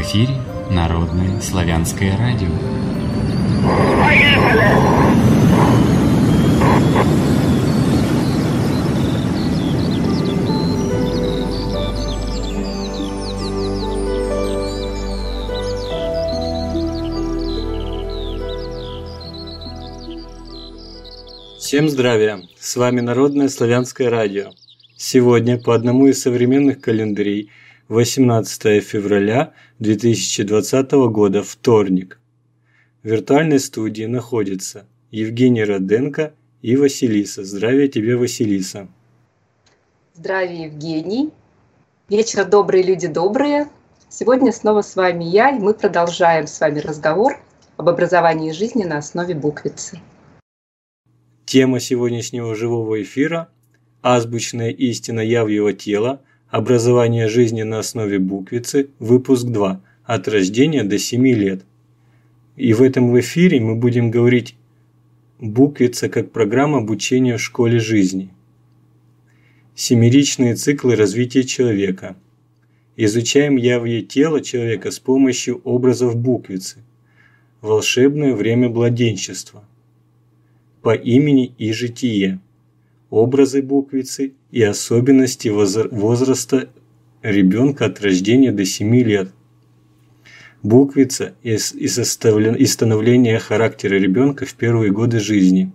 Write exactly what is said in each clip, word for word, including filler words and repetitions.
эфире Народное славянское радио. Всем здравия! С вами Народное славянское радио. Сегодня по одному из современных календарей восемнадцатое февраля две тысячи двадцатого года, вторник. В виртуальной студии находятся Евгений Роденко и Василиса. Здравия тебе, Василиса. Здравия, Евгений. Вечер добрые, люди добрые. Сегодня снова с вами я, и мы продолжаем с вами разговор об образовании жизни на основе буквицы. Тема сегодняшнего живого эфира – азбучная истина явьего тела, образование жизни на основе буквицы, выпуск два, от рождения до семи лет. И в этом эфире мы будем говорить буквица как программа обучения в школе жизни. Семеричные циклы развития человека. Изучаем явье тела человека с помощью образов буквицы. Волшебное время младенчества. По имени и житие, образы буквицы и особенности возраста ребенка от рождения до семи лет. Буквица и становление характера ребенка в первые годы жизни.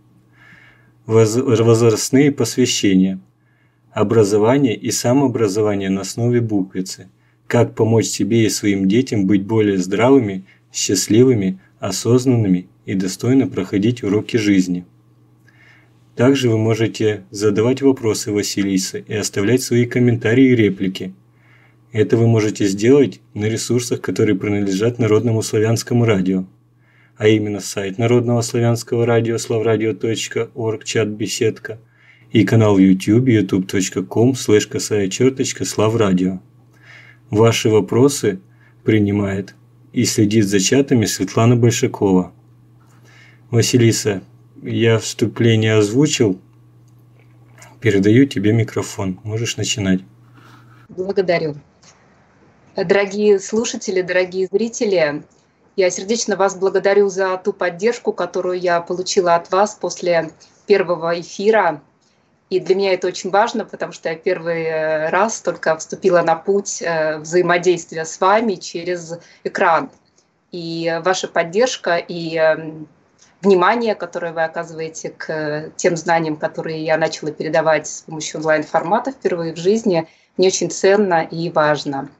Возрастные посвящения. Образование и самообразование на основе буквицы. Как помочь себе и своим детям быть более здравыми, счастливыми, осознанными и достойно проходить уроки жизни. Также вы можете задавать вопросы Василисе и оставлять свои комментарии и реплики. Это вы можете сделать на ресурсах, которые принадлежат Народному славянскому радио, а именно сайт Народного славянского радио славрадио точка орг, чат-беседка и канал в YouTube ютуб точка ком слэш косая черточка славрадио. Ваши вопросы принимает и следит за чатами Светлана Большакова. Василиса, я вступление озвучил. Передаю тебе микрофон. Можешь начинать. Благодарю. Дорогие слушатели, дорогие зрители, я сердечно вас благодарю за ту поддержку, которую я получила от вас после первого эфира. И для меня это очень важно, потому что я первый раз только вступила на путь взаимодействия с вами через экран. И ваша поддержка и внимание, которое вы оказываете к тем знаниям, которые я начала передавать с помощью онлайн-формата впервые в жизни, мне очень ценно и важно.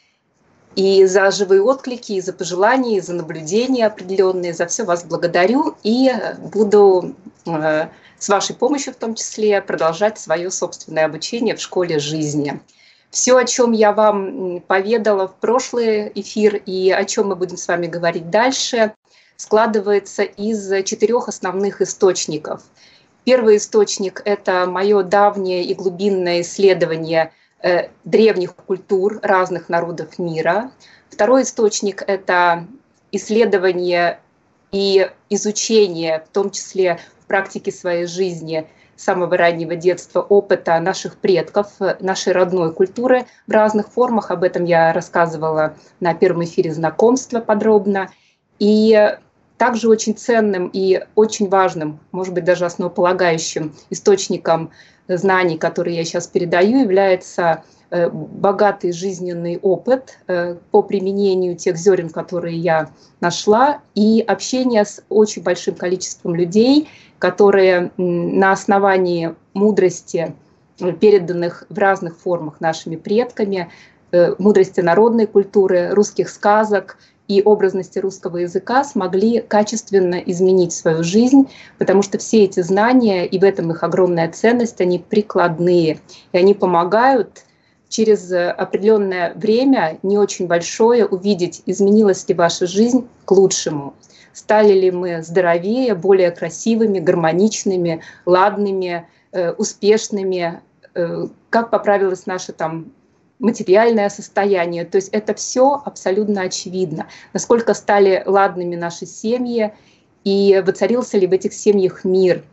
И за живые отклики, и за пожелания, и за наблюдения определенные, за все вас благодарю и буду э, с вашей помощью в том числе продолжать свое собственное обучение в школе жизни. Все, о чем я вам поведала в прошлый эфир и о чем мы будем с вами говорить дальше, складывается из четырех основных источников. Первый источник – это мое давнее и глубинное исследование э, древних культур разных народов мира. Второй источник – это исследование и изучение, в том числе в практике своей жизни, с самого раннего детства, опыта наших предков, нашей родной культуры в разных формах. Об этом я рассказывала на первом эфире знакомства подробно. И также очень ценным и очень важным, может быть, даже основополагающим источником знаний, которые я сейчас передаю, является богатый жизненный опыт по применению тех зерен, которые я нашла, и общение с очень большим количеством людей, которые на основании мудрости, переданных в разных формах нашими предками, мудрости народной культуры, русских сказок и образности русского языка смогли качественно изменить свою жизнь, потому что все эти знания, и в этом их огромная ценность, они прикладные, и они помогают через определенное время, не очень большое, увидеть, изменилась ли ваша жизнь к лучшему. Стали ли мы здоровее, более красивыми, гармоничными, ладными, э, успешными, э, как поправилось наше там материальное состояние. То есть это все абсолютно очевидно. Насколько стали ладными наши семьи и воцарился ли в этих семьях мир.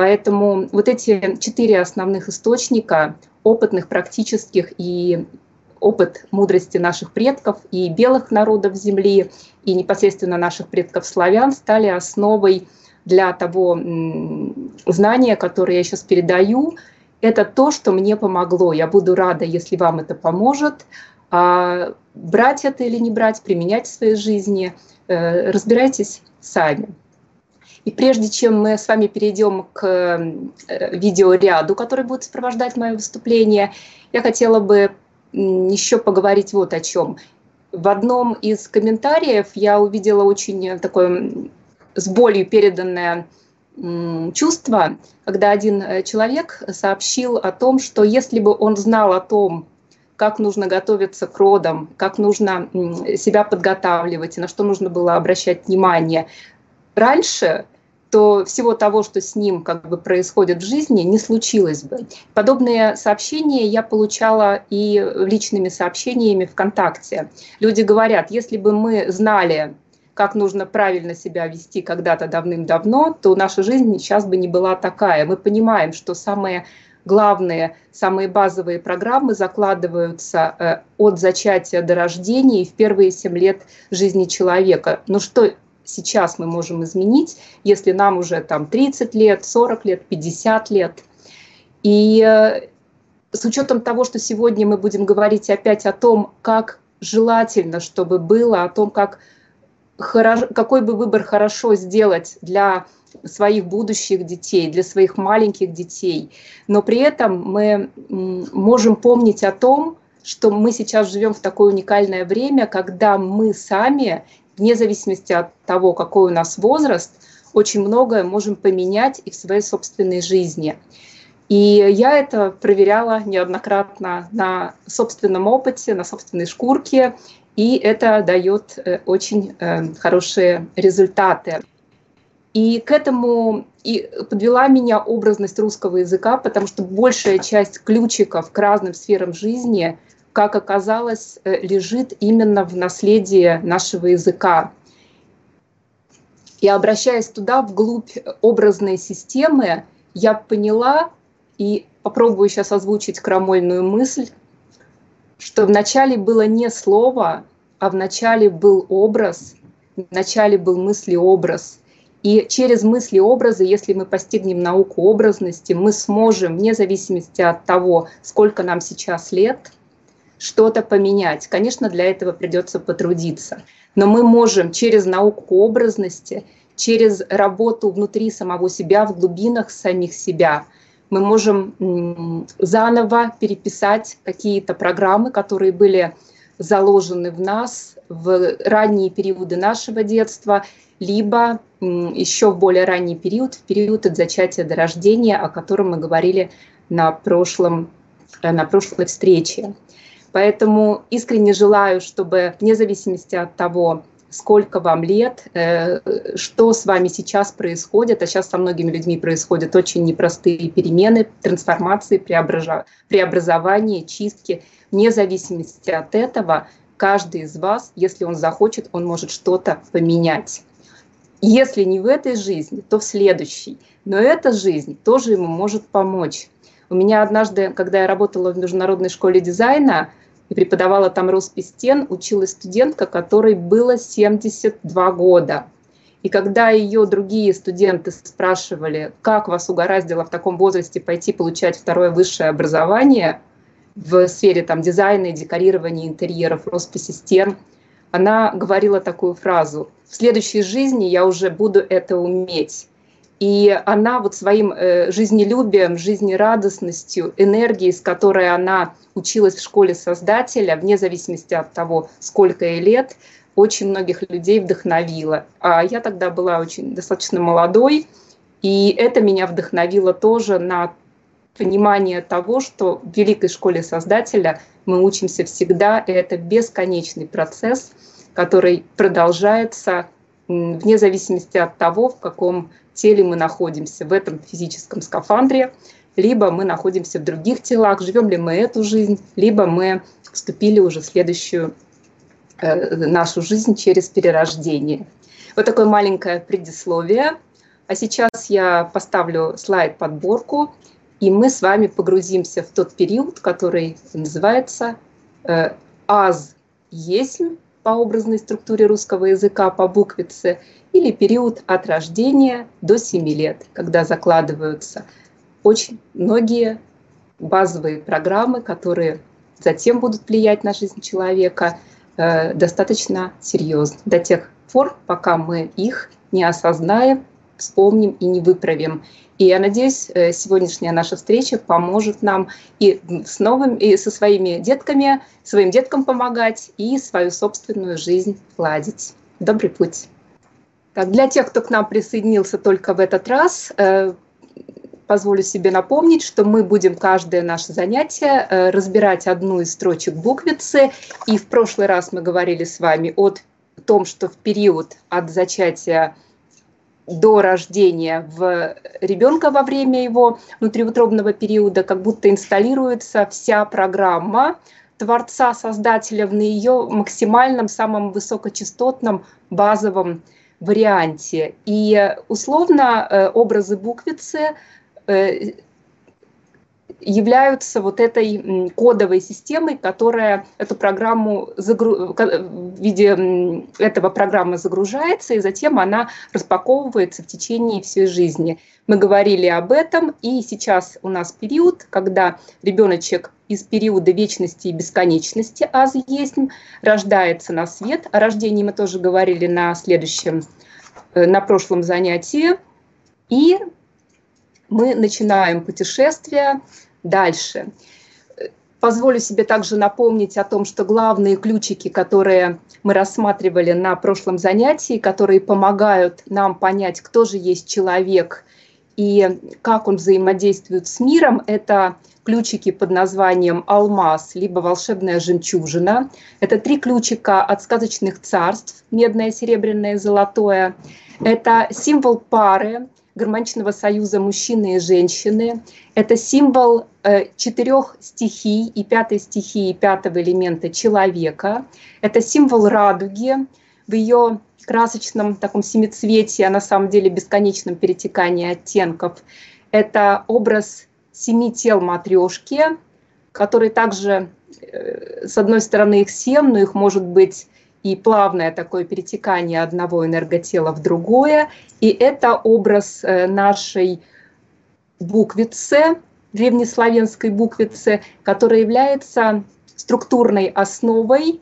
Поэтому вот эти четыре основных источника опытных, практических и опыт мудрости наших предков и белых народов Земли, и непосредственно наших предков славян стали основой для того знания, которое я сейчас передаю. Это то, что мне помогло. Я буду рада, если вам это поможет. А брать это или не брать, применять в своей жизни, разбирайтесь сами. И прежде чем мы с вами перейдем к видеоряду, который будет сопровождать мое выступление, я хотела бы еще поговорить вот о чем. В одном из комментариев я увидела очень такое с болью переданное чувство, когда один человек сообщил о том, что если бы он знал о том, как нужно готовиться к родам, как нужно себя подготавливать и на что нужно было обращать внимание раньше, то всего того, что с ним как бы происходит в жизни, не случилось бы. Подобные сообщения я получала и личными сообщениями ВКонтакте. Люди говорят, если бы мы знали, как нужно правильно себя вести когда-то давным-давно, то наша жизнь сейчас бы не была такая. Мы понимаем, что самые главные, самые базовые программы закладываются от зачатия до рождения и в первые семь лет жизни человека. Но что сейчас мы можем изменить, если нам уже там тридцать лет, сорок лет, пятьдесят лет? И с учетом того, что сегодня мы будем говорить опять о том, как желательно, чтобы было, о том, как хорошо, какой бы выбор хорошо сделать для своих будущих детей, для своих маленьких детей, но при этом мы можем помнить о том, что мы сейчас живем в такое уникальное время, когда мы сами, вне зависимости от того, какой у нас возраст, очень многое можем поменять и в своей собственной жизни. И я это проверяла неоднократно на собственном опыте, на собственной шкурке, и это дает очень хорошие результаты. И к этому и подвела меня образность русского языка, потому что большая часть ключиков к разным сферам жизни, как оказалось, лежит именно в наследии нашего языка. И обращаясь туда, вглубь образной системы, я поняла, и попробую сейчас озвучить крамольную мысль, что вначале было не слово, а вначале был образ, вначале был мыслеобраз. И через мысли-образы, если мы постигнем науку образности, мы сможем, вне зависимости от того, сколько нам сейчас лет, что-то поменять. Конечно, для этого придется потрудиться. Но мы можем через науку образности, через работу внутри самого себя, в глубинах самих себя, мы можем заново переписать какие-то программы, которые были заложены в нас в ранние периоды нашего детства, либо еще в более ранний период, в период от зачатия до рождения, о котором мы говорили на, прошлом, на прошлой встрече. Поэтому искренне желаю, чтобы вне зависимости от того, сколько вам лет, что с вами сейчас происходит, а сейчас со многими людьми происходят очень непростые перемены, трансформации, преобразования, чистки. Вне зависимости от этого, каждый из вас, если он захочет, он может что-то поменять. Если не в этой жизни, то в следующей. Но эта жизнь тоже ему может помочь. У меня однажды, когда я работала в международной школе дизайна и преподавала там роспись стен, училась студентка, которой было семьдесят два года. И когда ее другие студенты спрашивали, как вас угораздило в таком возрасте пойти получать второе высшее образование в сфере там, дизайна и декорирования интерьеров, росписи стен, она говорила такую фразу: «В следующей жизни я уже буду это уметь». И она вот своим э, жизнелюбием, жизнерадостностью, энергией, с которой она училась в школе Создателя, вне зависимости от того, сколько ей лет, очень многих людей вдохновила. А я тогда была очень достаточно молодой, и это меня вдохновило тоже на понимание того, что в великой школе Создателя мы учимся всегда, и это бесконечный процесс, который продолжается вне зависимости от того, в каком теле мы находимся, в этом физическом скафандре, либо мы находимся в других телах, живем ли мы эту жизнь, либо мы вступили уже в следующую э, нашу жизнь через перерождение. Вот такое маленькое предисловие. А сейчас я поставлю слайд-подборку, и мы с вами погрузимся в тот период, который называется аз есть по образной структуре русского языка, по буквице, или период от рождения до семи лет, когда закладываются очень многие базовые программы, которые затем будут влиять на жизнь человека э, достаточно серьезно, до тех пор, пока мы их не осознаем, вспомним и не выправим. И я надеюсь, сегодняшняя наша встреча поможет нам и с новым, и со своими детками, своим деткам помогать, и свою собственную жизнь ладить. Добрый путь. Так, для тех, кто к нам присоединился только в этот раз, э, позволю себе напомнить, что мы будем каждое наше занятие э, разбирать одну из строчек буквицы. И в прошлый раз мы говорили с вами о том, что в период от зачатия до рождения в ребенка во время его внутриутробного периода как будто инсталируется вся программа Творца, Создателя в ее максимальном, самом высокочастотном базовом варианте. И условно образы буквицы являются вот этой кодовой системой, которая эту программу загру... в виде этого программы загружается, и затем она распаковывается в течение всей жизни. Мы говорили об этом, и сейчас у нас период, когда ребеночек из периода вечности и бесконечности, аз есть, рождается на свет. О рождении мы тоже говорили на следующем, на прошлом занятии. И мы начинаем путешествие дальше. Позволю себе также напомнить о том, что главные ключики, которые мы рассматривали на прошлом занятии, которые помогают нам понять, кто же есть человек и как он взаимодействует с миром, это ключики под названием алмаз, либо волшебная жемчужина. Это три ключика от сказочных царств, медное, серебряное, золотое. Это символ пары, гармоничного союза мужчины и женщины. Это символ э, четырех стихий и пятой стихии, пятого элемента человека. Это символ радуги в ее красочном таком семицветии, а на самом деле бесконечном перетекании оттенков. Это образ семи тел матрешки, которые также, э, с одной стороны, их семь, но их может быть и плавное такое перетекание одного энерготела в другое. И это образ нашей буквицы, древнеславянской буквицы, которая является структурной основой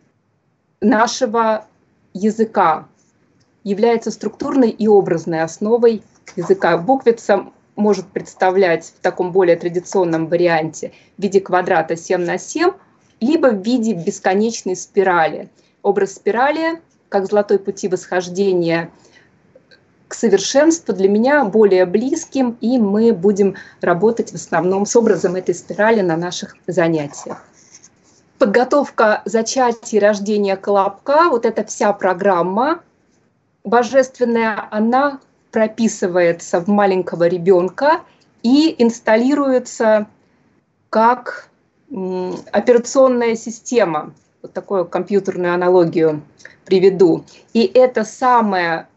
нашего языка, является структурной и образной основой языка. Буквица может представлять в таком более традиционном варианте в виде квадрата семь на семь, либо в виде бесконечной спирали. Образ спирали, как золотой пути восхождения к совершенству, для меня более близким, и мы будем работать в основном с образом этой спирали на наших занятиях. Подготовка зачатия и рождения колобка, вот эта вся программа божественная, она прописывается в маленького ребенка и инсталируется как операционная система. Вот такую компьютерную аналогию приведу. И это самая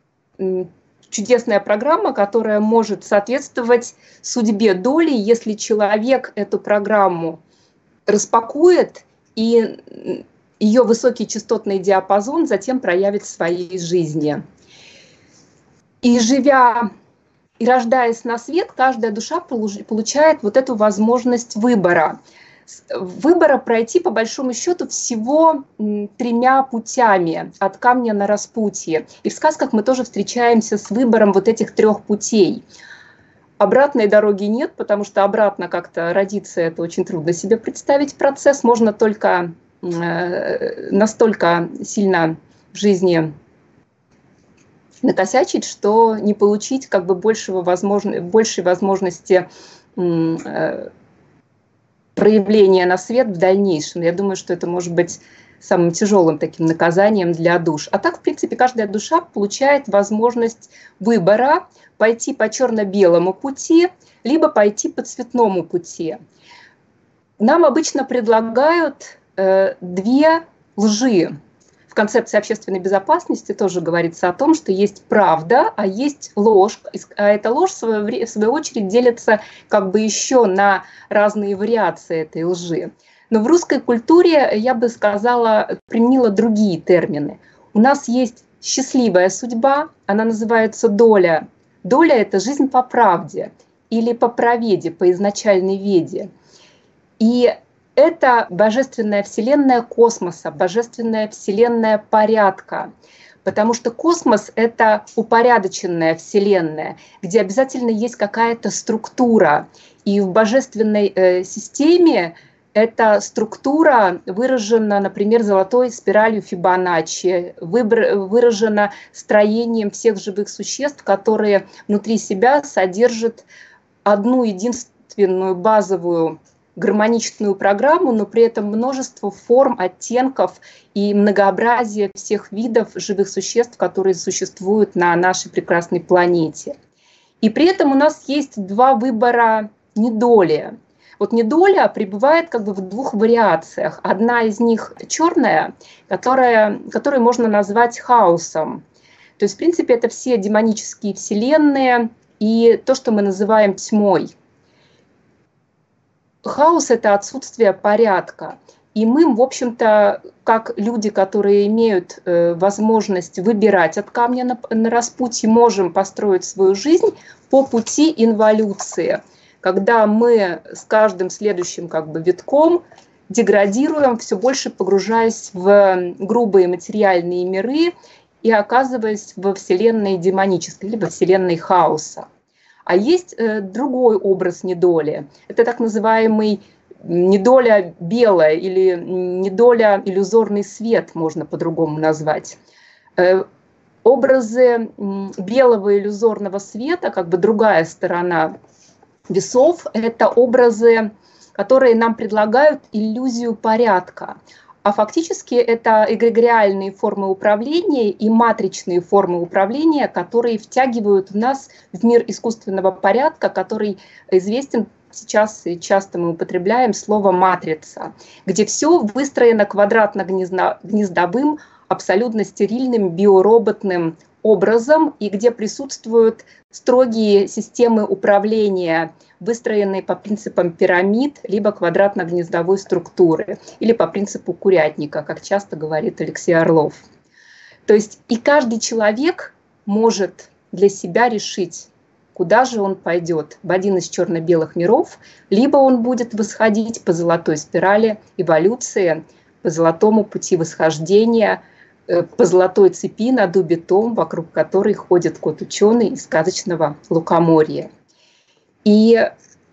чудесная программа, которая может соответствовать судьбе доли, если человек эту программу распакует, и ее высокий частотный диапазон затем проявит в своей жизни. И живя и рождаясь на свет, каждая душа получает вот эту возможность выбора. Выбора пройти, по большому счету, всего тремя путями от камня на распутье. И в сказках мы тоже встречаемся с выбором вот этих трех путей. Обратной дороги нет, потому что обратно как-то родиться, это очень трудно себе представить процесс. Можно только э, настолько сильно в жизни накосячить, что не получить как бы большего возможно, большей возможности э, проявления на свет в дальнейшем. Я думаю, что это может быть самым тяжелым таким наказанием для душ. А так, в принципе, каждая душа получает возможность выбора пойти по черно-белому пути, либо пойти по цветному пути. Нам обычно предлагают э, две лжи. В концепции общественной безопасности тоже говорится о том, что есть правда, а есть ложь. А эта ложь, в свою, в свою очередь, делится как бы еще на разные вариации этой лжи. Но в русской культуре, я бы сказала, применила другие термины. У нас есть счастливая судьба, она называется доля. Доля – это жизнь по правде или по праведе, по изначальной веде. И это божественная вселенная космоса, божественная вселенная порядка. Потому что космос – это упорядоченная вселенная, где обязательно есть какая-то структура. И в божественной э, системе эта структура выражена, например, золотой спиралью Фибоначчи, выражена строением всех живых существ, которые внутри себя содержат одну единственную базовую гармоничную программу, но при этом множество форм, оттенков и многообразие всех видов живых существ, которые существуют на нашей прекрасной планете. И при этом у нас есть два выбора недолия. Вот недоля пребывает как бы в двух вариациях. Одна из них черная, которая, которую можно назвать хаосом. То есть, в принципе, это все демонические вселенные и то, что мы называем тьмой. Хаос – это отсутствие порядка. И мы, в общем-то, как люди, которые имеют э, возможность выбирать от камня на, на распутье, можем построить свою жизнь по пути инволюции, когда мы с каждым следующим как бы витком деградируем, все больше погружаясь в грубые материальные миры и оказываясь во вселенной демонической, либо вселенной хаоса. А есть э, другой образ недоли. Это так называемый недоля белая или недоля иллюзорный свет, можно по-другому назвать. Э, образы белого иллюзорного света, как бы другая сторона весов, это образы, которые нам предлагают иллюзию порядка. А фактически это эгрегориальные формы управления и матричные формы управления, которые втягивают нас в мир искусственного порядка, который известен сейчас, и часто мы употребляем слово «матрица», где все выстроено квадратно-гнездовым, абсолютно стерильным биороботным образом, и где присутствуют строгие системы управления, выстроенные по принципам пирамид, либо квадратно-гнездовой структуры, или по принципу курятника, как часто говорит Алексей Орлов. То есть и каждый человек может для себя решить, куда же он пойдет, в один из черно-белых миров, либо он будет восходить по золотой спирали эволюции, по золотому пути восхождения, по золотой цепи на дубе том, вокруг которой ходит кот-ученый из сказочного Лукоморья. И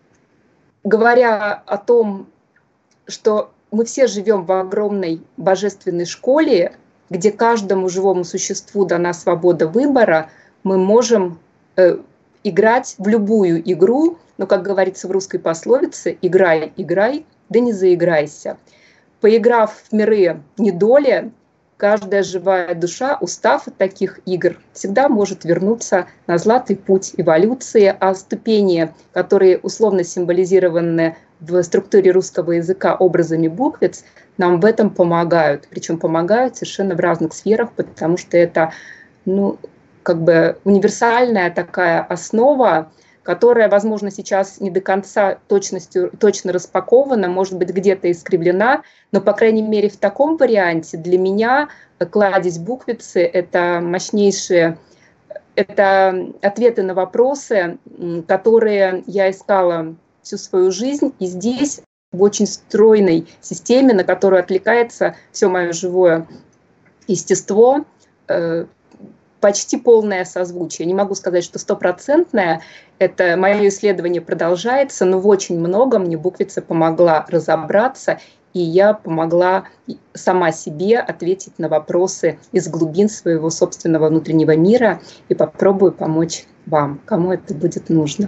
говоря о том, что мы все живем в огромной божественной школе, где каждому живому существу дана свобода выбора, мы можем э, играть в любую игру, но, как говорится в русской пословице, «играй, играй, да не заиграйся». Поиграв в миры недоли, каждая живая душа, устав от таких игр, всегда может вернуться на златый путь эволюции, а ступени, которые условно символизированы в структуре русского языка образами буквиц, нам в этом помогают. Причем помогают совершенно в разных сферах, потому что это, ну, как бы универсальная такая основа, которая, возможно, сейчас не до конца точностью, точно распакована, может быть, где-то искривлена, но, по крайней мере, в таком варианте для меня кладезь буквицы – это мощнейшие, это ответы на вопросы, которые я искала всю свою жизнь, и здесь, в очень стройной системе, на которую отвлекается все мое живое естество, почти полное созвучие. Не могу сказать, что стопроцентное. Это мое исследование продолжается, но в очень многом мне буквица помогла разобраться, и я помогла сама себе ответить на вопросы из глубин своего собственного внутреннего мира и попробую помочь вам, кому это будет нужно.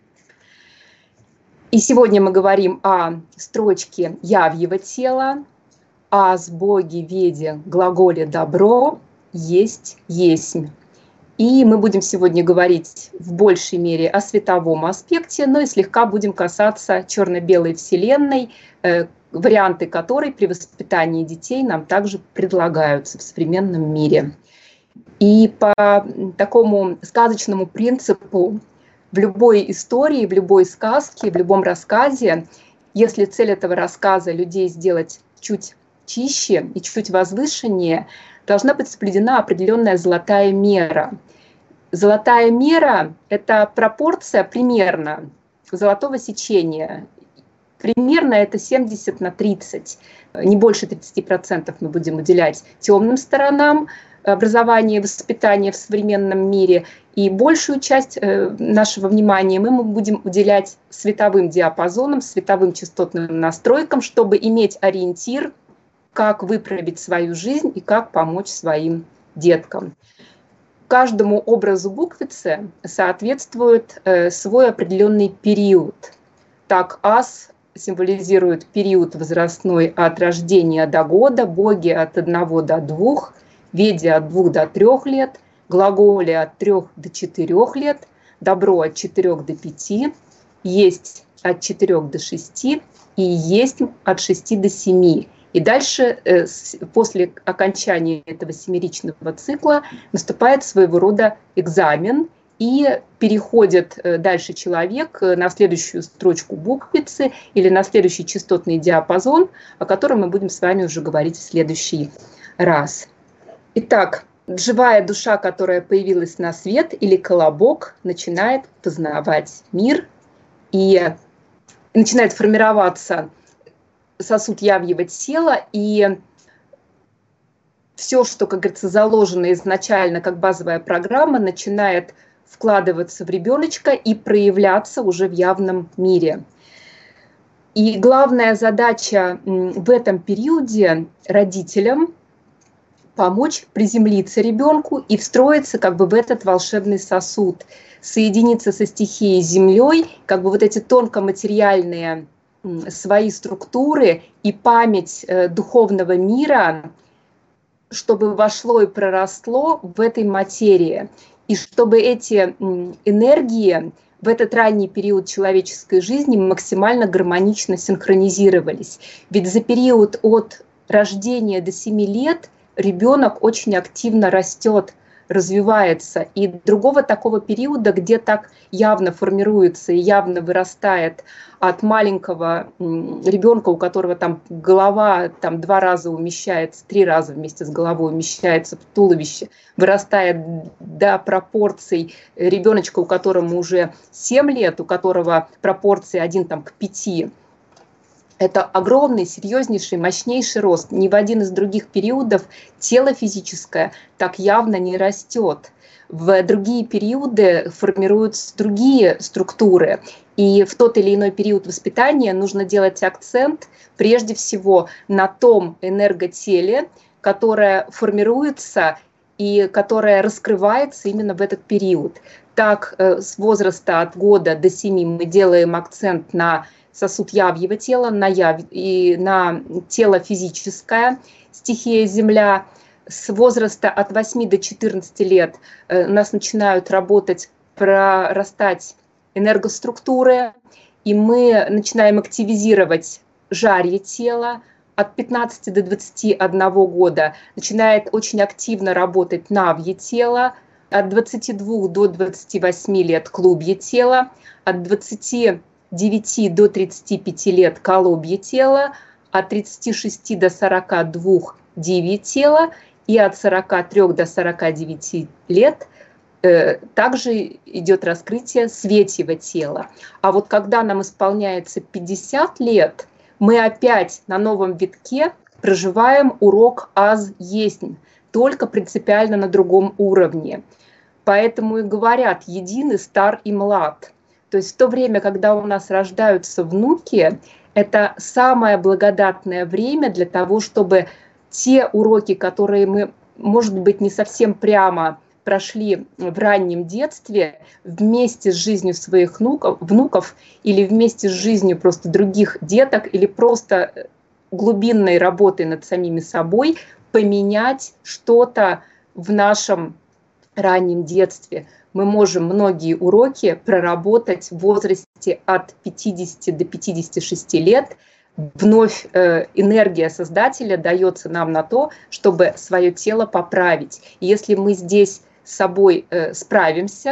И сегодня мы говорим о строчке «Явьего тела», о сбоге, веде, глаголе «добро», есть, есмь. И мы будем сегодня говорить в большей мере о световом аспекте, но и слегка будем касаться черно-белой вселенной, э, варианты которой при воспитании детей нам также предлагаются в современном мире. И по такому сказочному принципу в любой истории, в любой сказке, в любом рассказе если цель этого рассказа людей сделать чуть чище и чуть возвышеннее, должна быть соблюдена определенная золотая мера. Золотая мера – это пропорция примерно золотого сечения. Примерно это семьдесят на тридцать. Не больше тридцати процентов мы будем уделять темным сторонам образования и воспитания в современном мире, и большую часть нашего внимания мы будем уделять световым диапазонам, световым частотным настройкам, чтобы иметь ориентир, как выправить свою жизнь и как помочь своим деткам. Каждому образу буквицы соответствует свой определенный период. Так, ас символизирует период возрастной от рождения до года, боги от одного до двух, веди от двух до трех лет, глаголи от трех до четырех лет, добро от четырех до пяти, есть от четырех до шести и есть от шести до семи. И дальше, после окончания этого семеричного цикла, наступает своего рода экзамен, и переходит дальше человек на следующую строчку буквицы или на следующий частотный диапазон, о котором мы будем с вами уже говорить в следующий раз. Итак, живая душа, которая появилась на свет, или колобок, начинает познавать мир и начинает формироваться сосуд явьего тела, и все, что, как говорится, заложено изначально как базовая программа, начинает вкладываться в ребеночка и проявляться уже в явном мире. И главная задача в этом периоде родителям помочь приземлиться ребенку и встроиться как бы в этот волшебный сосуд, соединиться со стихией Землей, как бы вот эти тонкоматериальные свои структуры и память духовного мира, чтобы вошло и проросло в этой материи. И чтобы эти энергии в этот ранний период человеческой жизни максимально гармонично синхронизировались. Ведь за период от рождения до семи лет ребенок очень активно растет, развивается. И другого такого периода, где так явно формируется и явно вырастает от маленького ребенка, у которого там голова там два раза умещается, три раза вместе с головой умещается в туловище, вырастает до пропорций ребеночка, у которого уже семь лет, у которого пропорции один там к пяти. Это огромный, серьезнейший, мощнейший рост. Ни в один из других периодов тело физическое так явно не растет. В другие периоды формируются другие структуры. И в тот или иной период воспитания нужно делать акцент прежде всего на том энерготеле, которое формируется и которое раскрывается именно в этот период. Так, с возраста от года до семи мы делаем акцент на сосуд явьего тела, на, яв... и на тело физическое, стихия Земля. С возраста от восьми до четырнадцати лет у нас начинают работать, прорастать энергоструктуры, и мы начинаем активизировать жарье тела. От пятнадцати до двадцати одного года начинает очень активно работать навье тело, от двадцати двух до двадцати восьми лет клубье тела, от двадцати девяти до тридцати пяти лет колобье тело, от тридцати шести до сорока двух девье тело и от сорока трёх до сорока девяти лет э, также идет раскрытие светьего тела. А вот когда нам исполняется пятьдесят лет, мы опять на новом витке проживаем урок аз-есть, только принципиально на другом уровне. Поэтому и говорят «единый стар и млад». То есть в то время, когда у нас рождаются внуки, это самое благодатное время для того, чтобы те уроки, которые мы, может быть, не совсем прямо прошли в раннем детстве, вместе с жизнью своих внуков, внуков или вместе с жизнью просто других деток, или просто глубинной работой над самими собой, поменять что-то в нашем раннем детстве. Мы можем многие уроки проработать в возрасте от пятидесяти до пятидесяти шести лет. Вновь э, энергия Создателя дается нам на то, чтобы свое тело поправить. И если мы здесь с собой э, справимся,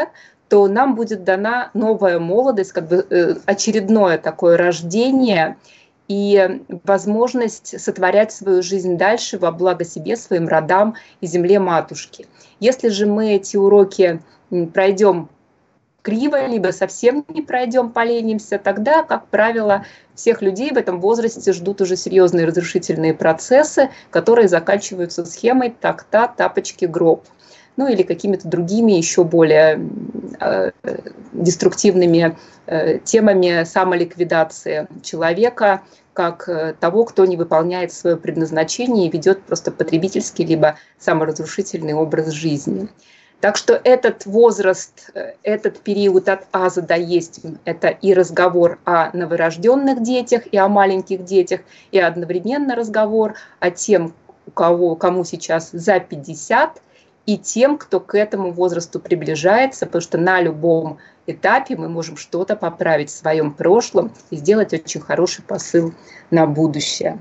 то нам будет дана новая молодость, как бы очередное такое рождение и возможность сотворять свою жизнь дальше во благо себе, своим родам и земле матушки. Если же мы эти уроки пройдем криво, либо совсем не пройдем, поленимся, тогда, как правило, всех людей в этом возрасте ждут уже серьезные разрушительные процессы, которые заканчиваются схемой «так-та, тапочки, гроб». Ну или какими-то другими еще более э, деструктивными э, темами самоликвидации человека, как э, того, кто не выполняет свое предназначение и ведет просто потребительский либо саморазрушительный образ жизни. Так что этот возраст, этот период от аза до естьм – это и разговор о новорожденных детях, и о маленьких детях, и одновременно разговор о тем, у кого, кому сейчас за пятьдесят, и тем, кто к этому возрасту приближается, потому что на любом этапе мы можем что-то поправить в своем прошлом и сделать очень хороший посыл на будущее.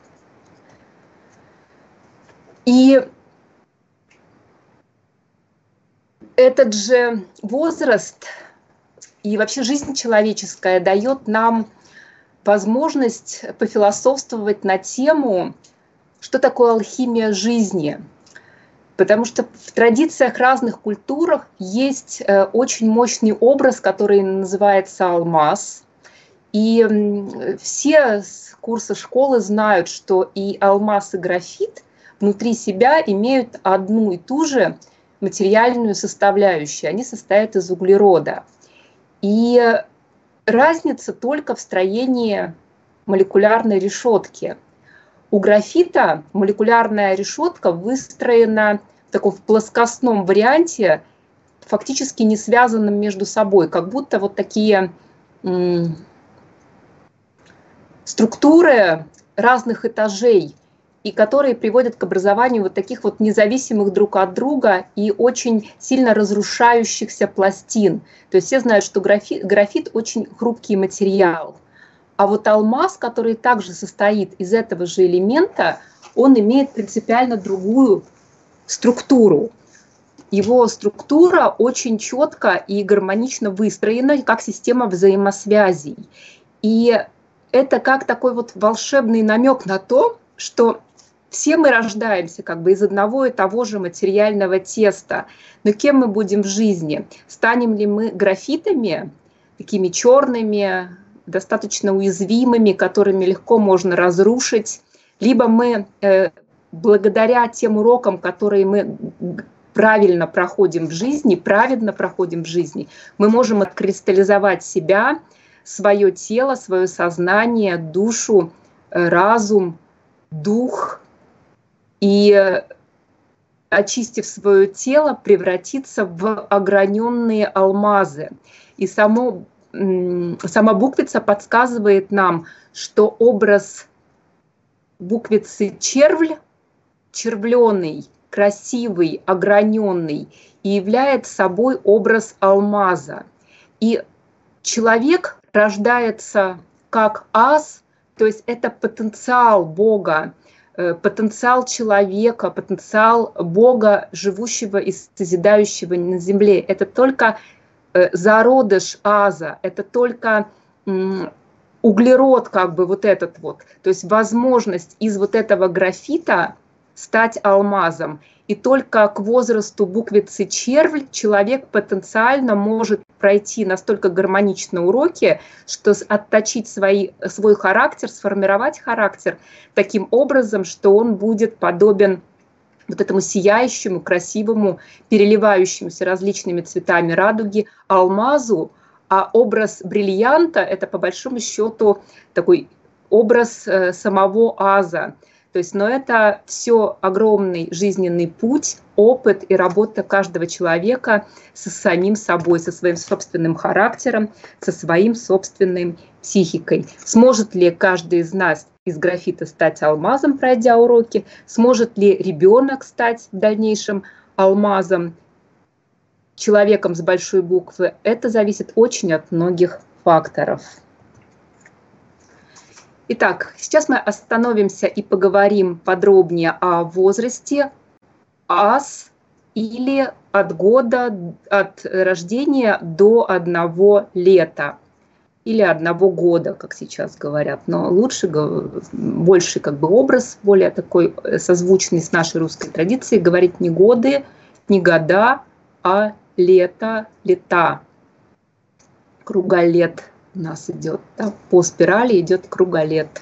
И этот же возраст и вообще жизнь человеческая дает нам возможность пофилософствовать на тему, что такое алхимия жизни. Потому что в традициях разных культурах есть очень мощный образ, который называется алмаз. И все с курса школы знают, что и алмаз, и графит внутри себя имеют одну и ту же материальную составляющую. Они состоят из углерода. И разница только в строении молекулярной решетки. У графита молекулярная решетка выстроена в таком плоскостном варианте, фактически не связанном между собой, как будто вот такие м, структуры разных этажей, и которые приводят к образованию вот таких вот независимых друг от друга и очень сильно разрушающихся пластин. То есть все знают, что графит, графит очень хрупкий материал. А вот алмаз, который также состоит из этого же элемента, он имеет принципиально другую структуру. Его структура очень четко и гармонично выстроена, как система взаимосвязей. И это как такой вот волшебный намек на то, что все мы рождаемся как бы из одного и того же материального теста. Но кем мы будем в жизни? Станем ли мы графитами, такими черными, достаточно уязвимыми, которыми легко можно разрушить? Либо мы, э, благодаря тем урокам, которые мы правильно проходим в жизни, праведно проходим в жизни, мы можем откристаллизовать себя, свое тело, свое сознание, душу, разум, дух, и, очистив свое тело, превратиться в ограненные алмазы. И само, сама буквица подсказывает нам, что образ буквицы червль, червленый, красивый, ограненный, и является собой образ алмаза. И человек рождается как ас, то есть это потенциал Бога, потенциал человека, потенциал Бога, живущего и созидающего на земле. Это только зародыш аза, это только углерод, как бы вот этот вот. То есть возможность из вот этого графита стать алмазом. И только к возрасту буквицы червль человек потенциально может пройти настолько гармонично уроки, что отточить свои, свой характер, сформировать характер таким образом, что он будет подобен вот этому сияющему, красивому, переливающемуся различными цветами радуги алмазу, а образ бриллианта – это по большому счету такой образ самого аза. То есть, но это все огромный жизненный путь, опыт и работа каждого человека со самим собой, со своим собственным характером, со своим собственной психикой. Сможет ли каждый из нас из графита стать алмазом, пройдя уроки? Сможет ли ребенок стать в дальнейшем алмазом, человеком с большой буквы? Это зависит очень от многих факторов. Итак, сейчас мы остановимся и поговорим подробнее о возрасте ас или от года, от рождения до одного лета или одного года, как сейчас говорят. Но лучше, больше как бы образ, более такой созвучный с нашей русской традицией, говорить не годы, не года, а лето, лета. Круголет у нас идет, да? По спирали идет круголет.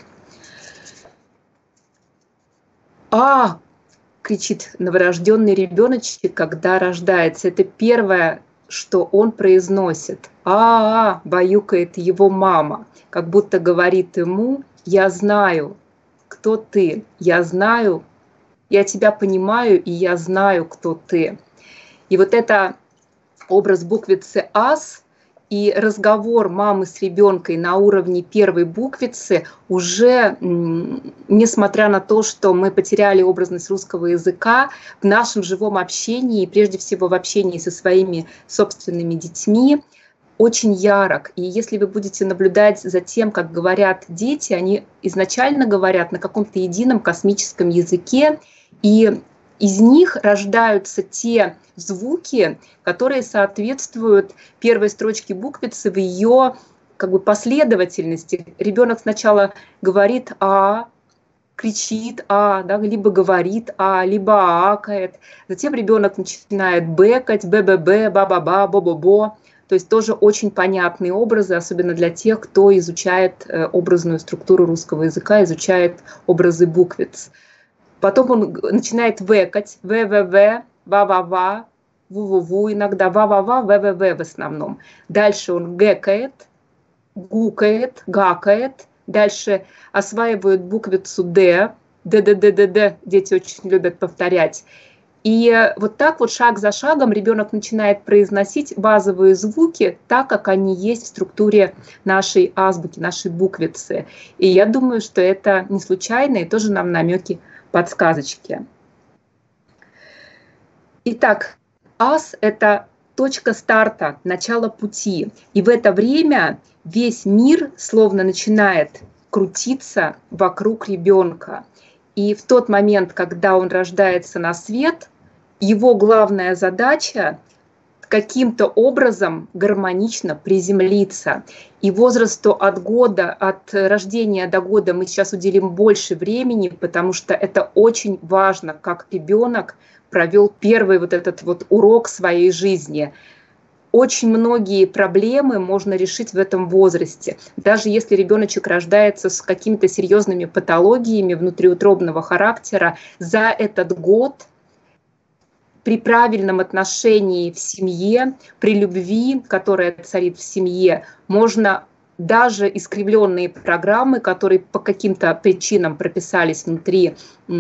А, кричит новорожденный ребеночек, когда рождается. Это первое, что он произносит. А, -а, баюкает его мама, как будто говорит ему: я знаю, кто ты, я знаю, я тебя понимаю, и я знаю, кто ты. И вот это образ буквицы ас и разговор мамы с ребенком на уровне первой буквицы уже, несмотря на то, что мы потеряли образность русского языка, в нашем живом общении, прежде всего в общении со своими собственными детьми, очень ярок. И если вы будете наблюдать за тем, как говорят дети, они изначально говорят на каком-то едином космическом языке, и из них рождаются те звуки, которые соответствуют первой строчке буквицы в ее как бы последовательности. Ребенок сначала говорит «а», кричит «а», да, либо говорит «а», либо «акает». Затем ребенок начинает бэкать, бэ-бэ-бэ, ба-ба-ба, бо-бо-бо. То есть тоже очень понятные образы, особенно для тех, кто изучает образную структуру русского языка, изучает образы буквиц. Потом он начинает векать, вэ-вэ-вэ, ва-ва-ва, ву-ву-ву, иногда ва-ва-ва, вэ-вэ-вэ в основном. Дальше он гэкает, гукает, гакает. Дальше осваивают буквицу «д», «д-д-д-д-д», дети очень любят повторять. И вот так вот шаг за шагом ребенок начинает произносить базовые звуки так, как они есть в структуре нашей азбуки, нашей буквицы. И я думаю, что это не случайно и тоже нам намеки, подсказочки. Итак, ас – это точка старта, начало пути. И в это время весь мир словно начинает крутиться вокруг ребенка. И в тот момент, когда он рождается на свет, его главная задача каким-то образом гармонично приземлиться. И возрасту от года, от рождения до года мы сейчас уделим больше времени, потому что это очень важно, как ребенок провел первый вот этот вот урок своей жизни. Очень многие проблемы можно решить в этом возрасте. Даже если ребеночек рождается с какими-то серьезными патологиями внутриутробного характера, за этот год при правильном отношении в семье, при любви, которая царит в семье, можно даже искривленные программы, которые по каким-то причинам прописались внутри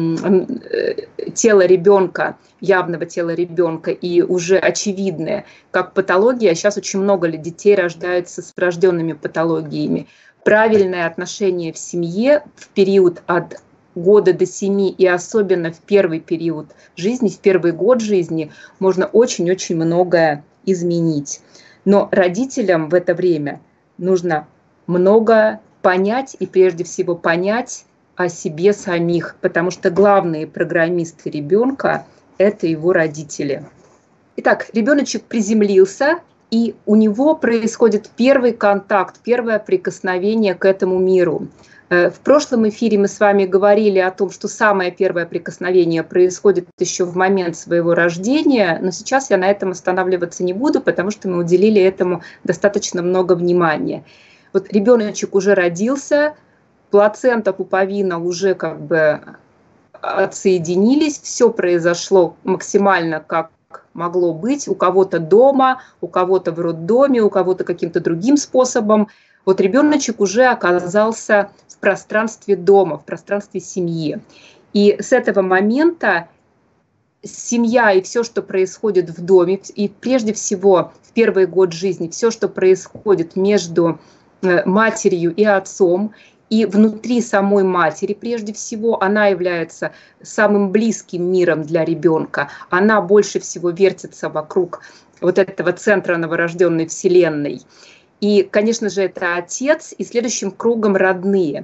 тела ребенка, явного тела ребенка и уже очевидные, как патология. Сейчас очень много ли детей рождаются с врожденными патологиями. Правильное отношение в семье в период от года до семи и особенно в первый период жизни, в первый год жизни можно очень-очень многое изменить. Но родителям в это время нужно много понять и прежде всего понять о себе самих, потому что главные программисты ребенка – это его родители. Итак, ребеночек приземлился, и у него происходит первый контакт, первое прикосновение к этому миру. В прошлом эфире мы с вами говорили о том, что самое первое прикосновение происходит еще в момент своего рождения, но сейчас я на этом останавливаться не буду, потому что мы уделили этому достаточно много внимания. Вот ребеночек уже родился, плацента, пуповина уже как бы отсоединились, все произошло максимально как могло быть, у кого-то дома, у кого-то в роддоме, у кого-то каким-то другим способом. Вот ребеночек уже оказался в пространстве дома, в пространстве семьи. И с этого момента семья и все, что происходит в доме, и прежде всего в первый год жизни, все, что происходит между матерью и отцом, и внутри самой матери, прежде всего, она является самым близким миром для ребенка. Она больше всего вертится вокруг вот этого центра новорожденной вселенной. И, конечно же, это отец, и следующим кругом родные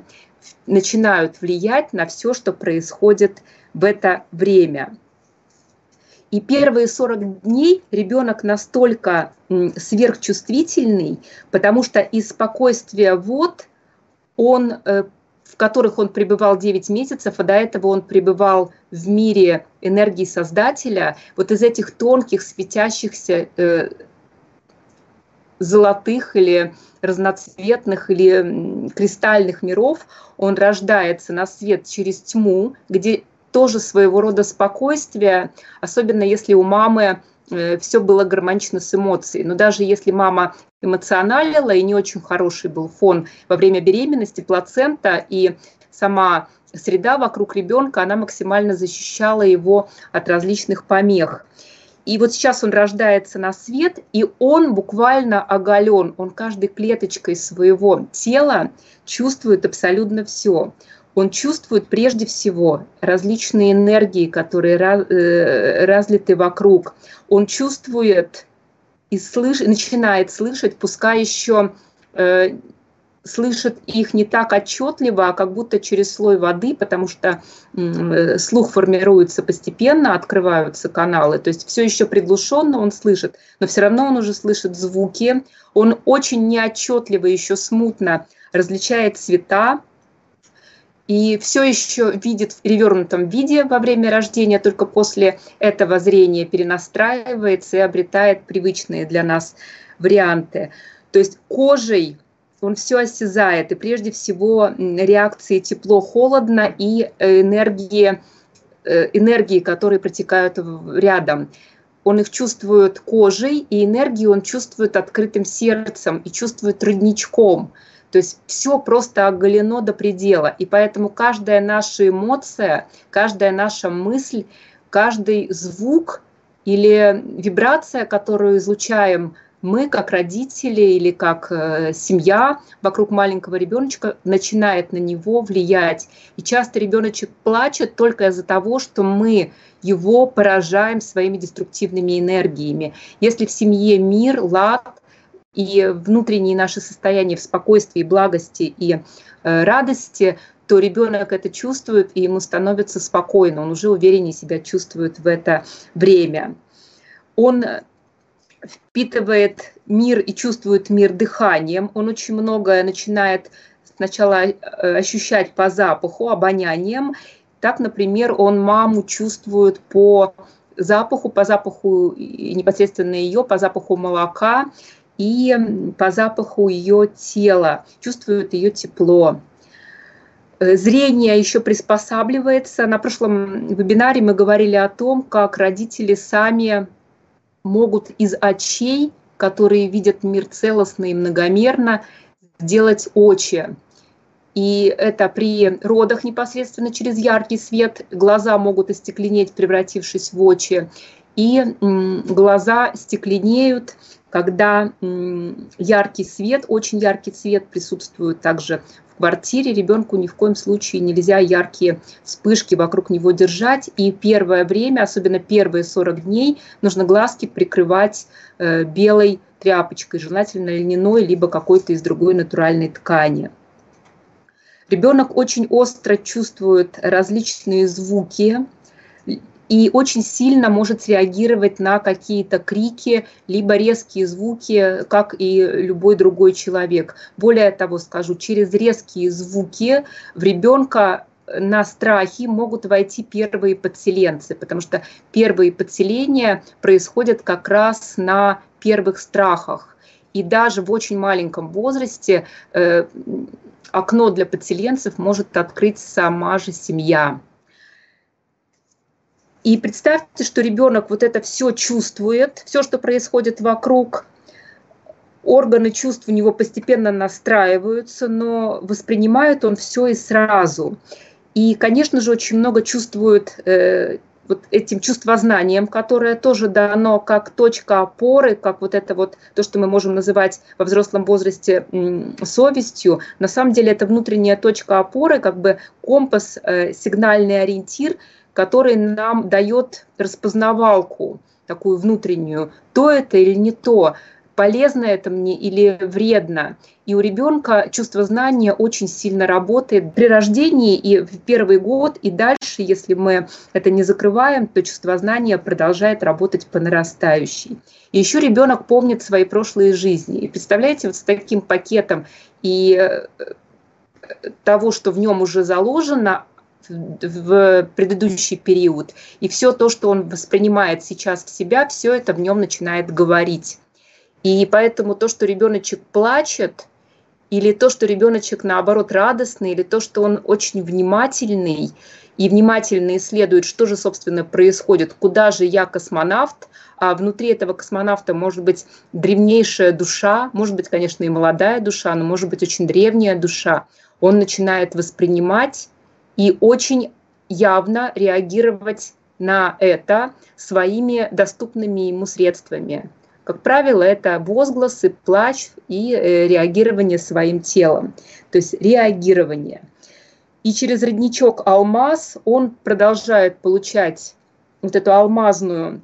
начинают влиять на все, что происходит в это время. И первые сорок дней ребенок настолько сверхчувствительный, потому что из спокойствия вод, он, в которых он пребывал девять месяцев, а до этого он пребывал в мире энергии Создателя, вот из этих тонких, светящихся, э, золотых или разноцветных или кристальных миров, он рождается на свет через тьму, где тоже своего рода спокойствие, особенно если у мамы э, все было гармонично с эмоцией. Но даже если мама эмоционалила и не очень хороший был фон во время беременности, плацента и сама среда вокруг ребенка, она максимально защищала его от различных помех. И вот сейчас он рождается на свет, и он буквально оголен, он каждой клеточкой своего тела чувствует абсолютно все. Он чувствует прежде всего различные энергии, которые разлиты вокруг. Он чувствует и слыш... начинает слышать, пускай еще э, слышит их не так отчетливо, а как будто через слой воды, потому что э, слух формируется постепенно, открываются каналы. То есть все еще приглушенно он слышит, но все равно он уже слышит звуки. Он очень неотчетливо, еще смутно различает цвета. И все еще видит в перевернутом виде во время рождения, только после этого зрение перенастраивается и обретает привычные для нас варианты. То есть кожей он все осязает, и прежде всего реакции тепло-холодно и энергии, энергии, которые протекают рядом. Он их чувствует кожей, и энергию он чувствует открытым сердцем и чувствует родничком. То есть все просто оголено до предела. И поэтому каждая наша эмоция, каждая наша мысль, каждый звук или вибрация, которую излучаем мы, как родители или как семья вокруг маленького ребеночка, начинает на него влиять. И часто ребеночек плачет только из-за того, что мы его поражаем своими деструктивными энергиями. Если в семье мир, лад, и внутренние наши состояния в спокойствии, благости и э, радости, то ребенок это чувствует, и ему становится спокойно, он уже увереннее себя чувствует в это время. Он впитывает мир и чувствует мир дыханием, он очень многое начинает сначала ощущать по запаху, обонянием. Так, например, он маму чувствует по запаху, по запаху непосредственно ее, по запаху молока, и по запаху ее тела, чувствует ее тепло. Зрение еще приспосабливается. На прошлом вебинаре мы говорили о том, как родители сами могут из очей, которые видят мир целостно и многомерно, сделать очи. И это при родах непосредственно через яркий свет глаза могут остекленеть, превратившись в очи. И глаза стекленеют, когда яркий свет, очень яркий свет присутствует также в квартире. Ребенку ни в коем случае нельзя яркие вспышки вокруг него держать. И первое время, особенно первые сорок дней, нужно глазки прикрывать белой тряпочкой, желательно льняной, либо какой-то из другой натуральной ткани. Ребенок очень остро чувствует различные звуки и очень сильно может реагировать на какие-то крики, либо резкие звуки, как и любой другой человек. Более того, скажу, через резкие звуки в ребенка на страхи могут войти первые подселенцы, потому что первые подселения происходят как раз на первых страхах. И даже в очень маленьком возрасте э, окно для подселенцев может открыть сама же семья. И представьте, что ребенок вот это все чувствует, все, что происходит вокруг, органы чувств у него постепенно настраиваются, но воспринимает он все и сразу. И, конечно же, очень много чувствует э, вот этим чувствознанием, которое тоже дано как точка опоры, как вот это вот то, что мы можем называть во взрослом возрасте м, совестью. На самом деле это внутренняя точка опоры, как бы компас, э, сигнальный ориентир, который нам дает распознавалку, такую внутреннюю, то это или не то. полезно это мне или вредно. И у ребенка чувство знания очень сильно работает при рождении и в первый год, и дальше, если мы это не закрываем, то чувство знания продолжает работать по нарастающей. И еще ребенок помнит свои прошлые жизни. И представляете, вот с таким пакетом и того, что в нем уже заложено в предыдущий период, и все то, что он воспринимает сейчас в себя, все это в нем начинает говорить. И поэтому то, что ребеночек плачет, или то, что ребеночек наоборот радостный, или то, что он очень внимательный и внимательно исследует, что же, собственно, происходит, куда же я космонавт, а внутри этого космонавта может быть древнейшая душа, может быть, конечно, и молодая душа, но может быть очень древняя душа. Он начинает воспринимать и очень явно реагировать на это своими доступными ему средствами. Как правило, это возгласы, плач и реагирование своим телом. То есть реагирование. И через родничок алмаз он продолжает получать вот эту алмазную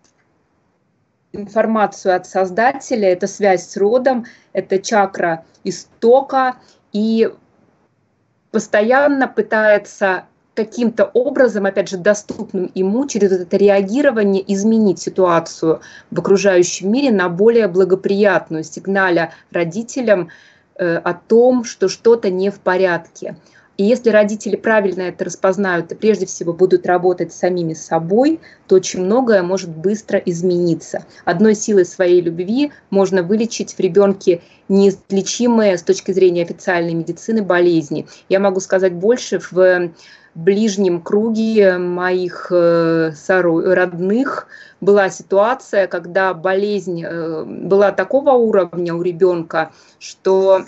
информацию от Создателя. Это связь с родом, это чакра истока. И постоянно пытается каким-то образом, опять же, доступным ему, через это реагирование изменить ситуацию в окружающем мире на более благоприятную, сигналя родителям э, о том, что что-то не в порядке. И если родители правильно это распознают и прежде всего будут работать с самими собой, то очень многое может быстро измениться. Одной силой своей любви можно вылечить в ребенке неизлечимые с точки зрения официальной медицины болезни. Я могу сказать больше, в ближнем круге моих родных была ситуация, когда болезнь была такого уровня у ребенка, что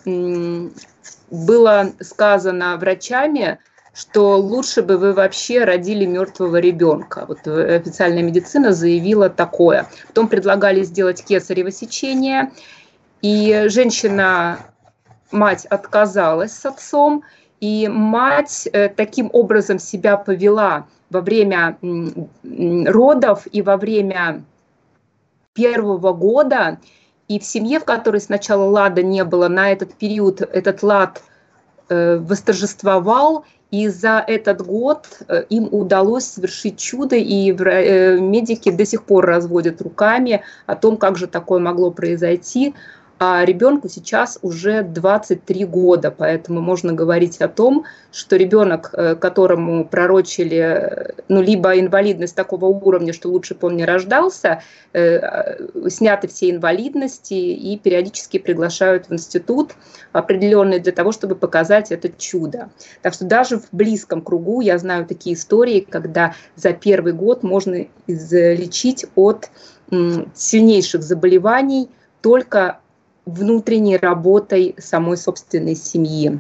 было сказано врачами, что лучше бы вы вообще родили мертвого ребенка. Вот официальная медицина заявила такое. Потом предлагали сделать кесарево сечение, и женщина, мать, отказалась с отцом, и мать таким образом себя повела во время родов и во время первого года. И в семье, в которой сначала лада не было, на этот период этот лад э, восторжествовал, и за этот год э, им удалось совершить чудо, и э, медики до сих пор разводят руками о том, как же такое могло произойти. А ребенку сейчас уже двадцать три года, поэтому можно говорить о том, что ребенок, которому пророчили, ну, либо инвалидность такого уровня, что лучше бы он не рождался, сняты все инвалидности и периодически приглашают в институт определенный для того, чтобы показать это чудо. Так что даже в близком кругу я знаю такие истории, когда за первый год можно излечить от сильнейших заболеваний только внутренней работой самой собственной семьи.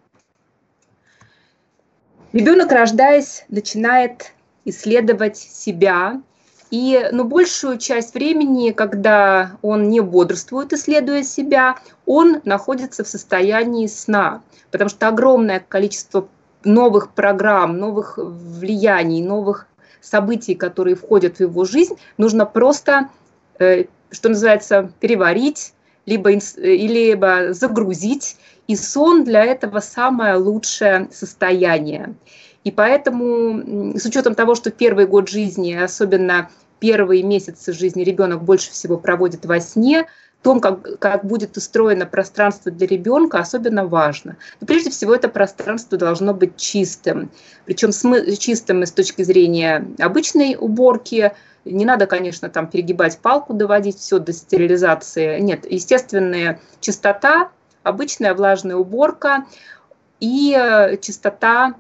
Ребенок, рождаясь, начинает исследовать себя, и ну, большую часть времени, когда он не бодрствует, исследуя себя, он находится в состоянии сна, потому что огромное количество новых программ, новых влияний, новых событий, которые входят в его жизнь, нужно просто, что называется, переварить, либо, либо загрузить, и сон для этого самое лучшее состояние. И поэтому, с учетом того, что первый год жизни, особенно первые месяцы жизни, ребенок больше всего проводит во сне, том, как, как будет устроено пространство для ребенка, особенно важно. Но прежде всего, это пространство должно быть чистым. Причем чистым с точки зрения обычной уборки. Не надо, конечно, там перегибать палку, доводить все до стерилизации. Нет, естественная чистота, обычная влажная уборка и чистота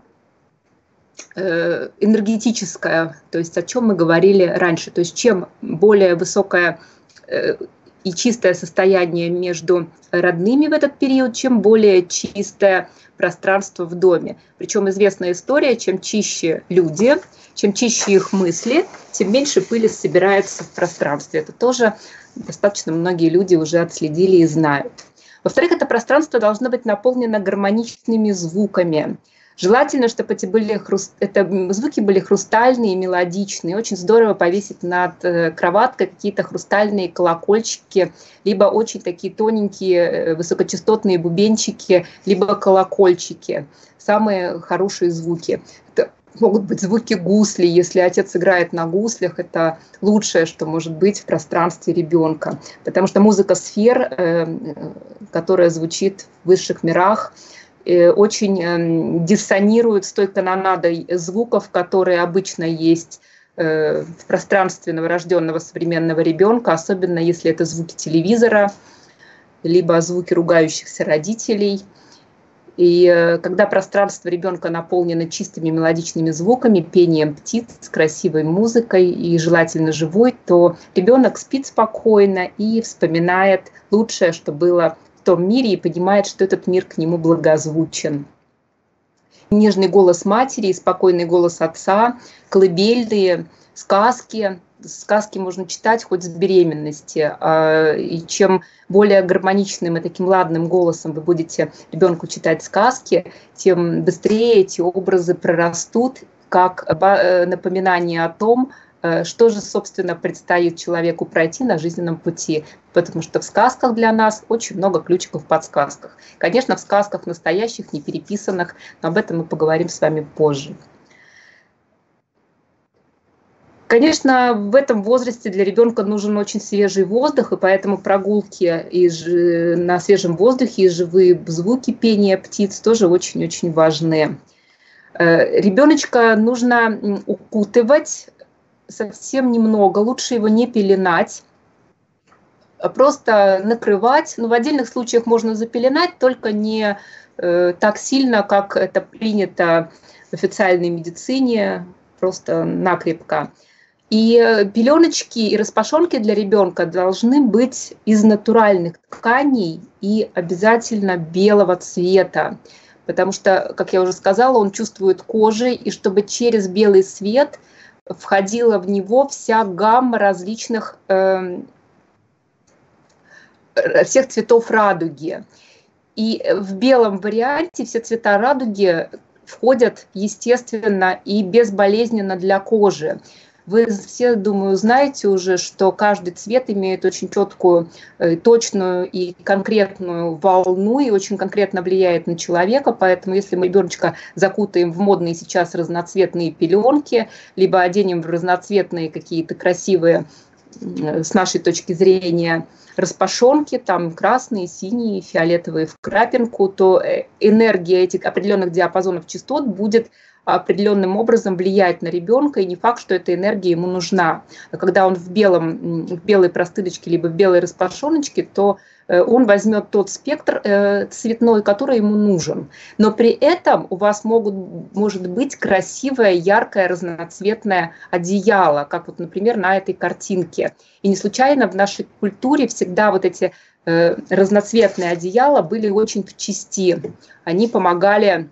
энергетическая, то есть о чем мы говорили раньше. То есть чем более высокое и чистое состояние между родными в этот период, чем более чистое пространство в доме. Причем известная история, чем чище люди, чем чище их мысли, тем меньше пыли собирается в пространстве. Это тоже достаточно многие люди уже отследили и знают. Во-вторых, это пространство должно быть наполнено гармоничными звуками. Желательно, чтобы эти были хруст... это звуки были хрустальные, мелодичные. Очень здорово повесить над кроваткой какие-то хрустальные колокольчики, либо очень такие тоненькие высокочастотные бубенчики, либо колокольчики. Самые хорошие звуки. Это могут быть звуки гусли. Если отец играет на гуслях, это лучшее, что может быть в пространстве ребенка. Потому что музыка сфер, которая звучит в высших мирах, очень диссонирует с той канонадой звуков, которые обычно есть в пространстве новорожденного современного ребенка, особенно если это звуки телевизора, либо звуки ругающихся родителей. И когда пространство ребенка наполнено чистыми мелодичными звуками, пением птиц, красивой музыкой и желательно живой, то ребенок спит спокойно и вспоминает лучшее, что было в том мире, и понимает, что этот мир к нему благозвучен. Нежный голос матери, спокойный голос отца, колыбельные, сказки. Сказки можно читать хоть с беременности. И чем более гармоничным и таким ладным голосом вы будете ребенку читать сказки, тем быстрее эти образы прорастут, как напоминание о том, что же, собственно, предстоит человеку пройти на жизненном пути. Потому что в сказках для нас очень много ключиков в подсказках. Конечно, в сказках настоящих, не переписанных, но об этом мы поговорим с вами позже. Конечно, в этом возрасте для ребенка нужен очень свежий воздух, и поэтому прогулки и ж... на свежем воздухе и живые звуки пения птиц тоже очень-очень важны. Ребеночка нужно укутывать совсем немного, лучше его не пеленать, а просто накрывать. Ну, в отдельных случаях можно запеленать, только не э, так сильно, как это принято в официальной медицине, просто накрепко. И пеленочки и распашонки для ребенка должны быть из натуральных тканей и обязательно белого цвета, потому что, как я уже сказала, он чувствует кожей, и чтобы через белый свет входила в него вся гамма различных, э, всех цветов радуги. И в белом варианте все цвета радуги входят естественно и безболезненно для кожи. Вы все, думаю, знаете уже, что каждый цвет имеет очень четкую, точную и конкретную волну и очень конкретно влияет на человека. Поэтому если мы ребеночка закутаем в модные сейчас разноцветные пеленки, либо оденем в разноцветные какие-то красивые, с нашей точки зрения, распашонки, там красные, синие, фиолетовые в крапинку, то энергия этих определенных диапазонов частот будет определенным образом влиять на ребенка, и не факт, что эта энергия ему нужна. А когда он в, белом, в белой простыночке либо в белой распашоночке, то он возьмет тот спектр цветной, который ему нужен. Но при этом у вас могут, может быть красивое, яркое, разноцветное одеяло, как вот, например, на этой картинке. И не случайно в нашей культуре всегда вот эти разноцветные одеяла были очень в чести. Они помогали,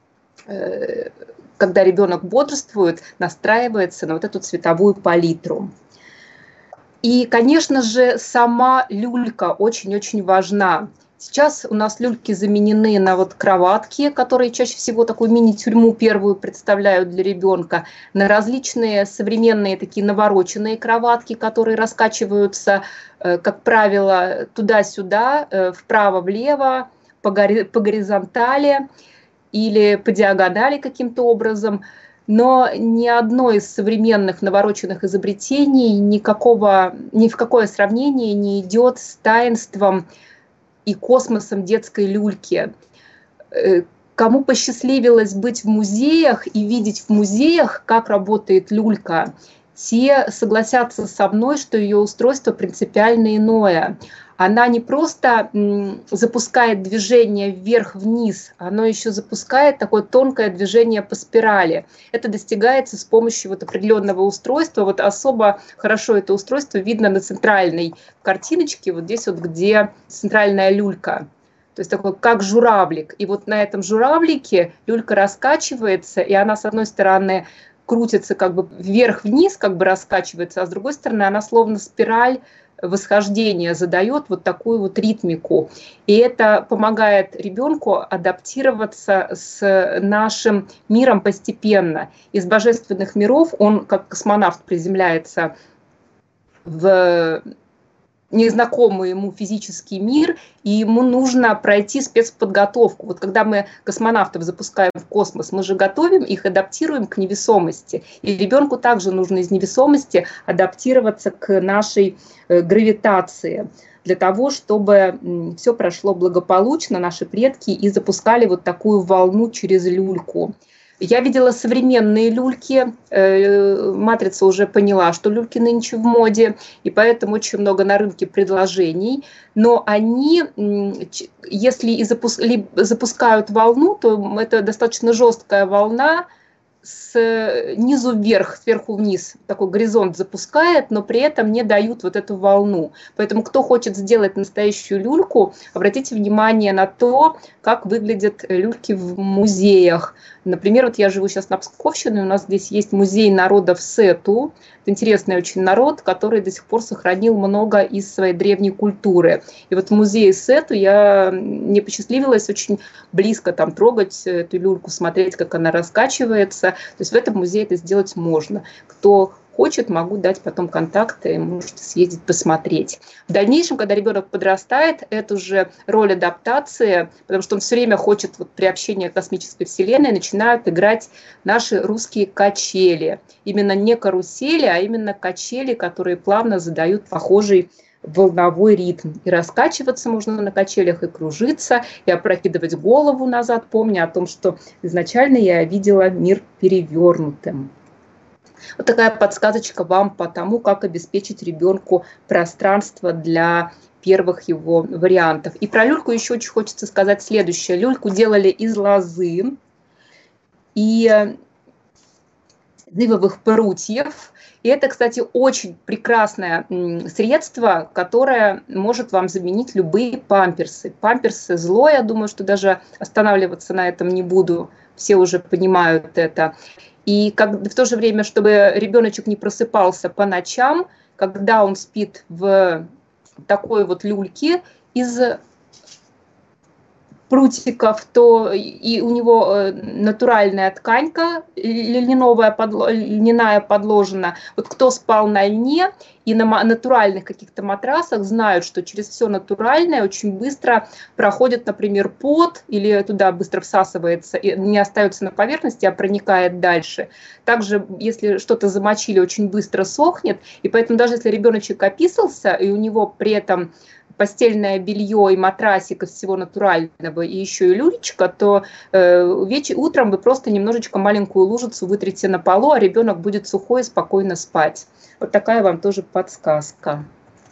когда ребенок бодрствует, настраивается на вот эту цветовую палитру. И, конечно же, сама люлька очень-очень важна. Сейчас у нас люльки заменены на вот кроватки, которые чаще всего такую мини-тюрьму первую представляют для ребенка, на различные современные такие навороченные кроватки, которые раскачиваются, как правило, туда-сюда, вправо-влево, по горизонтали или по диагонали каким-то образом, но ни одно из современных навороченных изобретений никакого, ни в какое сравнение не идет с таинством и космосом детской люльки. Кому посчастливилось быть в музеях и видеть в музеях, как работает люлька, те согласятся со мной, что ее устройство принципиально иное. Она не просто запускает движение вверх-вниз, оно еще запускает такое тонкое движение по спирали. Это достигается с помощью вот определенного устройства. Вот особо хорошо это устройство видно на центральной картиночке, вот здесь вот, где центральная люлька. То есть такой как журавлик. И вот на этом журавлике люлька раскачивается, и она, с одной стороны, крутится как бы вверх-вниз, как бы раскачивается, а с другой стороны она словно спираль восхождения задает вот такую вот ритмику. И это помогает ребенку адаптироваться с нашим миром постепенно. Из божественных миров он, как космонавт, приземляется в незнакомый ему физический мир, и ему нужно пройти спецподготовку. Вот когда мы космонавтов запускаем в космос, мы же готовим их, адаптируем к невесомости. И ребенку также нужно из невесомости адаптироваться к нашей э, гравитации, для того, чтобы все прошло благополучно, наши предки и запускали вот такую волну через люльку. Я видела современные люльки, матрица уже поняла, что люльки нынче в моде, и поэтому очень много на рынке предложений, но они, если и запускают волну, то это достаточно жесткая волна, снизу вверх, сверху вниз, такой горизонт запускает, но при этом не дают вот эту волну. Поэтому кто хочет сделать настоящую люльку, обратите внимание на то, как выглядят люльки в музеях. Например, вот я живу сейчас на Псковщине, у нас здесь есть музей народов Сету. Это интересный очень народ, который до сих пор сохранил много из своей древней культуры. И вот в музее Сету я мне посчастливилось очень близко там трогать эту люльку, смотреть, как она раскачивается. То есть в этом музее это сделать можно. Кто хочет, могу дать потом контакты, можете съездить посмотреть. В дальнейшем, когда ребенок подрастает, это уже роль адаптации, потому что он все время хочет вот, при общении к космической вселенной, начинают играть наши русские качели. Именно не карусели, а именно качели, которые плавно задают похожий волновой ритм. И раскачиваться можно на качелях, и кружиться, и опрокидывать голову назад, помня о том, что изначально я видела мир перевернутым. Вот такая подсказочка вам по тому, как обеспечить ребенку пространство для первых его вариантов. И про люльку еще очень хочется сказать следующее. Люльку делали из лозы и ивовых прутьев. И это, кстати, очень прекрасное средство, которое может вам заменить любые памперсы. Памперсы зло, я думаю, что даже останавливаться на этом не буду. Все уже понимают это. И как, в то же время, чтобы ребеночек не просыпался по ночам, когда он спит в такой вот люльке из прутиков, то и у него натуральная тканька льняновая, льняная подложена. Вот кто спал на льне и на натуральных каких-то матрасах, знают, что через все натуральное очень быстро проходит, например, пот, или туда быстро всасывается, и не остается на поверхности, а проникает дальше. Также, если что-то замочили, очень быстро сохнет, и поэтому даже если ребеночек описался, и у него при этом постельное белье и матрасик из всего натурального, и еще и люлечка, то э, вечер, утром вы просто немножечко маленькую лужицу вытрите на полу, а ребенок будет сухой и спокойно спать. Вот такая вам тоже подсказка.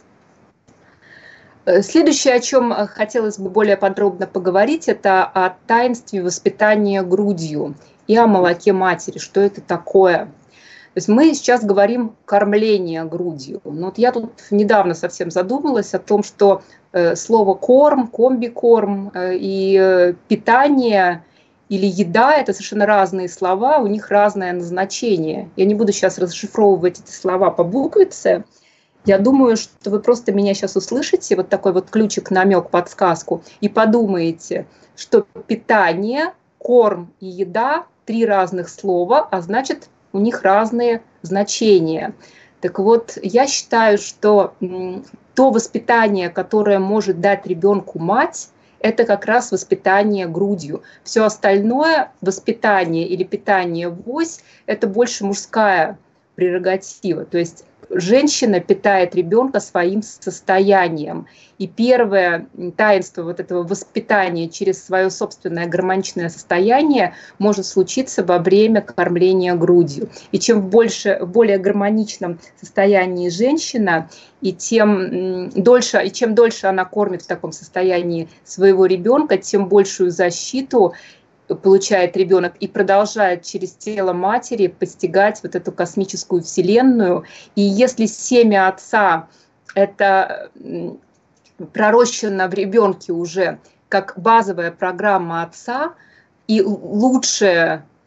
Следующее, о чем хотелось бы более подробно поговорить, это о таинстве воспитания грудью и о молоке матери. Что это такое? То есть мы сейчас говорим кормление грудью. Но вот я тут недавно совсем задумалась о том, что э, слово корм, комбикорм э, и э, питание или еда – это совершенно разные слова, у них разное назначение. Я не буду сейчас расшифровывать эти слова по буквице. Я думаю, что вы просто меня сейчас услышите, вот такой вот ключик, намек, подсказку, и подумаете, что питание, корм и еда – три разных слова, а значит, у них разные значения. Так вот, я считаю, что то воспитание, которое может дать ребенку мать, это как раз воспитание грудью. Все остальное, воспитание или питание вось, это больше мужская прерогатива. То есть женщина питает ребенка своим состоянием. И первое таинство вот этого воспитания через свое собственное гармоничное состояние может случиться во время кормления грудью. И чем в, больше, в более гармоничном состоянии женщина, и тем дольше, и чем дольше она кормит в таком состоянии своего ребенка, тем большую защиту получает ребенок и продолжает через тело матери постигать вот эту космическую вселенную. И если семя отца – это пророщено в ребенке уже как базовая программа отца, и лучшее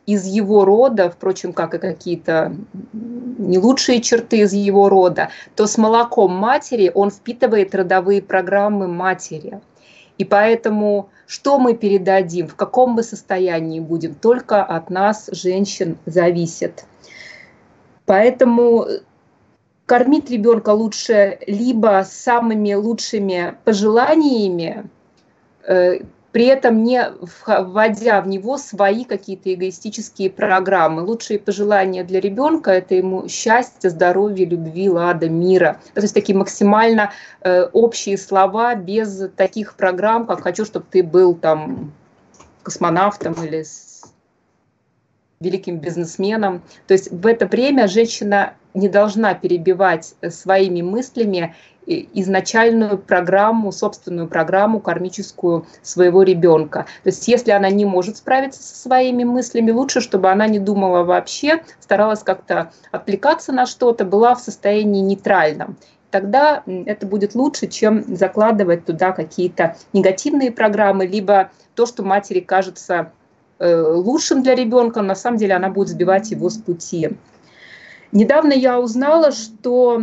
из его рода, впрочем, как и какие-то не лучшие черты из его рода, то с молоком матери он впитывает родовые программы матери. И поэтому что мы передадим, в каком мы состоянии будем, только от нас, женщин, зависит. Поэтому кормить ребенка лучше либо самыми лучшими пожеланиями, при этом не вводя в него свои какие-то эгоистические программы. Лучшие пожелания для ребенка – это ему счастья, здоровья, любви, лада, мира. То есть такие максимально э, общие слова, без таких программ, как «хочу, чтобы ты был там космонавтом» или с великим бизнесменом. То есть в это время женщина не должна перебивать своими мыслями изначальную программу, собственную программу кармическую своего ребенка. То есть если она не может справиться со своими мыслями, лучше, чтобы она не думала вообще, старалась как-то отвлекаться на что-то, была в состоянии нейтральном. Тогда это будет лучше, чем закладывать туда какие-то негативные программы, либо то, что матери кажется лучшим для ребенка, на самом деле она будет сбивать его с пути. Недавно я узнала, что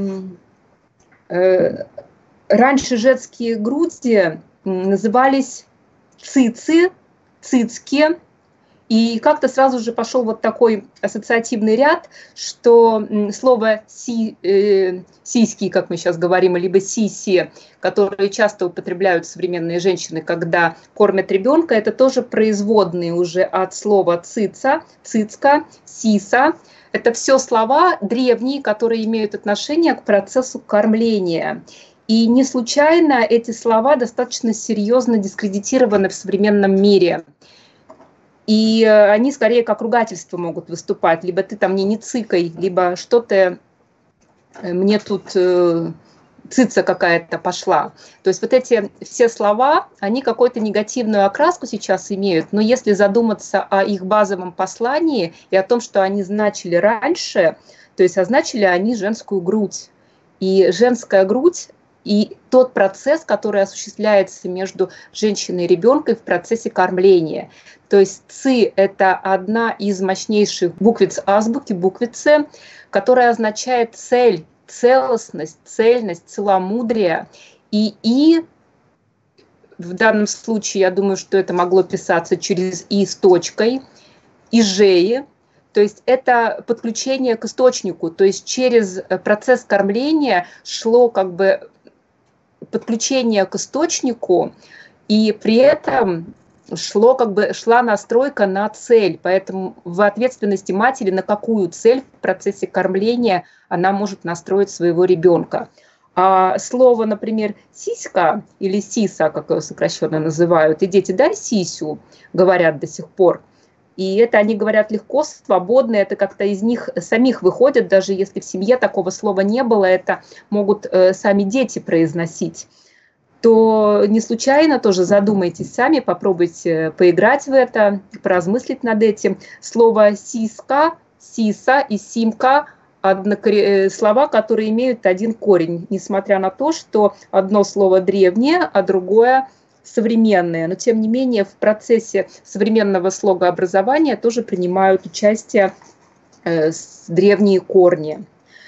раньше женские груди назывались цици, цицки, и как-то сразу же пошел вот такой ассоциативный ряд, что слово си, э, сиськи, как мы сейчас говорим, либо сиси, которые часто употребляют современные женщины, когда кормят ребенка, это тоже производные уже от слова цица, цицка, сиса. Это все слова древние, которые имеют отношение к процессу кормления. И не случайно эти слова достаточно серьезно дискредитированы в современном мире. И они скорее как ругательство могут выступать. Либо ты там мне не цыкай, либо что-то мне тут цица какая-то пошла. То есть вот эти все слова, они какую-то негативную окраску сейчас имеют, но если задуматься о их базовом послании и о том, что они значили раньше, то есть означили они женскую грудь. И женская грудь и тот процесс, который осуществляется между женщиной и ребенком в процессе кормления. То есть ци – это одна из мощнейших буквиц азбуки, буквицы, которая означает цель, целостность, цельность, целомудрие. И «и» в данном случае, я думаю, что это могло писаться через «и» с точкой, и «жеи». То есть это подключение к источнику. То есть через процесс кормления шло как бы подключение к источнику, и при этом шло, как бы, шла настройка на цель. Поэтому в ответственности матери, на какую цель в процессе кормления она может настроить своего ребенка. А слово, например, сиська или сиса, как его сокращенно называют, и дети «дай сисю», говорят до сих пор. И это они говорят легко, свободно, это как-то из них самих выходит, даже если в семье такого слова не было, это могут э, сами дети произносить. То не случайно тоже задумайтесь сами, попробуйте поиграть в это, поразмыслить над этим. Слово «сиска», «сиса» и «симка» – слова, которые имеют один корень, несмотря на то, что одно слово древнее, а другое современные, но тем не менее в процессе современного слогообразования тоже принимают участие э, древние корни.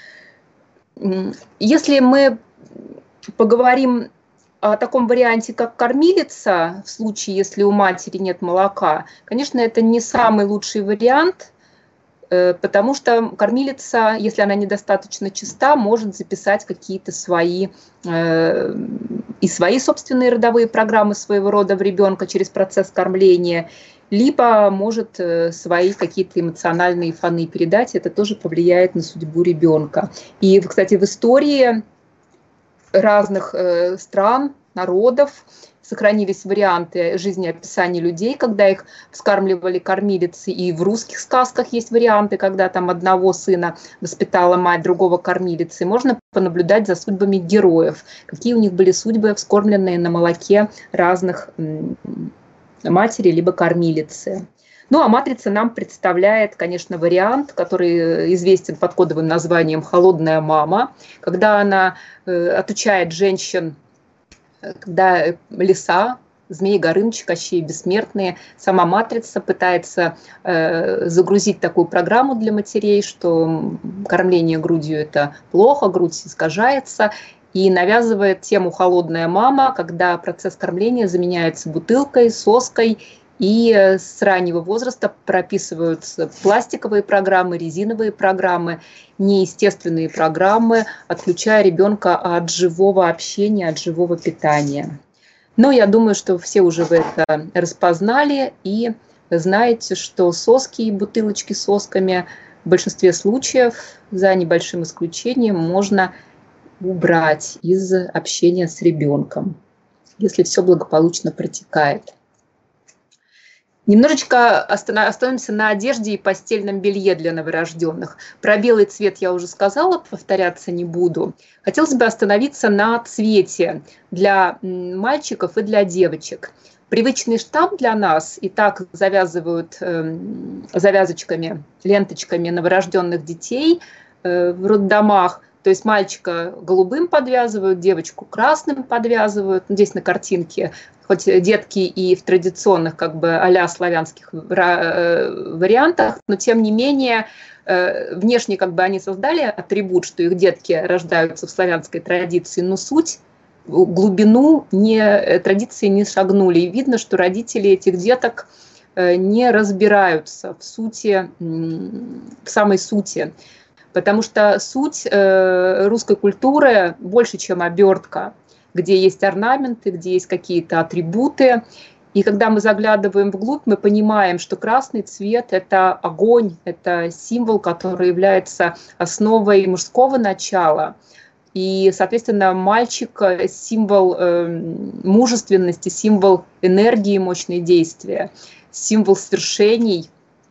Если мы поговорим о таком варианте, как кормилица, в случае, если у матери нет молока, конечно, это не самый лучший вариант, э, потому что кормилица, если она недостаточно чиста, может записать какие-то свои э, и свои собственные родовые программы своего рода в ребенка через процесс кормления, либо может свои какие-то эмоциональные фоны передать, это тоже повлияет на судьбу ребенка. И, кстати, в истории разных стран, народов сохранились варианты жизнеописания людей, когда их вскармливали кормилицы, и в русских сказках есть варианты, когда там одного сына воспитала мать, другого кормилицы. Можно понаблюдать за судьбами героев, какие у них были судьбы, вскормленные на молоке разных матери либо кормилицы. Ну а матрица нам представляет, конечно, вариант, который известен под кодовым названием «холодная мама», когда она отучает женщин, когда леса Змей Горыныч, Кощей Бессмертные. Сама «Матрица» пытается э, загрузить такую программу для матерей, что кормление грудью – это плохо, грудь искажается, и навязывает тему «холодная мама», когда процесс кормления заменяется бутылкой, соской, и с раннего возраста прописываются пластиковые программы, резиновые программы, неестественные программы, отключая ребенка от живого общения, от живого питания. Но я думаю, что все уже вы это распознали и знаете, что соски и бутылочки с сосками в большинстве случаев, за небольшим исключением, можно убрать из общения с ребенком, если все благополучно протекает. Немножечко остановимся на одежде и постельном белье для новорожденных. Про белый цвет я уже сказала, повторяться не буду. Хотелось бы остановиться на цвете для мальчиков и для девочек. Привычный штамп для нас, и так завязывают э, завязочками, ленточками новорожденных детей э, в роддомах. То есть мальчика голубым подвязывают, девочку красным подвязывают. Здесь на картинке хоть детки и в традиционных как бы а-ля славянских вариантах, но тем не менее внешне как бы они создали атрибут, что их детки рождаются в славянской традиции, но суть, глубину не, традиции не шагнули. И видно, что родители этих деток не разбираются в сути, в самой сути. Потому что суть русской культуры больше, чем обертка, где есть орнаменты, где есть какие-то атрибуты. И когда мы заглядываем вглубь, мы понимаем, что красный цвет – это огонь, это символ, который является основой мужского начала. И, соответственно, мальчик – символ мужественности, символ энергии, мощные действия, символ свершений,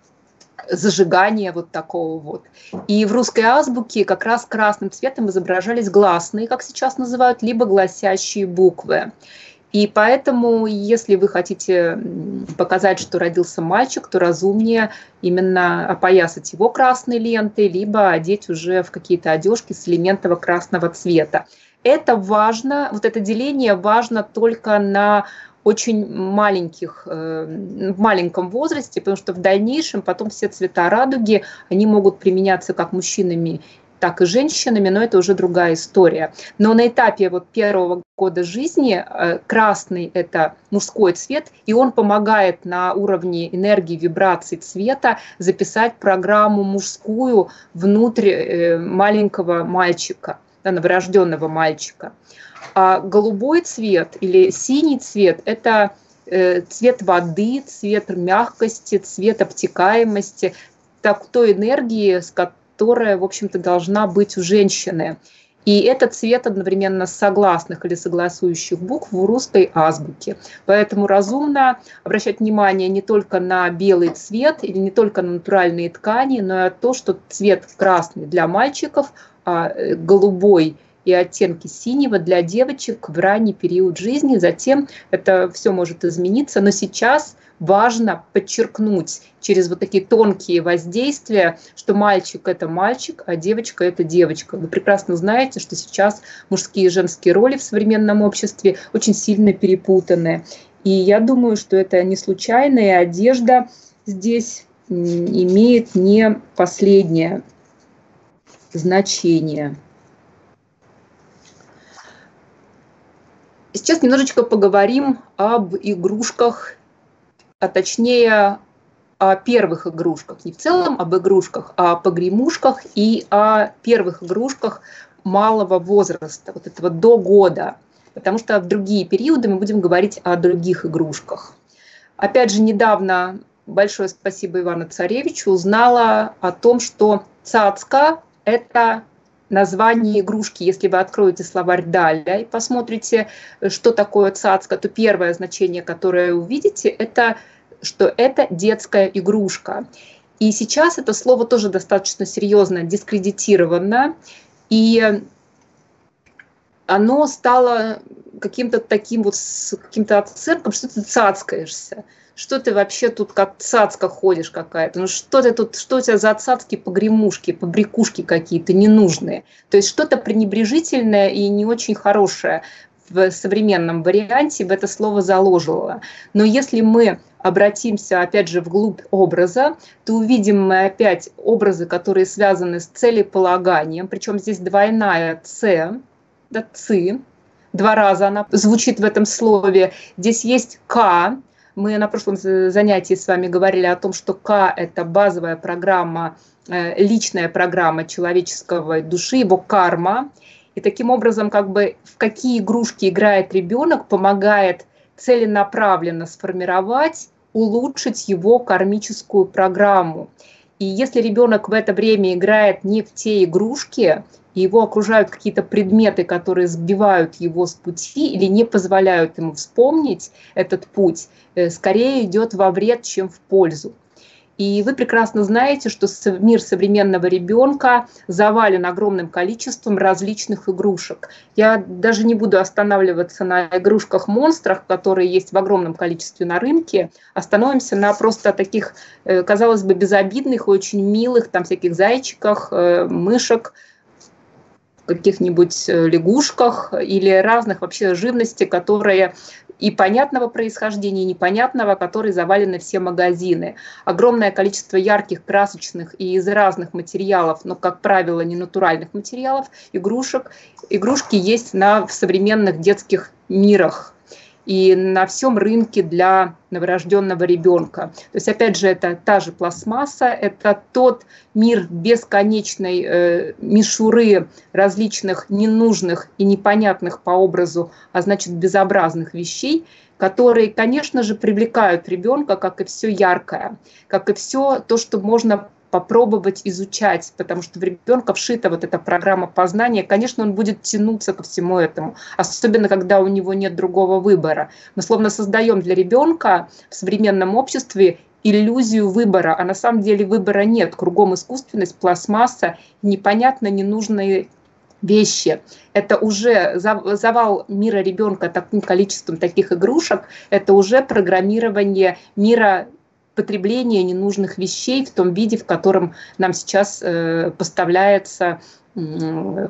зажигания вот такого вот. И в русской азбуке как раз красным цветом изображались гласные, как сейчас называют, либо гласящие буквы. И поэтому, если вы хотите показать, что родился мальчик, то разумнее именно опоясать его красной лентой, либо одеть уже в какие-то одежки с элементов красного цвета. Это важно, вот это деление важно только на очень маленьких, в маленьком возрасте, потому что в дальнейшем потом все цвета радуги, они могут применяться как мужчинами, так и женщинами, но это уже другая история. Но на этапе вот первого года жизни красный – это мужской цвет, и он помогает на уровне энергии, вибраций цвета записать программу мужскую внутрь маленького мальчика, новорожденного мальчика. А голубой цвет или синий цвет – это цвет воды, цвет мягкости, цвет обтекаемости, так, той энергии, с которая, в общем-то, должна быть у женщины. И это цвет одновременно согласных или согласующих букв в русской азбуке. Поэтому разумно обращать внимание не только на белый цвет или не только на натуральные ткани, но и на то, что цвет красный для мальчиков, а голубой и оттенки синего для девочек в ранний период жизни. Затем это все может измениться, но сейчас важно подчеркнуть через вот такие тонкие воздействия, что мальчик – это мальчик, а девочка – это девочка. Вы прекрасно знаете, что сейчас мужские и женские роли в современном обществе очень сильно перепутаны. И я думаю, что это не случайно, и одежда здесь имеет не последнее значение. Сейчас немножечко поговорим об игрушках, а точнее о первых игрушках. Не в целом об игрушках, а о погремушках и о первых игрушках малого возраста, вот этого до года. Потому что в другие периоды мы будем говорить о других игрушках. Опять же, недавно, большое спасибо Ивану Царевичу, узнала о том, что цацка – это название игрушки. Если вы откроете словарь Даля и посмотрите, что такое цацка, то первое значение, которое увидите, это что это детская игрушка. И сейчас это слово тоже достаточно серьезно дискредитировано, и оно стало каким-то таким вот, с каким-то оценком, что ты цацкаешься. Что ты вообще тут как цацка ходишь какая-то? Ну что ты тут, что у тебя за цацки, погремушки, побрякушки какие-то ненужные? То есть что-то пренебрежительное и не очень хорошее в современном варианте бы это слово заложило. Но если мы обратимся, опять же, вглубь образа, то увидим мы опять образы, которые связаны с целеполаганием, причем здесь двойная «ц», да, «ци», два раза она звучит в этом слове. Здесь есть «к». Мы на прошлом занятии с вами говорили о том, что «к» – это базовая программа, личная программа человеческой души, его карма. И таким образом, как бы в какие игрушки играет ребенок, помогает целенаправленно сформировать, улучшить его кармическую программу. И если ребенок в это время играет не в те игрушки, и его окружают какие-то предметы, которые сбивают его с пути или не позволяют ему вспомнить этот путь, скорее идет во вред, чем в пользу. И вы прекрасно знаете, что мир современного ребенка завален огромным количеством различных игрушек. Я даже не буду останавливаться на игрушках-монстрах, которые есть в огромном количестве на рынке. Остановимся на просто таких, казалось бы, безобидных, очень милых, там всяких зайчиках, мышек, каких-нибудь лягушках или разных вообще живности, которые и понятного происхождения, и непонятного, которые завалены все магазины. Огромное количество ярких, красочных и из разных материалов, но, как правило, не натуральных материалов, игрушек. Игрушки есть на, в современных детских мирах и на всем рынке для новорожденного ребенка. То есть, опять же, это та же пластмасса, это тот мир бесконечной э, мишуры различных ненужных и непонятных по образу, а значит безобразных вещей, которые, конечно же, привлекают ребенка, как и все яркое, как и все то, что можно попробовать изучать, потому что в ребенка вшита вот эта программа познания, конечно, он будет тянуться ко всему этому, особенно когда у него нет другого выбора. Мы словно создаем для ребенка в современном обществе иллюзию выбора, а на самом деле выбора нет. Кругом искусственность, пластмасса, непонятно ненужные вещи. Это уже завал мира ребенка таким количеством таких игрушек, это уже программирование мира потребление ненужных вещей в том виде, в котором нам сейчас э, поставляется э,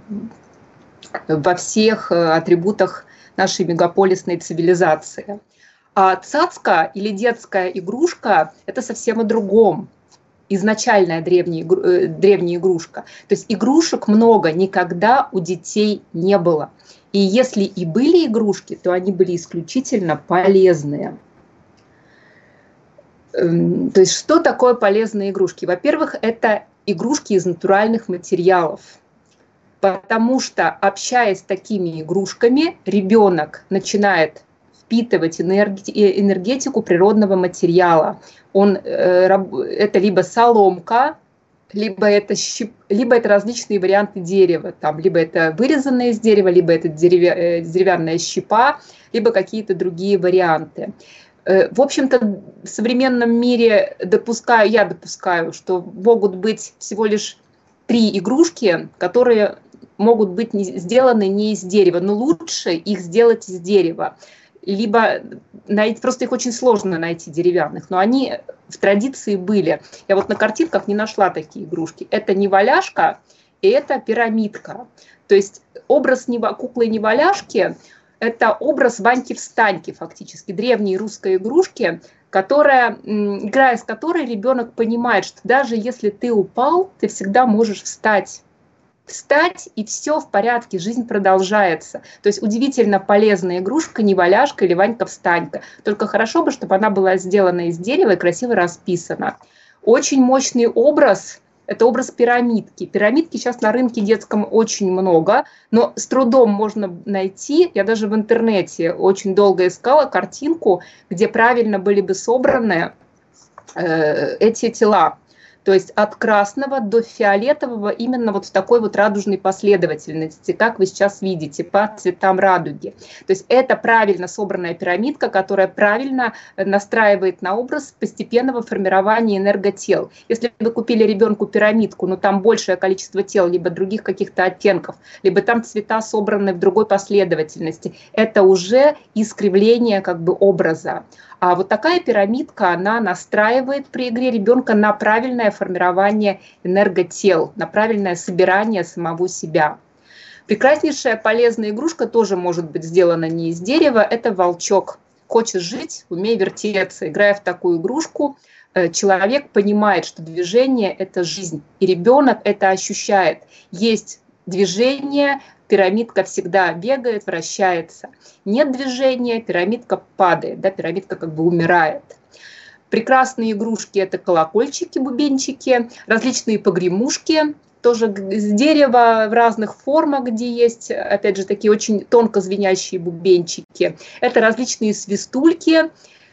во всех атрибутах нашей мегаполисной цивилизации. А цацка или детская игрушка – это совсем о другом. Изначальная древняя, э, древняя игрушка. То есть игрушек много никогда у детей не было. И если и были игрушки, то они были исключительно полезные. То есть что такое полезные игрушки? Во-первых, это игрушки из натуральных материалов, потому что, общаясь с такими игрушками, ребенок начинает впитывать энергетику природного материала. Он, это либо соломка, либо это, щеп, либо это различные варианты дерева, там, либо это вырезанное из дерева, либо это деревя, деревянная щепа, либо какие-то другие варианты. В общем-то, в современном мире допускаю, я допускаю, что могут быть всего лишь три игрушки, которые могут быть не, сделаны не из дерева, но лучше их сделать из дерева. Либо найти, просто их очень сложно найти деревянных, но они в традиции были. Я вот на картинках не нашла такие игрушки. Это неваляшка и это пирамидка. То есть образ куклы-неваляшки – это образ Ваньки-встаньки, фактически, древней русской игрушки, которая, играя с которой, ребенок понимает, что даже если ты упал, ты всегда можешь встать. Встать, и все в порядке, жизнь продолжается. То есть удивительно полезная игрушка, неваляшка или Ванька-встанька. Только хорошо бы, чтобы она была сделана из дерева и красиво расписана. Очень мощный образ. Это образ пирамидки. Пирамидки сейчас на рынке детском очень много, но с трудом можно найти. Я даже в интернете очень долго искала картинку, где правильно были бы собраны э, эти тела. То есть от красного до фиолетового именно вот в такой вот радужной последовательности, как вы сейчас видите, по цветам радуги. То есть это правильно собранная пирамидка, которая правильно настраивает на образ постепенного формирования энерготел. Если вы купили ребенку пирамидку, но там большее количество тел, либо других каких-то оттенков, либо там цвета собраны в другой последовательности, это уже искривление как бы образа. А вот такая пирамидка, она настраивает при игре ребенка на правильное формирование энерготел, на правильное собирание самого себя. Прекраснейшая полезная игрушка тоже может быть сделана не из дерева, это волчок. Хочешь жить, умей вертеться. Играя в такую игрушку, человек понимает, что движение – это жизнь, и ребенок это ощущает. Есть движение, пирамидка всегда бегает, вращается. Нет движения, пирамидка падает, да, пирамидка как бы умирает. Прекрасные игрушки – это колокольчики, бубенчики, различные погремушки, тоже с дерева в разных формах, где есть, опять же, такие очень тонко звенящие бубенчики. Это различные свистульки.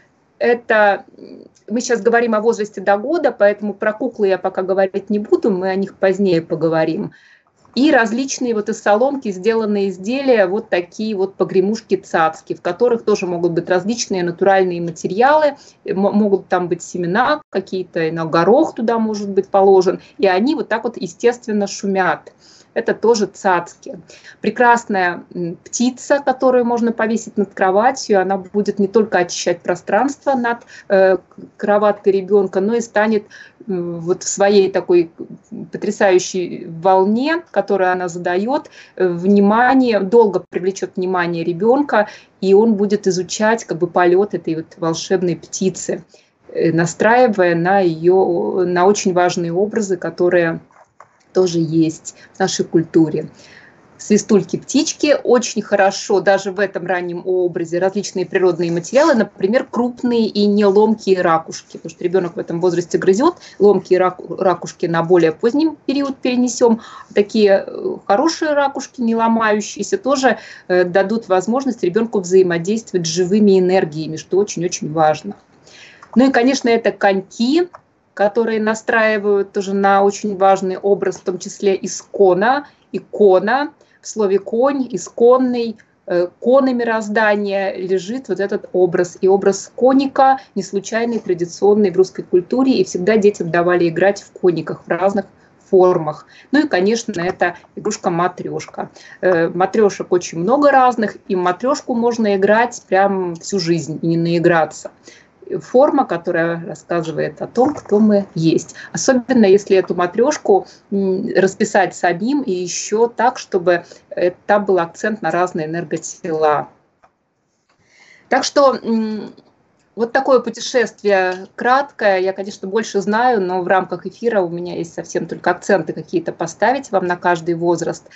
Это мы сейчас говорим о возрасте до года, поэтому про куклы я пока говорить не буду, мы о них позднее поговорим. И различные вот из соломки сделанные изделия, вот такие вот погремушки-цацки, в которых тоже могут быть различные натуральные материалы, могут там быть семена какие-то, на горох туда может быть положен, и они вот так вот естественно шумят. Это тоже цацки. Прекрасная птица, которую можно повесить над кроватью, она будет не только очищать пространство над э, кроваткой ребенка, но и станет э, вот в своей такой потрясающей волне, которую она задает, э, внимание, долго привлечет внимание ребенка, и он будет изучать как бы полет этой вот волшебной птицы, э, настраивая на ее, на очень важные образы, которые тоже есть в нашей культуре. Свистульки-птички очень хорошо, даже в этом раннем образе, различные природные материалы, например, крупные и неломкие ракушки, потому что ребенок в этом возрасте грызет, ломкие ракушки на более поздний период перенесем, такие хорошие ракушки, не ломающиеся, тоже дадут возможность ребенку взаимодействовать с живыми энергиями, что очень-очень важно. Ну и, конечно, это коньки, которые настраивают тоже на очень важный образ, в том числе искона, икона, в слове конь, исконный, коны мироздания лежит вот этот образ. И образ коника не случайный, традиционный в русской культуре, и всегда детям давали играть в кониках в разных формах. Ну и, конечно, это игрушка-матрешка. Матрешек очень много разных, и матрешку можно играть прям всю жизнь и не наиграться. Форма, которая рассказывает о том, кто мы есть. Особенно если эту матрешку расписать самим и еще так, чтобы там был акцент на разные энерготела. Так что вот такое путешествие краткое. Я, конечно, больше знаю, но в рамках эфира у меня есть совсем только акценты какие-то поставить вам на каждый возраст.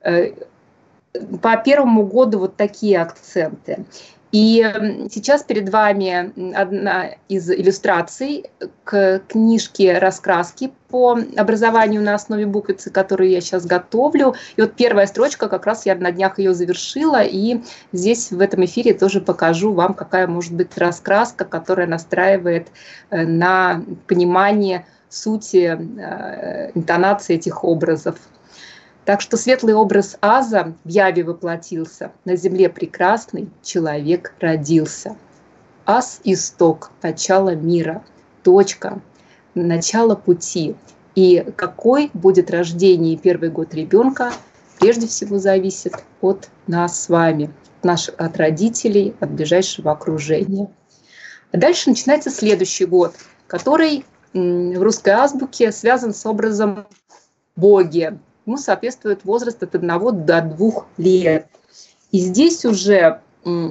По первому году вот такие акценты. И сейчас перед вами одна из иллюстраций к книжке «Раскраски» по образованию на основе буквицы, которую я сейчас готовлю. И вот первая строчка, как раз я на днях ее завершила, и здесь в этом эфире тоже покажу вам, какая может быть раскраска, которая настраивает на понимание сути, интонации этих образов. Так что светлый образ аза в яве воплотился, на земле прекрасный человек родился. Аз – исток, начало мира, точка, начало пути. И какой будет рождение и первый год ребенка, прежде всего зависит от нас с вами, от родителей, от ближайшего окружения. А дальше начинается следующий год, который в русской азбуке связан с образом боги. Ему соответствует возраст от одного до двух лет. И здесь уже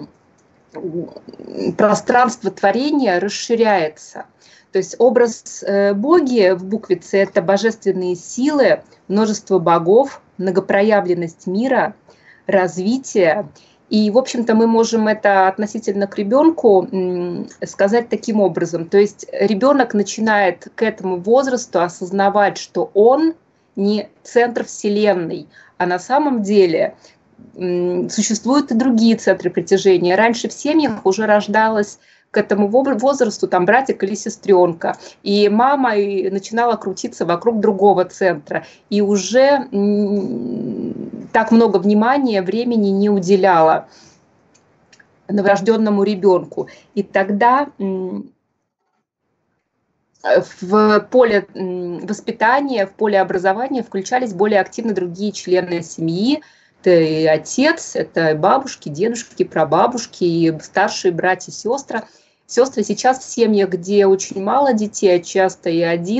пространство творения расширяется. То есть образ боги в буквице – это божественные силы, множество богов, многопроявленность мира, развитие. И, в общем-то, мы можем это относительно к ребенку сказать таким образом. То есть ребенок начинает к этому возрасту осознавать, что он не центр Вселенной, а на самом деле существуют и другие центры притяжения. Раньше в семьях уже рождалось к этому возрасту там братик или сестренка, и мама начинала крутиться вокруг другого центра, и уже так много внимания, времени не уделяла новорожденному ребенку. И тогда в поле воспитания, в поле образования включались более активно другие члены семьи. Это и отец, это бабушки, дедушки, прабабушки, и старшие братья, сестры. Сестры сейчас в семьях, где очень мало детей, а часто и один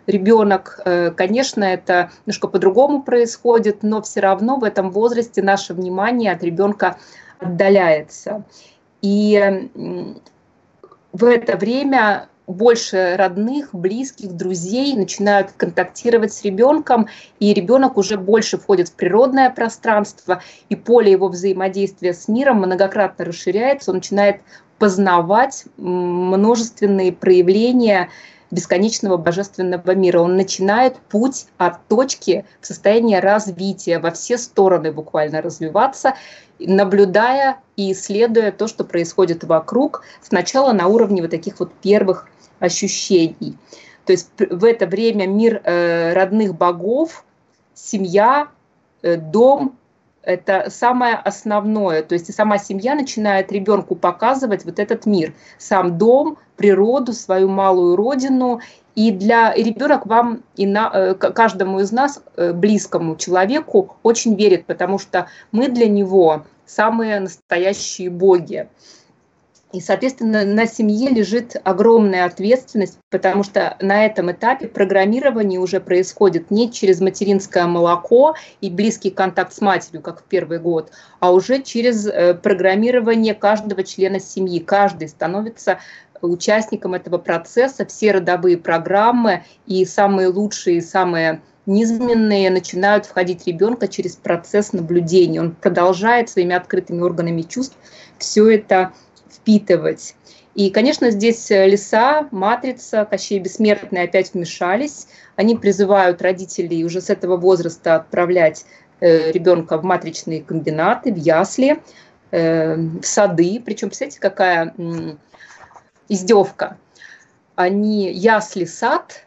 ребенок, конечно, это немножко по-другому происходит, но все равно в этом возрасте наше внимание от ребенка отдаляется. И в это время больше родных, близких, друзей начинают контактировать с ребенком, и ребенок уже больше входит в природное пространство, и поле его взаимодействия с миром многократно расширяется, он начинает познавать множественные проявления бесконечного божественного мира. Он начинает путь от точки в состояние развития, во все стороны буквально развиваться, наблюдая и исследуя то, что происходит вокруг, сначала на уровне вот таких вот первых ощущений. То есть в это время мир родных богов, семья, дом – это самое основное. То есть и сама семья начинает ребенку показывать вот этот мир, сам дом, природу, свою малую родину. И для и ребенок вам, и на, каждому из нас, близкому человеку, очень верит, потому что мы для него самые настоящие боги. И, соответственно, на семье лежит огромная ответственность, потому что на этом этапе программирование уже происходит не через материнское молоко и близкий контакт с матерью, как в первый год, а уже через программирование каждого члена семьи. Каждый становится участником этого процесса, все родовые программы и самые лучшие, самые низменные начинают входить в ребенка через процесс наблюдения. Он продолжает своими открытыми органами чувств все это впитывать. И, конечно, здесь лиса, матрица, Кощей Бессмертный опять вмешались. Они призывают родителей уже с этого возраста отправлять ребенка в матричные комбинаты, в ясли, в сады. Причем, представляете, какая издевка. Они ясли-сад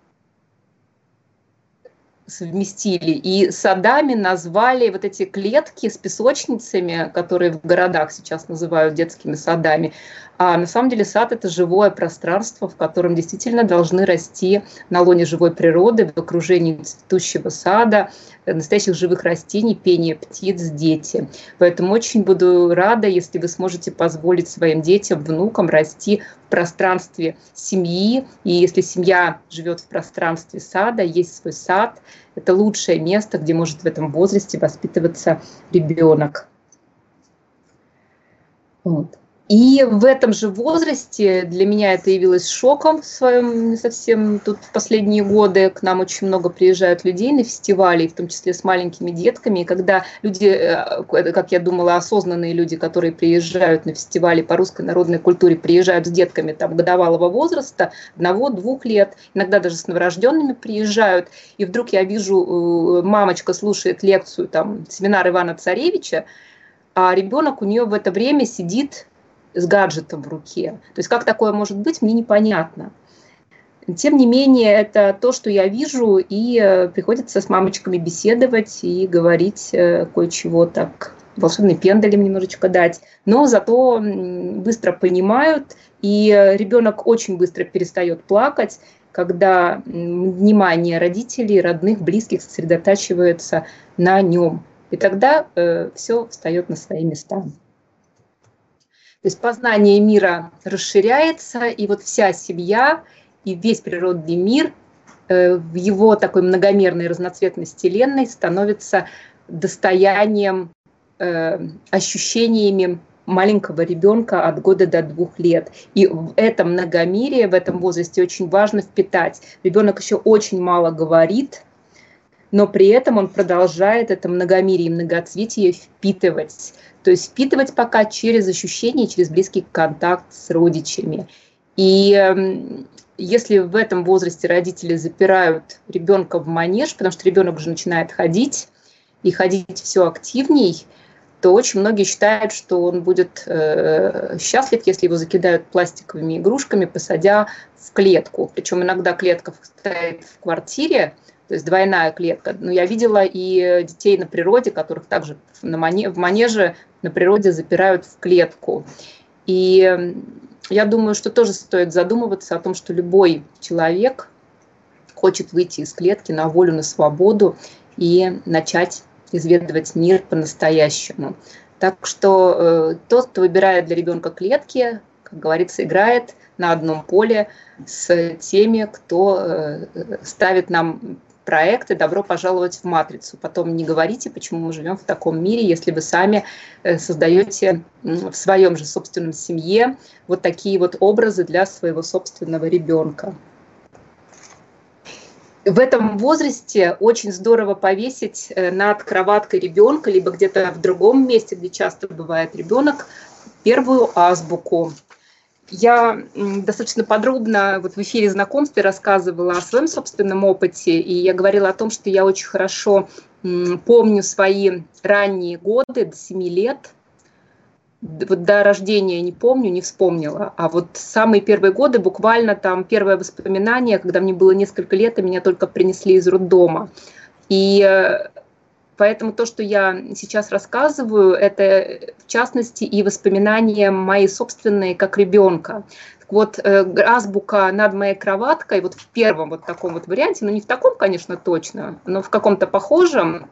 совместили и садами назвали вот эти клетки с песочницами, которые в городах сейчас называют детскими садами. А на самом деле сад – это живое пространство, в котором действительно должны расти на лоне живой природы, в окружении цветущего сада, настоящих живых растений, пения птиц, дети. Поэтому очень буду рада, если вы сможете позволить своим детям, внукам расти в пространстве семьи. И если семья живет в пространстве сада, есть свой сад, это лучшее место, где может в этом возрасте воспитываться ребенок. Вот. И в этом же возрасте для меня это явилось шоком в своем, не совсем тут в последние годы. К нам очень много приезжают людей на фестивали, в том числе с маленькими детками. И когда люди, как я думала, осознанные люди, которые приезжают на фестивали по русской народной культуре, приезжают с детками там, годовалого возраста, одного-двух лет, иногда даже с новорожденными приезжают, и вдруг я вижу, мамочка слушает лекцию, там, семинар Ивана Царевича, а ребенок у нее в это время сидит с гаджетом в руке. То есть как такое может быть, мне непонятно. Тем не менее, это то, что я вижу, и приходится с мамочками беседовать и говорить кое-чего так, волшебный пендалем немножечко дать. Но зато быстро понимают, и ребенок очень быстро перестает плакать, когда внимание родителей, родных, близких сосредотачивается на нем. И тогда э, все встает на свои места. То есть познание мира расширяется, и вот вся семья и весь природный мир э, в его такой многомерной разноцветной вселенной становится достоянием, э, ощущениями маленького ребенка от года до двух лет. И в этом многомирие, в этом возрасте очень важно впитать. Ребенок еще очень мало говорит, но при этом он продолжает это многомирие и многоцветие впитывать. То есть впитывать пока через ощущения, через близкий контакт с родичами. И э, если в этом возрасте родители запирают ребенка в манеж, потому что ребенок уже начинает ходить, и ходить все активней, то очень многие считают, что он будет э, счастлив, если его закидают пластиковыми игрушками, посадя в клетку. Причем иногда клетка стоит в квартире, то есть двойная клетка. Но я видела и детей на природе, которых также на мане, в манеже на природе запирают в клетку. И я думаю, что тоже стоит задумываться о том, что любой человек хочет выйти из клетки на волю, на свободу и начать изведывать мир по-настоящему. Так что э, тот, кто выбирает для ребенка клетки, как говорится, играет на одном поле с теми, кто ставит нам проекты «Добро пожаловать в матрицу». Потом не говорите, почему мы живем в таком мире, если вы сами создаете в своем же собственном семье вот такие вот образы для своего собственного ребенка. В этом возрасте очень здорово повесить над кроваткой ребенка, либо где-то в другом месте, где часто бывает ребенок, первую азбуку. Я достаточно подробно вот в эфире знакомства рассказывала о своем собственном опыте, и я говорила о том, что я очень хорошо помню свои ранние годы, до семи лет. Вот до рождения не помню, не вспомнила. А вот самые первые годы, буквально там первое воспоминание, когда мне было несколько лет, и меня только принесли из роддома. И поэтому то, что я сейчас рассказываю, это в частности и воспоминания мои собственные как ребенка. Так вот, азбука над моей кроваткой, вот в первом вот таком вот варианте, ну не в таком, конечно, точно, но в каком-то похожем,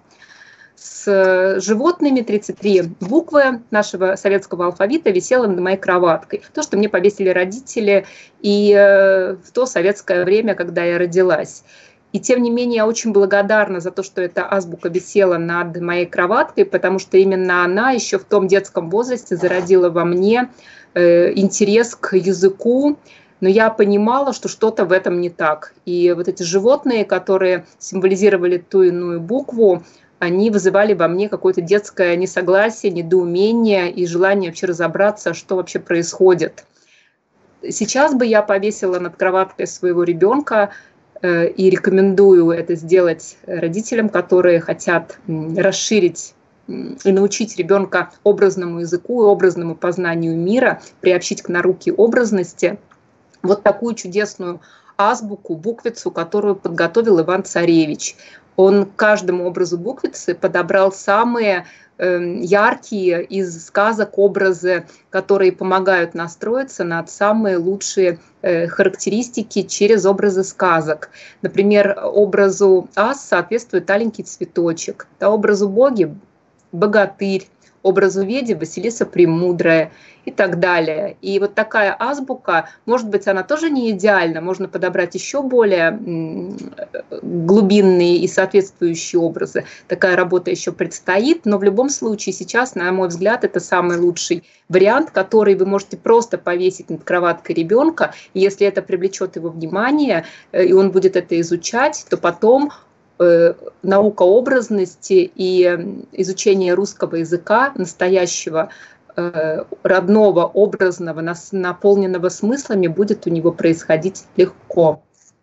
с животными, тридцать три буквы нашего советского алфавита висела над моей кроваткой. То, что мне повесили родители и в то советское время, когда я родилась. И тем не менее я очень благодарна за то, что эта азбука висела над моей кроваткой, потому что именно она еще в том детском возрасте зародила во мне интерес к языку, но я понимала, что что-то в этом не так. И вот эти животные, которые символизировали ту иную букву, они вызывали во мне какое-то детское несогласие, недоумение и желание вообще разобраться, что вообще происходит. Сейчас бы я повесила над кроваткой своего ребенка э, и рекомендую это сделать родителям, которые хотят расширить и научить ребенка образному языку и образному познанию мира, приобщить к науке образности. Вот такую чудесную азбуку, буквицу, которую подготовил Иван Царевич. Он к каждому образу буквицы подобрал самые э, яркие из сказок образы, которые помогают настроиться над самые лучшие э, характеристики через образы сказок. Например, образу ас соответствует аленький цветочек, а образу боги – богатырь, образу веди – Василиса Премудрая и так далее. И вот такая азбука, может быть, она тоже не идеальна, можно подобрать еще более глубинные и соответствующие образы. Такая работа еще предстоит, но в любом случае сейчас, на мой взгляд, это самый лучший вариант, который вы можете просто повесить над кроваткой ребенка. И если это привлечет его внимание, и он будет это изучать, то потом наука образности и изучение русского языка, настоящего, родного, образного, наполненного смыслами, будет у него происходить легко.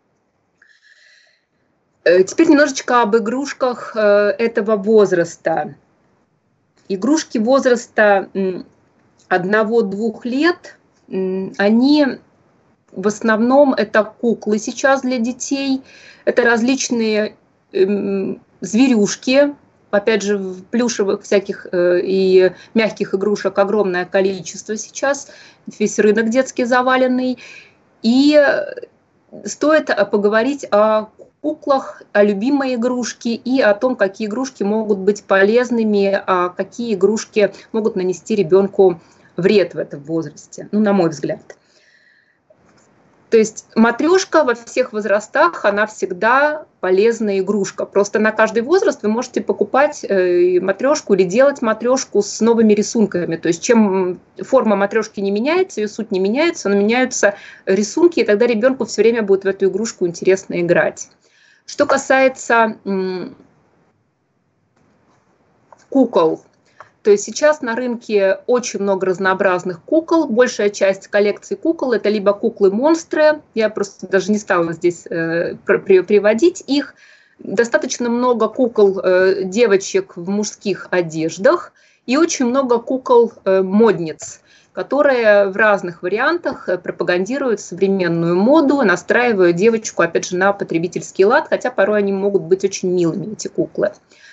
Теперь немножечко об игрушках этого возраста. Игрушки возраста одного-двух лет, они в основном это куклы сейчас для детей, это различные зверюшки, опять же, плюшевых всяких и мягких игрушек огромное количество сейчас, весь рынок детский заваленный. И стоит поговорить о куклах, о любимой игрушке и о том, какие игрушки могут быть полезными, а какие игрушки могут нанести ребенку вред в этом возрасте, ну, на мой взгляд. То есть матрешка во всех возрастах, она всегда полезная игрушка. Просто на каждый возраст вы можете покупать матрешку или делать матрешку с новыми рисунками. То есть чем форма матрешки не меняется, ее суть не меняется, но меняются рисунки, и тогда ребенку все время будет в эту игрушку интересно играть. Что касается кукол, то есть сейчас на рынке очень много разнообразных кукол. Большая часть коллекции кукол – это либо куклы-монстры, я просто даже не стала здесь э, при, приводить их. Достаточно много кукол э, девочек в мужских одеждах и очень много кукол-модниц, э, которые в разных вариантах пропагандируют современную моду, настраивая девочку, опять же, на потребительский лад, хотя порой они могут быть очень милыми, эти куклы.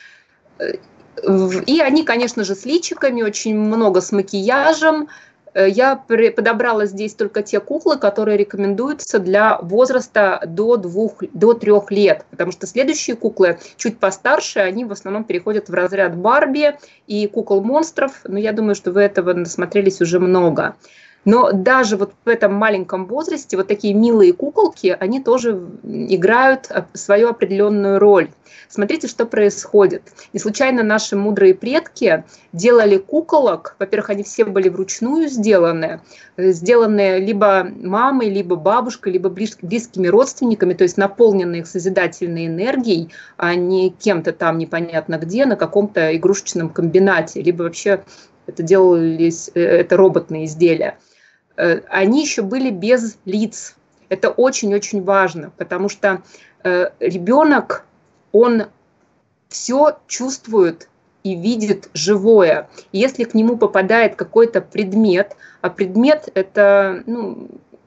И они, конечно же, с личиками, очень много с макияжем. Я подобрала здесь только те куклы, которые рекомендуются для возраста до двух, до трёх лет, потому что следующие куклы чуть постарше, они в основном переходят в разряд Барби и кукол-монстров, но я думаю, что вы этого насмотрелись уже много. Но даже вот в этом маленьком возрасте вот такие милые куколки, они тоже играют свою определенную роль. Смотрите, что происходит. Не случайно наши мудрые предки делали куколок, во-первых, они все были вручную сделаны, сделанные либо мамой, либо бабушкой, либо близкими родственниками, то есть наполненные их созидательной энергией, а не кем-то там непонятно где, на каком-то игрушечном комбинате, либо вообще это делались, это роботные изделия. Они еще были без лиц. Это очень-очень важно, потому что ребенок, он все чувствует и видит живое. И если к нему попадает какой-то предмет, а предмет это, ну,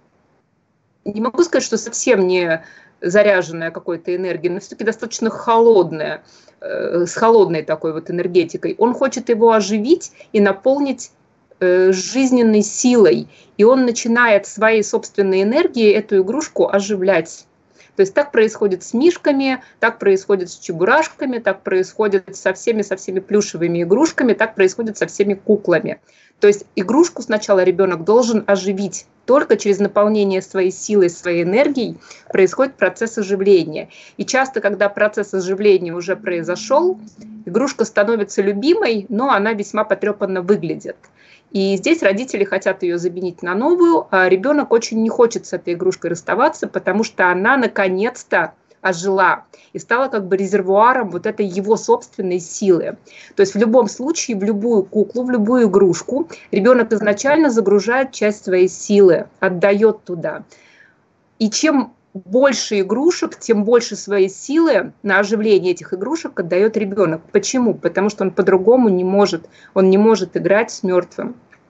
не могу сказать, что совсем не заряженная какой-то энергией, но все-таки достаточно холодная, с холодной такой вот энергетикой, он хочет его оживить и наполнить жизненной силой, и он начинает своей собственной энергией эту игрушку оживлять. То есть так происходит с мишками, так происходит с чебурашками, так происходит со всеми, со всеми плюшевыми игрушками, так происходит со всеми куклами. То есть игрушку сначала ребенок должен оживить. Только через наполнение своей силой, своей энергией происходит процесс оживления. И часто, когда процесс оживления уже произошел, игрушка становится любимой, но она весьма потрепанно выглядит. И здесь родители хотят ее заменить на новую, а ребенок очень не хочет с этой игрушкой расставаться, потому что она наконец-то ожила и стала как бы резервуаром вот этой его собственной силы. То есть в любом случае, в любую куклу, в любую игрушку ребенок изначально загружает часть своей силы, отдает туда. И чем больше игрушек, тем больше своей силы на оживление этих игрушек отдает ребенок. Почему? Потому что он по-другому не может, он не может играть с мертвым.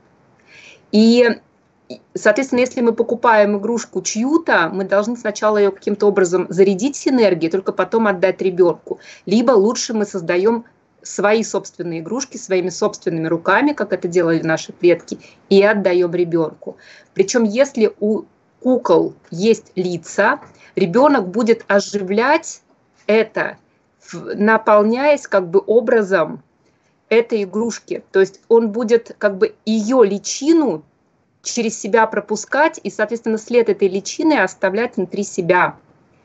И, соответственно, если мы покупаем игрушку чью-то, мы должны сначала ее каким-то образом зарядить энергией, только потом отдать ребенку. Либо лучше мы создаем свои собственные игрушки своими собственными руками, как это делали наши предки, и отдаем ребенку. Причем, если у кукол есть лица, ребенок будет оживлять это, наполняясь как бы образом этой игрушки. То есть он будет как бы ее личину через себя пропускать и, соответственно, след этой личины оставлять внутри себя.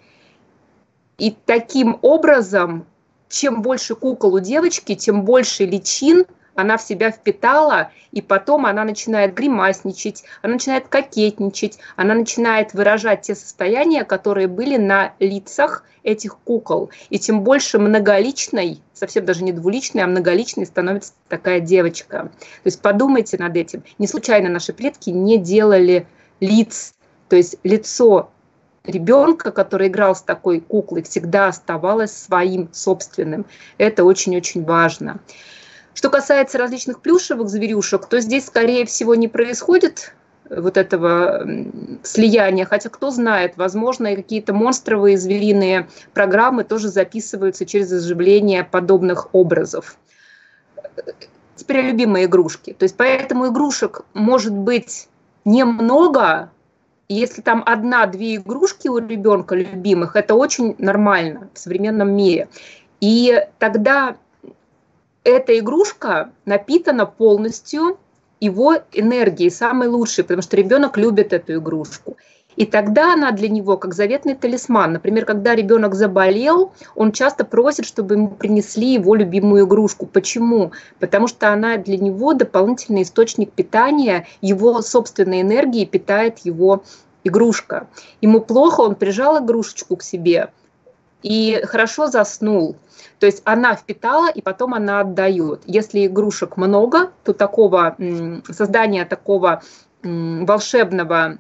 И таким образом, чем больше кукол у девочки, тем больше личин она в себя впитала, и потом она начинает гримасничать, она начинает кокетничать, она начинает выражать те состояния, которые были на лицах этих кукол. И тем больше многоличной, совсем даже не двуличной, а многоличной становится такая девочка. То есть подумайте над этим. Не случайно наши предки не делали лиц, то есть лицо ребенка, который играл с такой куклой, всегда оставалось своим собственным. Это очень-очень важно. Что касается различных плюшевых зверюшек, то здесь, скорее всего, не происходит вот этого слияния, хотя кто знает, возможно, и какие-то монстровые звериные программы тоже записываются через оживление подобных образов. Теперь о любимой игрушке. То есть поэтому игрушек может быть немного, и если там одна-две игрушки у ребенка любимых, это очень нормально в современном мире. И тогда эта игрушка напитана полностью его энергией, самой лучшей, потому что ребенок любит эту игрушку. И тогда она для него как заветный талисман. Например, когда ребенок заболел, он часто просит, чтобы ему принесли его любимую игрушку. Почему? Потому что она для него дополнительный источник питания, его собственной энергии питает его игрушка. Ему плохо, он прижал игрушечку к себе и хорошо заснул. То есть она впитала, и потом она отдает. Если игрушек много, то такого создания такого волшебного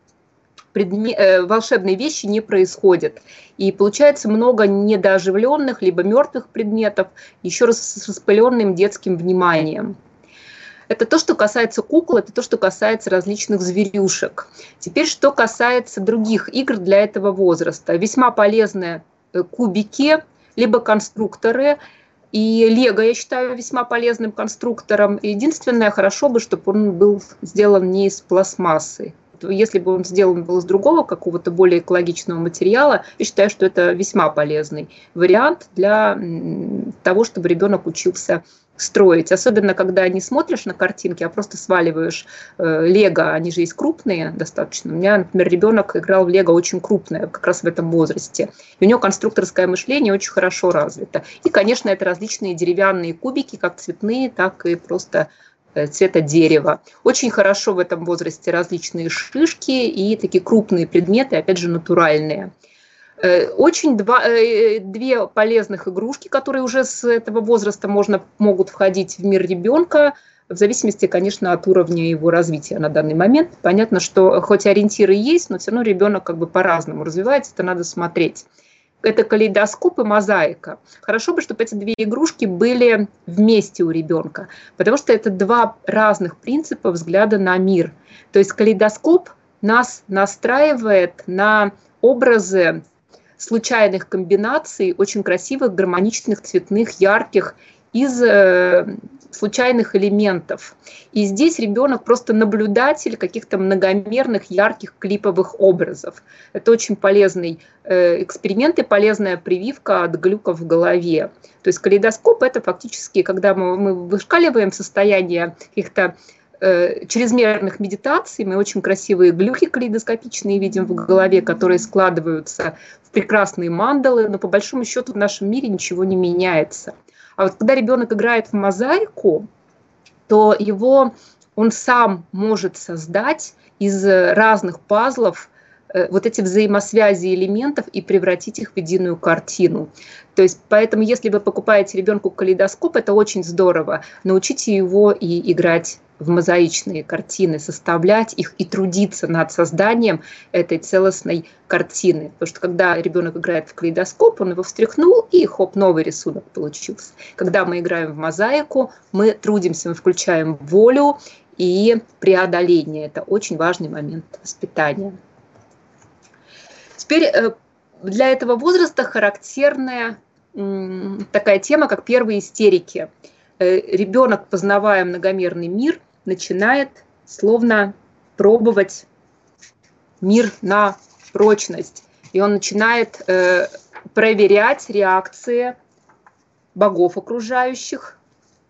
предме- волшебной вещи не происходит. И получается много недооживленных, либо мертвых предметов, еще раз с распыленным детским вниманием. Это то, что касается кукол, это то, что касается различных зверюшек. Теперь, что касается других игр для этого возраста. Весьма полезные кубики, либо конструкторы. И лего я считаю весьма полезным конструктором. Единственное, хорошо бы, чтобы он был сделан не из пластмассы. Если бы он сделан был из другого, какого-то более экологичного материала, я считаю, что это весьма полезный вариант для того, чтобы ребенок учился строить, особенно когда не смотришь на картинки, а просто сваливаешь э, лего, они же есть крупные достаточно. У меня, например, ребенок играл в лего очень крупное, как раз в этом возрасте. И у него конструкторское мышление очень хорошо развито. И, конечно, это различные деревянные кубики, как цветные, так и просто э, цвета дерева. Очень хорошо в этом возрасте различные шишки и такие крупные предметы, опять же, натуральные. Очень два, две полезных игрушки, которые уже с этого возраста можно, могут входить в мир ребенка, в зависимости, конечно, от уровня его развития на данный момент. Понятно, что хоть ориентиры есть, но все равно ребенок как бы по-разному развивается, это надо смотреть. Это калейдоскоп и мозаика. Хорошо бы, чтобы эти две игрушки были вместе у ребенка, потому что это два разных принципа взгляда на мир. То есть калейдоскоп нас настраивает на образы случайных комбинаций, очень красивых, гармоничных, цветных, ярких, из э, случайных элементов. И здесь ребенок просто наблюдатель каких-то многомерных, ярких, клиповых образов. Это очень полезный э, эксперимент и полезная прививка от глюков в голове. То есть калейдоскоп – это фактически, когда мы, мы вышкаливаем состояние каких-то чрезмерных медитаций, мы очень красивые глюки калейдоскопичные видим в голове, которые складываются в прекрасные мандалы, но по большому счету в нашем мире ничего не меняется. А вот когда ребенок играет в мозаику, то его он сам может создать из разных пазлов вот эти взаимосвязи элементов и превратить их в единую картину. То есть, поэтому, если вы покупаете ребенку калейдоскоп, это очень здорово. Научите его и играть в мозаичные картины, составлять их и трудиться над созданием этой целостной картины. Потому что когда ребенок играет в калейдоскоп, он его встряхнул, и хоп, новый рисунок получился. Когда мы играем в мозаику, мы трудимся, мы включаем волю и преодоление. Это очень важный момент воспитания. Теперь для этого возраста характерная такая тема, как первые истерики. Ребенок, познавая многомерный мир, начинает словно пробовать мир на прочность. И он начинает э, проверять реакции богов окружающих,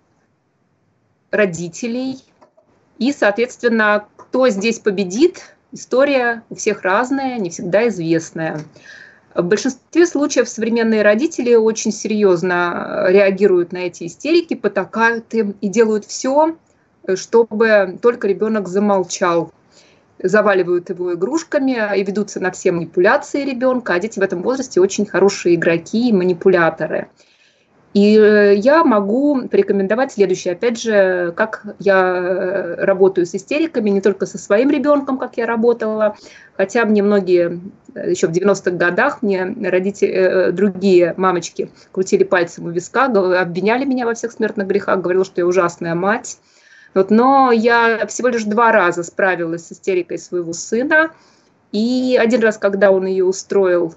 родителей. И, соответственно, кто здесь победит, история у всех разная, не всегда известная. В большинстве случаев современные родители очень серьезно реагируют на эти истерики, потакают им и делают все, чтобы только ребенок замолчал. Заваливают его игрушками и ведутся на все манипуляции ребенка, а дети в этом возрасте очень хорошие игроки и манипуляторы. И я могу порекомендовать следующее. Опять же, как я работаю с истериками, не только со своим ребенком, как я работала, хотя мне многие еще в девяностых годах, мне родители, другие мамочки крутили пальцем у виска, обвиняли меня во всех смертных грехах, говорили, что я ужасная мать. Вот, но я всего лишь два раза справилась с истерикой своего сына. И один раз, когда он ее устроил,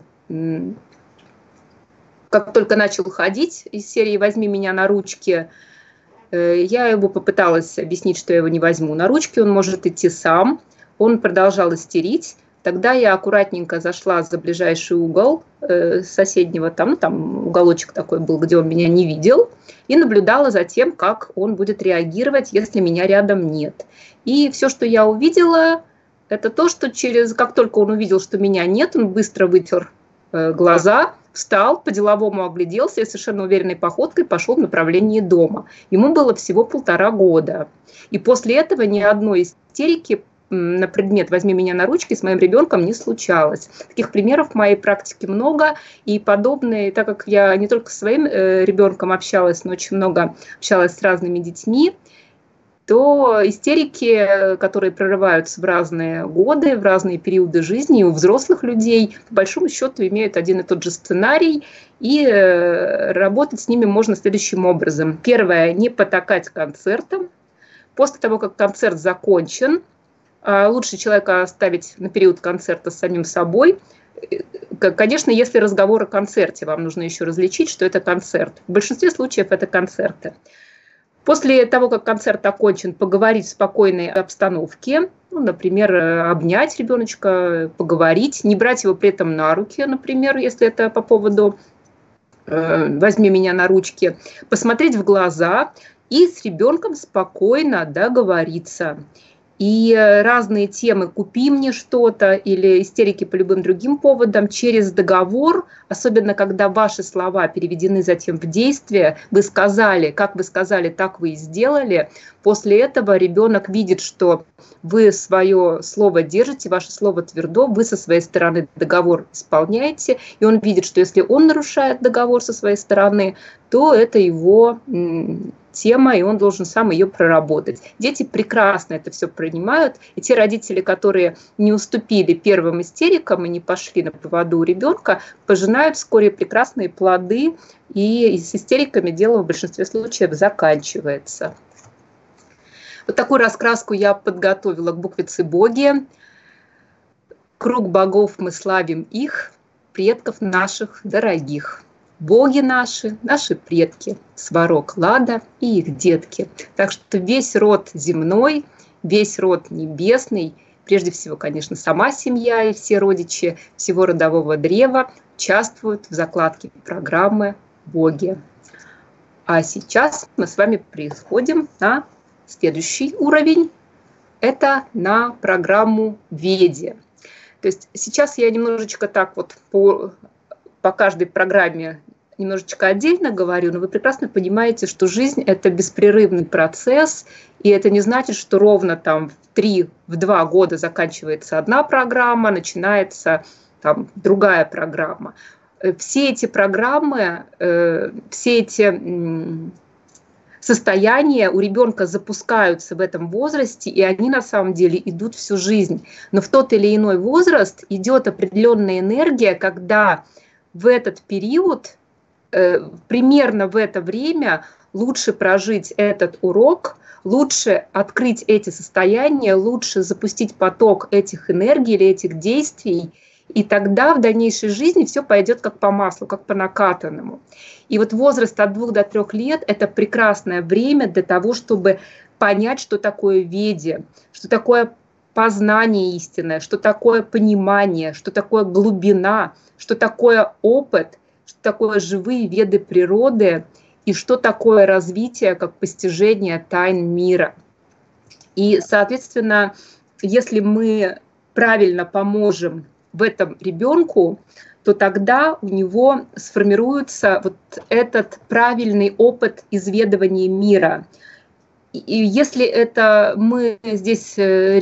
как только начал ходить из серии «Возьми меня на ручки», я его попыталась объяснить, что я его не возьму на ручки, он может идти сам. Он продолжал истерить. Тогда я аккуратненько зашла за ближайший угол соседнего, там, ну, там уголочек такой был, где он меня не видел, и наблюдала за тем, как он будет реагировать, если меня рядом нет. И все, что я увидела, это то, что через, как только он увидел, что меня нет, он быстро вытер глаза, встал, по-деловому огляделся и совершенно уверенной походкой пошел в направлении дома. Ему было всего полтора года. И после этого ни одной истерики на предмет «возьми меня на ручки» с моим ребенком не случалось. Таких примеров в моей практике много, и подобные, так как я не только со своим э, ребенком общалась, но очень много общалась с разными детьми, то истерики, которые прорываются в разные годы, в разные периоды жизни, и у взрослых людей, по большому счету, имеют один и тот же сценарий, и э, работать с ними можно следующим образом. Первое – не потакать концертом. После того, как концерт закончен, лучше человека оставить на период концерта с самим собой. Конечно, если разговор о концерте, вам нужно еще различить, что это концерт. В большинстве случаев это концерты. После того, как концерт окончен, поговорить в спокойной обстановке, ну, например, обнять ребеночка, поговорить, не брать его при этом на руки, например, если это по поводу «возьми меня на ручки», посмотреть в глаза и с ребенком спокойно договориться. И разные темы «купи мне что-то» или истерики по любым другим поводам через договор, особенно когда ваши слова переведены затем в действие, вы сказали, как вы сказали, так вы и сделали, после этого ребенок видит, что вы свое слово держите, ваше слово твердо, вы со своей стороны договор исполняете, и он видит, что если он нарушает договор со своей стороны, то это его тема, и он должен сам ее проработать. Дети прекрасно это все принимают, и те родители, которые не уступили первым истерикам и не пошли на поводу у ребенка, пожинают вскоре прекрасные плоды, и с истериками дело в большинстве случаев заканчивается. Вот такую раскраску я подготовила к буквице «Боги». Круг богов мы славим их, предков наших дорогих. Боги наши, наши предки, Сварог, Лада и их детки. Так что весь род земной, весь род небесный, прежде всего, конечно, сама семья и все родичи всего родового древа участвуют в закладке программы «Боги». А сейчас мы с вами переходим на следующий уровень. Это на программу «Веди». То есть сейчас я немножечко так вот по, по каждой программе немножечко отдельно говорю, но вы прекрасно понимаете, что жизнь – это беспрерывный процесс, и это не значит, что ровно там в три, в два года заканчивается одна программа, начинается там другая программа. Все эти программы, все эти состояния у ребенка запускаются в этом возрасте, и они на самом деле идут всю жизнь. Но в тот или иной возраст идет определенная энергия, когда в этот период, примерно в это время лучше прожить этот урок, лучше открыть эти состояния, лучше запустить поток этих энергий или этих действий, и тогда в дальнейшей жизни все пойдет как по маслу, как по накатанному. И вот возраст от двух до трех лет – это прекрасное время для того, чтобы понять, что такое веди, что такое познание истинное, что такое понимание, что такое глубина, что такое опыт, что такое живые веды природы и что такое развитие как постижение тайн мира. И, соответственно, если мы правильно поможем в этом ребенку, то тогда у него сформируется вот этот правильный опыт изведывания мира. И если это мы здесь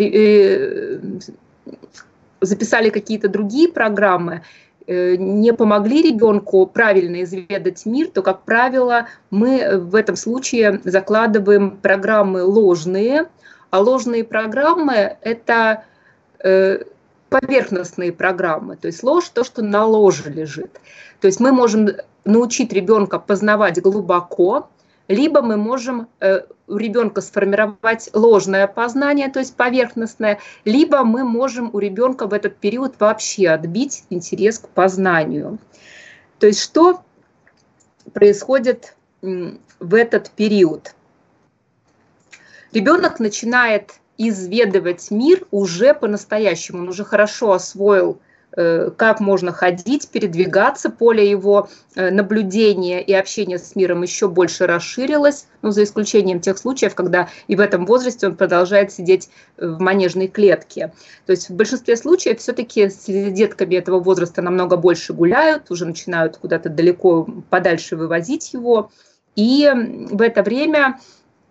записали какие-то другие программы, не помогли ребенку правильно изведать мир, то, как правило, мы в этом случае закладываем программы ложные, а ложные программы – это поверхностные программы, то есть ложь – то, что на ложе лежит. То есть мы можем научить ребенка познавать глубоко, либо мы можем у ребенка сформировать ложное познание, то есть поверхностное, либо мы можем у ребенка в этот период вообще отбить интерес к познанию. То есть что происходит в этот период? Ребенок начинает изведывать мир уже по-настоящему, он уже хорошо освоил, как можно ходить, передвигаться, поле его наблюдения и общения с миром еще больше расширилось, ну, за исключением тех случаев, когда и в этом возрасте он продолжает сидеть в манежной клетке. То есть в большинстве случаев все-таки с детками этого возраста намного больше гуляют, уже начинают куда-то далеко, подальше вывозить его, и в это время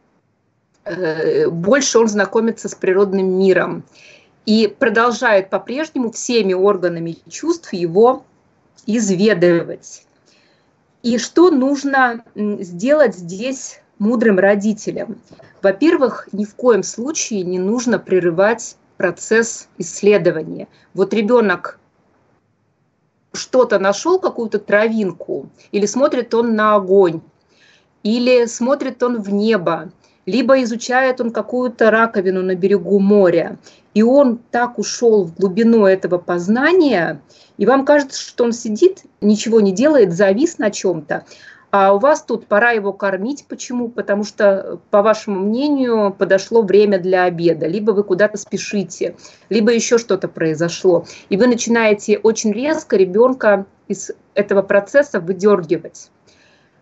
больше он знакомится с природным миром и продолжает по-прежнему всеми органами чувств его изведывать. И что нужно сделать здесь мудрым родителям? Во-первых, ни в коем случае не нужно прерывать процесс исследования. Вот ребенок что-то нашел, какую-то травинку, или смотрит он на огонь, или смотрит он в небо, либо изучает он какую-то раковину на берегу моря, и он так ушел в глубину этого познания, и вам кажется, что он сидит, ничего не делает, завис на чем-то, а у вас тут пора его кормить. Почему? Потому что, по вашему мнению, подошло время для обеда, либо вы куда-то спешите, либо еще что-то произошло, и вы начинаете очень резко ребенка из этого процесса выдергивать.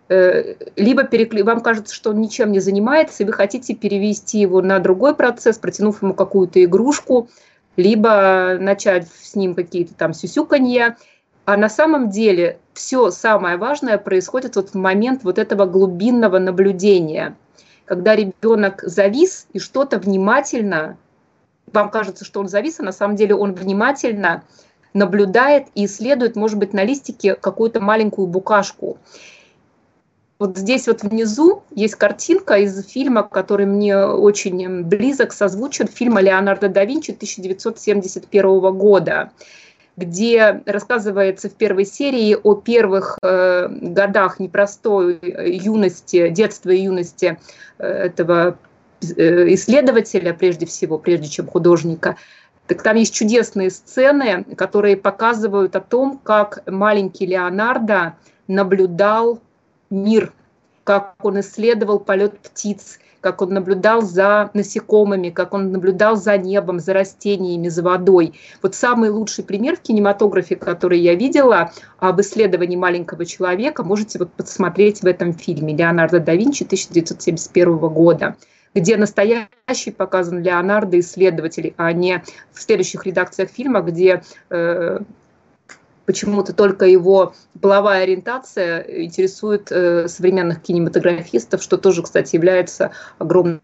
либо перекли... вам кажется, что он ничем не занимается, и вы хотите перевести его на другой процесс, протянув ему какую-то игрушку, либо начать с ним какие-то там сюсюканья. А на самом деле все самое важное происходит вот в момент вот этого глубинного наблюдения, когда ребенок завис и что-то внимательно, вам кажется, что он завис, а на самом деле он внимательно наблюдает и исследует, может быть, на листике какую-то маленькую букашку. Вот здесь вот внизу есть картинка из фильма, который мне очень близок, созвучен, фильма Леонардо да Винчи тысяча девятьсот семьдесят первого года, где рассказывается в первой серии о первых э, годах непростой юности, детства и юности э, этого э, исследователя, прежде всего, прежде чем художника. Так там есть чудесные сцены, которые показывают о том, как маленький Леонардо наблюдал мир, как он исследовал полет птиц, как он наблюдал за насекомыми, как он наблюдал за небом, за растениями, за водой. Вот самый лучший пример в кинематографе, который я видела об исследовании маленького человека, можете вот посмотреть в этом фильме «Леонардо да Винчи» тысяча девятьсот семьдесят первого года, где настоящий показан Леонардо исследователь, а не в следующих редакциях фильма, где э, почему-то только его половая ориентация интересует э, современных кинематографистов, что тоже, кстати, является огромной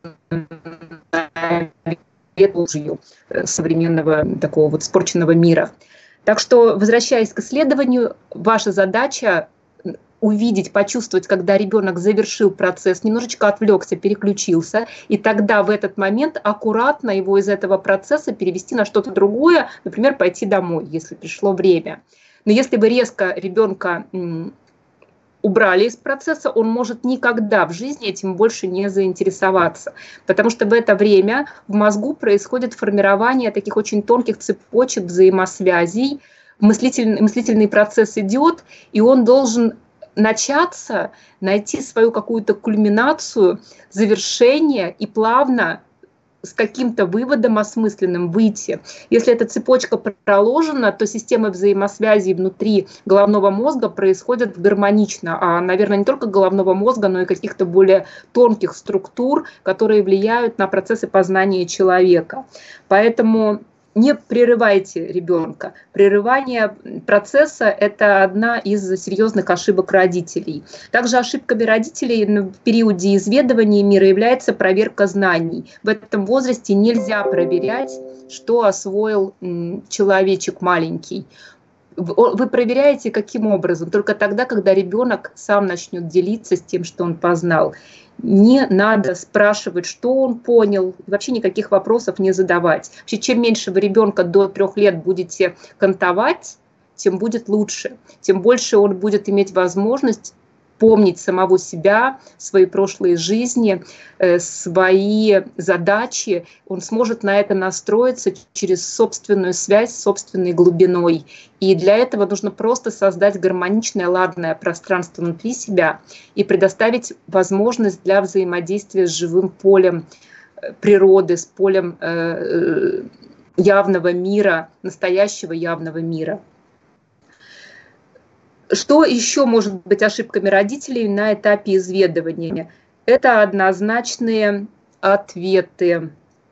ложью современного такого вот испорченного мира. Так что, возвращаясь к исследованию, ваша задача увидеть, почувствовать, когда ребенок завершил процесс, немножечко отвлекся, переключился, и тогда в этот момент аккуратно его из этого процесса перевести на что-то другое, например, пойти домой, если пришло время. Но если вы резко ребенка убрали из процесса, он может никогда в жизни этим больше не заинтересоваться, потому что в это время в мозгу происходит формирование таких очень тонких цепочек взаимосвязей, мыслительный, мыслительный процесс идет, и он должен начаться, найти свою какую-то кульминацию, завершение и плавно с каким-то выводом осмысленным выйти. Если эта цепочка проложена, то система взаимосвязи внутри головного мозга происходит гармонично, а, наверное, не только головного мозга, но и каких-то более тонких структур, которые влияют на процессы познания человека. Поэтому не прерывайте ребенка. Прерывание процесса – это одна из серьезных ошибок родителей. Также ошибками родителей в периоде изведывания мира является проверка знаний. В этом возрасте нельзя проверять, что освоил человечек маленький. Вы проверяете каким образом? Только тогда, когда ребенок сам начнет делиться с тем, что он познал. Не надо спрашивать, что он понял, вообще никаких вопросов не задавать. Вообще, чем меньше вы ребенка до трех лет будете кантовать, тем будет лучше, тем больше он будет иметь возможность помнить самого себя, свои прошлые жизни, свои задачи. Он сможет на это настроиться через собственную связь с собственной глубиной. И для этого нужно просто создать гармоничное, ладное пространство внутри себя и предоставить возможность для взаимодействия с живым полем природы, с полем явного мира, настоящего явного мира. Что еще может быть ошибками родителей на этапе изведывания? Это однозначные ответы.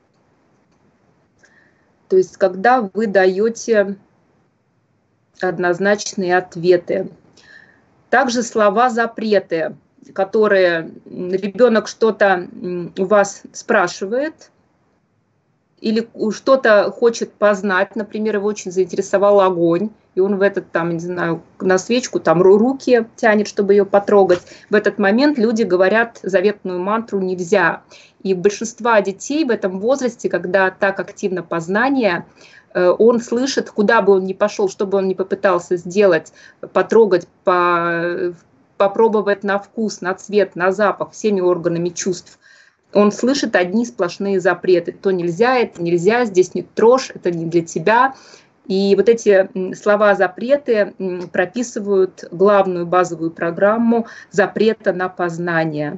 То есть, когда вы даете однозначные ответы. Также слова-запреты, которые ребенок что-то у вас спрашивает, или что-то хочет познать, например, его очень заинтересовал огонь, и он в этот, там, не знаю, на свечку там руки тянет, чтобы ее потрогать. В этот момент люди говорят заветную мантру «нельзя». И большинство детей в этом возрасте, когда так активно познание, он слышит, куда бы он ни пошел, что бы он ни попытался сделать, потрогать, по, попробовать на вкус, на цвет, на запах, всеми органами чувств. Он слышит одни сплошные запреты. То нельзя, это нельзя, здесь не трожь, это не для тебя. И вот эти слова-запреты прописывают главную базовую программу запрета на познание.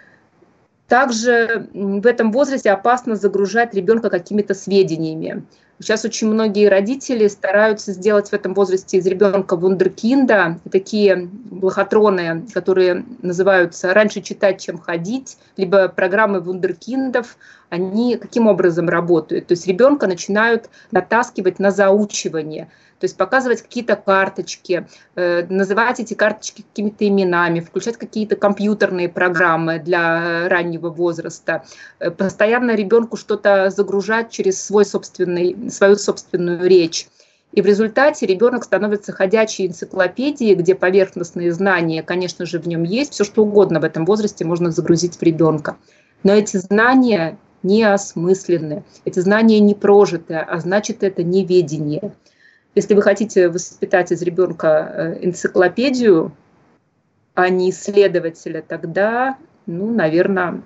Также в этом возрасте опасно загружать ребенка какими-то сведениями. Сейчас очень многие родители стараются сделать в этом возрасте из ребенка вундеркинда, такие лохотроны, которые называются «раньше читать, чем ходить», либо программы вундеркиндов, они каким образом работают? То есть ребенка начинают натаскивать на заучивание, то есть показывать какие-то карточки, э, называть эти карточки какими-то именами, включать какие-то компьютерные программы для раннего возраста, э, постоянно ребенку что-то загружать через свой собственный, свою собственную речь. И в результате ребенок становится ходячей энциклопедией, где поверхностные знания, конечно же, в нем есть, все что угодно в этом возрасте можно загрузить в ребенка. Но эти знания не осмысленны, эти знания не прожиты, а значит, это неведение. Если вы хотите воспитать из ребенка энциклопедию, а не исследователя, тогда, ну, наверное,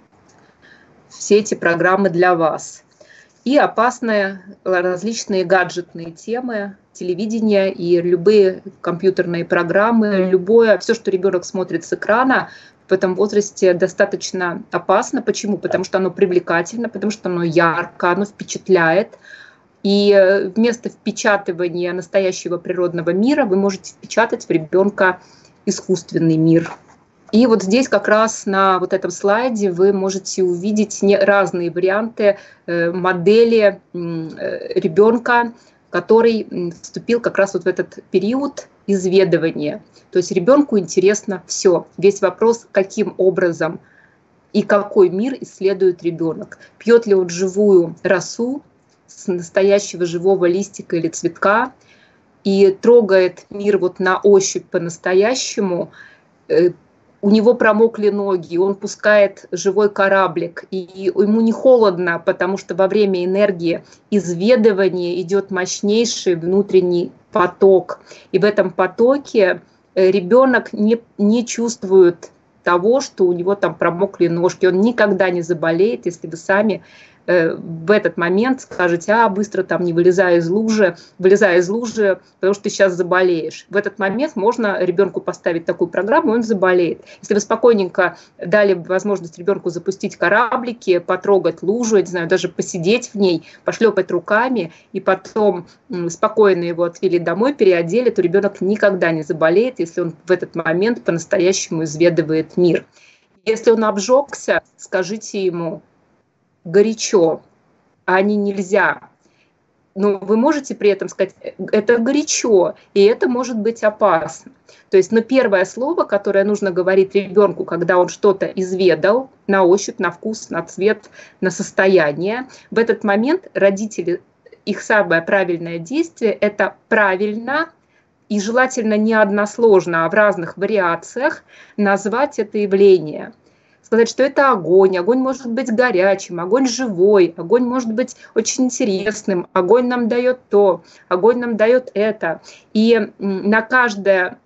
все эти программы для вас. И опасные различные гаджетные темы, телевидение и любые компьютерные программы, любое, все, что ребенок смотрит с экрана, в этом возрасте достаточно опасно. Почему? Потому что оно привлекательно, потому что оно ярко, оно впечатляет. И вместо впечатывания настоящего природного мира вы можете впечатать в ребенка искусственный мир. И вот здесь как раз на вот этом слайде вы можете увидеть разные варианты модели ребенка, который вступил как раз вот в этот период изведывания. То есть ребенку интересно все. Весь вопрос, каким образом и какой мир исследует ребенок. Пьет ли он живую росу с настоящего живого листика или цветка и трогает мир вот на ощупь по-настоящему. У него промокли ноги, он пускает живой кораблик, и ему не холодно, потому что во время энергии изведывания идет мощнейший внутренний поток. И в этом потоке ребенок не, не чувствует того, что у него там промокли ножки. Он никогда не заболеет, если вы сами в этот момент скажете: а, быстро там не вылезай из лужи, вылезай из лужи, потому что ты сейчас заболеешь. В этот момент можно ребенку поставить такую программу, и он заболеет. Если вы спокойненько дали возможность ребенку запустить кораблики, потрогать лужу, я не знаю, даже посидеть в ней, пошлепать руками, и потом спокойно его отвели домой, переодели, то ребенок никогда не заболеет, если он в этот момент по-настоящему изведывает мир. Если он обжегся, скажите ему: горячо, а не нельзя. Но вы можете при этом сказать: это горячо, и это может быть опасно. То есть, но первое слово, которое нужно говорить ребенку, когда он что-то изведал на ощупь, на вкус, на цвет, на состояние, в этот момент родители, их самое правильное действие – это правильно и желательно не односложно, а в разных вариациях назвать это явление. Сказать, что это огонь, огонь может быть горячим, огонь живой, огонь может быть очень интересным, огонь нам дает то, огонь нам дает это. И на каждое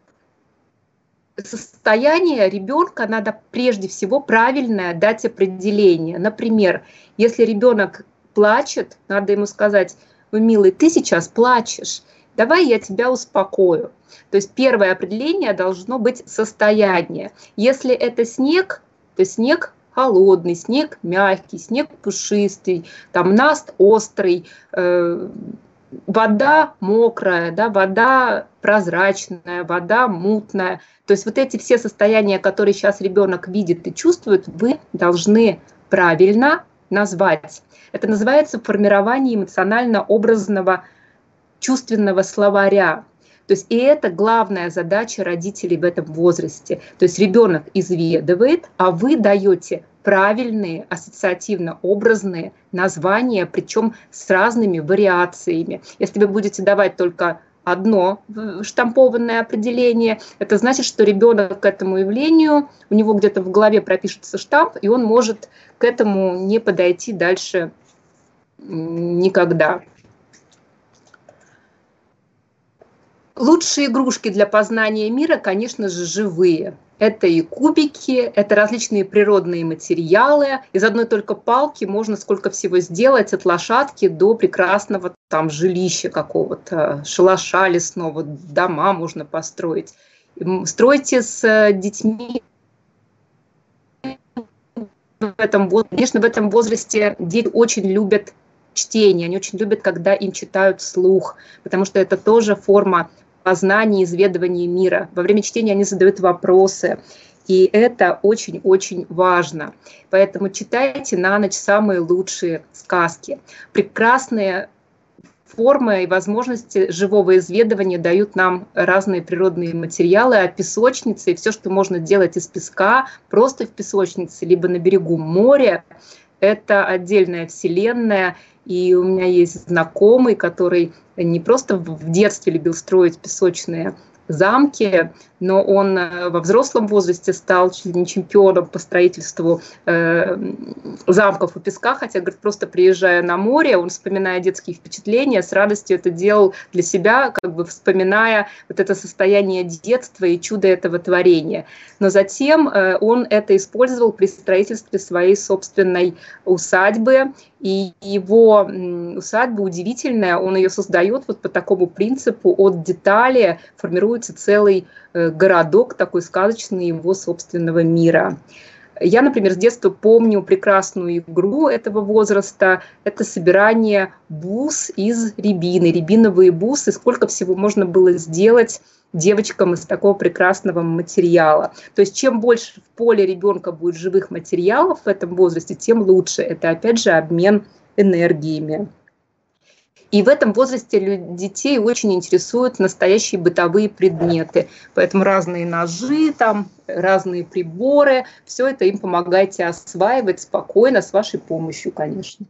состояние ребенка надо прежде всего правильное дать определение. Например, если ребенок плачет, надо ему сказать: ой, милый, ты сейчас плачешь, давай я тебя успокою. То есть первое определение должно быть состояние. Если это снег, то снег холодный, снег мягкий, снег пушистый, там наст острый, э, вода мокрая, да, вода прозрачная, вода мутная. То есть вот эти все состояния, которые сейчас ребенок видит и чувствует, вы должны правильно назвать. Это называется формирование эмоционально-образного чувственного словаря. То есть и это главная задача родителей в этом возрасте. То есть ребенок изведывает, а вы даете правильные ассоциативно-образные названия, причем с разными вариациями. Если вы будете давать только одно штампованное определение, это значит, что ребенок к этому явлению, у него где-то в голове пропишется штамп, и он может к этому не подойти дальше никогда. Лучшие игрушки для познания мира, конечно же, живые. Это и кубики, это различные природные материалы. Из одной только палки можно сколько всего сделать, от лошадки до прекрасного там жилища какого-то, шалаша лесного, дома можно построить. Стройте с детьми. В этом, конечно, в этом возрасте дети очень любят чтения, они очень любят, когда им читают вслух, потому что это тоже форма познания, изведывания мира. Во время чтения они задают вопросы, и это очень-очень важно. Поэтому читайте на ночь самые лучшие сказки. Прекрасные формы и возможности живого изведывания дают нам разные природные материалы, а песочницы и все, что можно делать из песка, просто в песочнице, либо на берегу моря, это отдельная вселенная. И у меня есть знакомый, который не просто в детстве любил строить песочные замки, но он во взрослом возрасте стал чуть ли не чемпионом по строительству э, замков у песка, хотя, говорит, просто приезжая на море, он, вспоминая детские впечатления, с радостью это делал для себя, как бы вспоминая вот это состояние детства и чудо этого творения. Но затем э, он это использовал при строительстве своей собственной усадьбы, и его усадьба удивительная, он ее создает вот по такому принципу: от детали формируется целый городок, такой сказочный его собственного мира. Я, например, с детства помню прекрасную игру этого возраста. Это собирание бус из рябины, рябиновые бусы. Сколько всего можно было сделать девочкам из такого прекрасного материала. То есть чем больше в поле ребенка будет живых материалов в этом возрасте, тем лучше. Это, опять же, обмен энергиями. И в этом возрасте детей очень интересуют настоящие бытовые предметы. Поэтому разные ножи, там, разные приборы, все это им помогайте осваивать спокойно, с вашей помощью, конечно.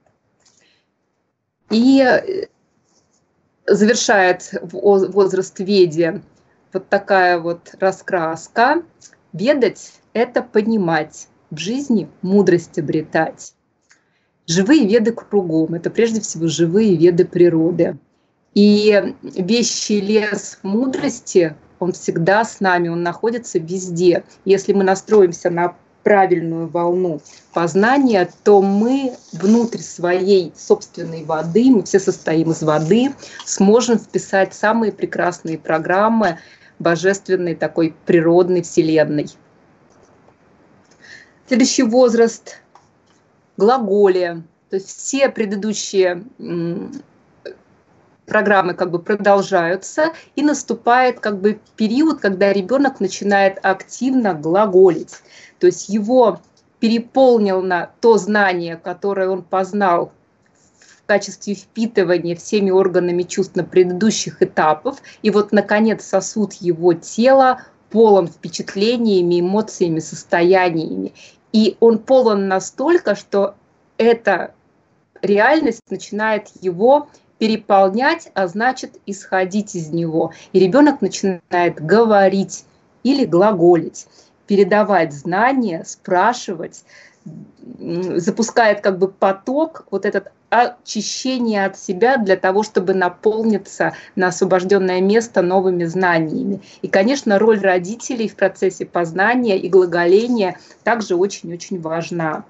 И завершает возраст Веди вот такая вот раскраска. Ведать – это понимать, в жизни мудрость обретать. Живые веды кругом, это прежде всего живые веды природы. И вещий лес мудрости, он всегда с нами, он находится везде. Если мы настроимся на правильную волну познания, то мы внутрь своей собственной воды, мы все состоим из воды, сможем вписать самые прекрасные программы божественной такой природной вселенной. Следующий возраст – глаголие. То есть все предыдущие программы как бы продолжаются, и наступает как бы период, когда ребенок начинает активно глаголить. То есть его переполнило то знание, которое он познал в качестве впитывания всеми органами чувств на предыдущих этапах, и вот, наконец, сосуд его тела полон впечатлениями, эмоциями, состояниями. И он полон настолько, что эта реальность начинает его переполнять, а значит исходить из него. И ребенок начинает говорить или глаголить, передавать знания, спрашивать, запускает как бы поток, вот этот очищение от себя для того, чтобы наполниться на освобожденное место новыми знаниями. И, конечно, роль родителей в процессе познания и глаголения также очень-очень важна.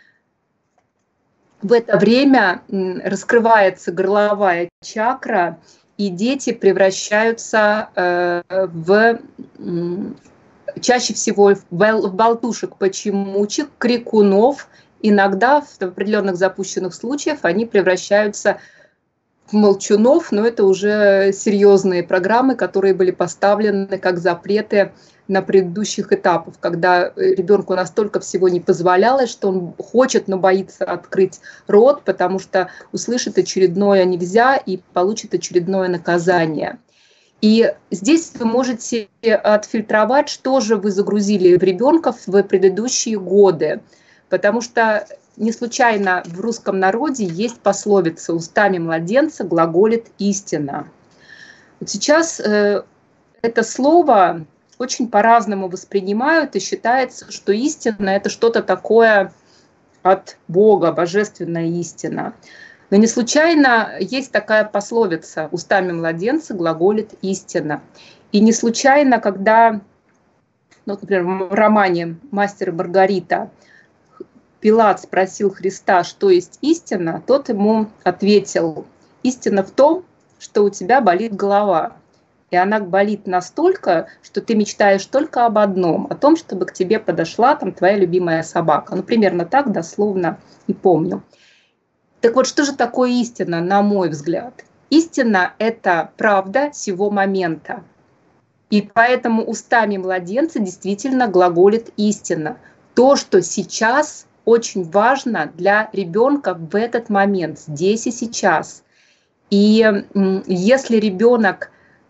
В это время раскрывается горловая чакра, и дети превращаются в, чаще всего в болтушек, почемучек, крикунов. Иногда в определенных запущенных случаях они превращаются в молчунов, но это уже серьезные программы, которые были поставлены как запреты на предыдущих этапах, когда ребенку настолько всего не позволялось, что он хочет, но боится открыть рот, потому что услышит очередное нельзя и получит очередное наказание. И здесь вы можете отфильтровать, что же вы загрузили в ребенка в предыдущие годы. Потому что не случайно в русском народе есть пословица: «Устами младенца глаголит истина». Вот сейчас э, это слово очень по-разному воспринимают, и считается, что истина – это что-то такое от Бога, божественная истина. Но не случайно есть такая пословица: «Устами младенца глаголит истина». И не случайно, когда, ну, например, в романе «Мастер и Маргарита» Пилат спросил Христа, что есть истина, тот ему ответил: истина в том, что у тебя болит голова. И она болит настолько, что ты мечтаешь только об одном, о том, чтобы к тебе подошла там твоя любимая собака. Ну, примерно так, дословно не помню. Так вот, что же такое истина, на мой взгляд? Истина – это правда сего момента. И поэтому устами младенца действительно глаголит истина. То, что сейчас очень важно для ребенка в этот момент, здесь и сейчас. И если ребенок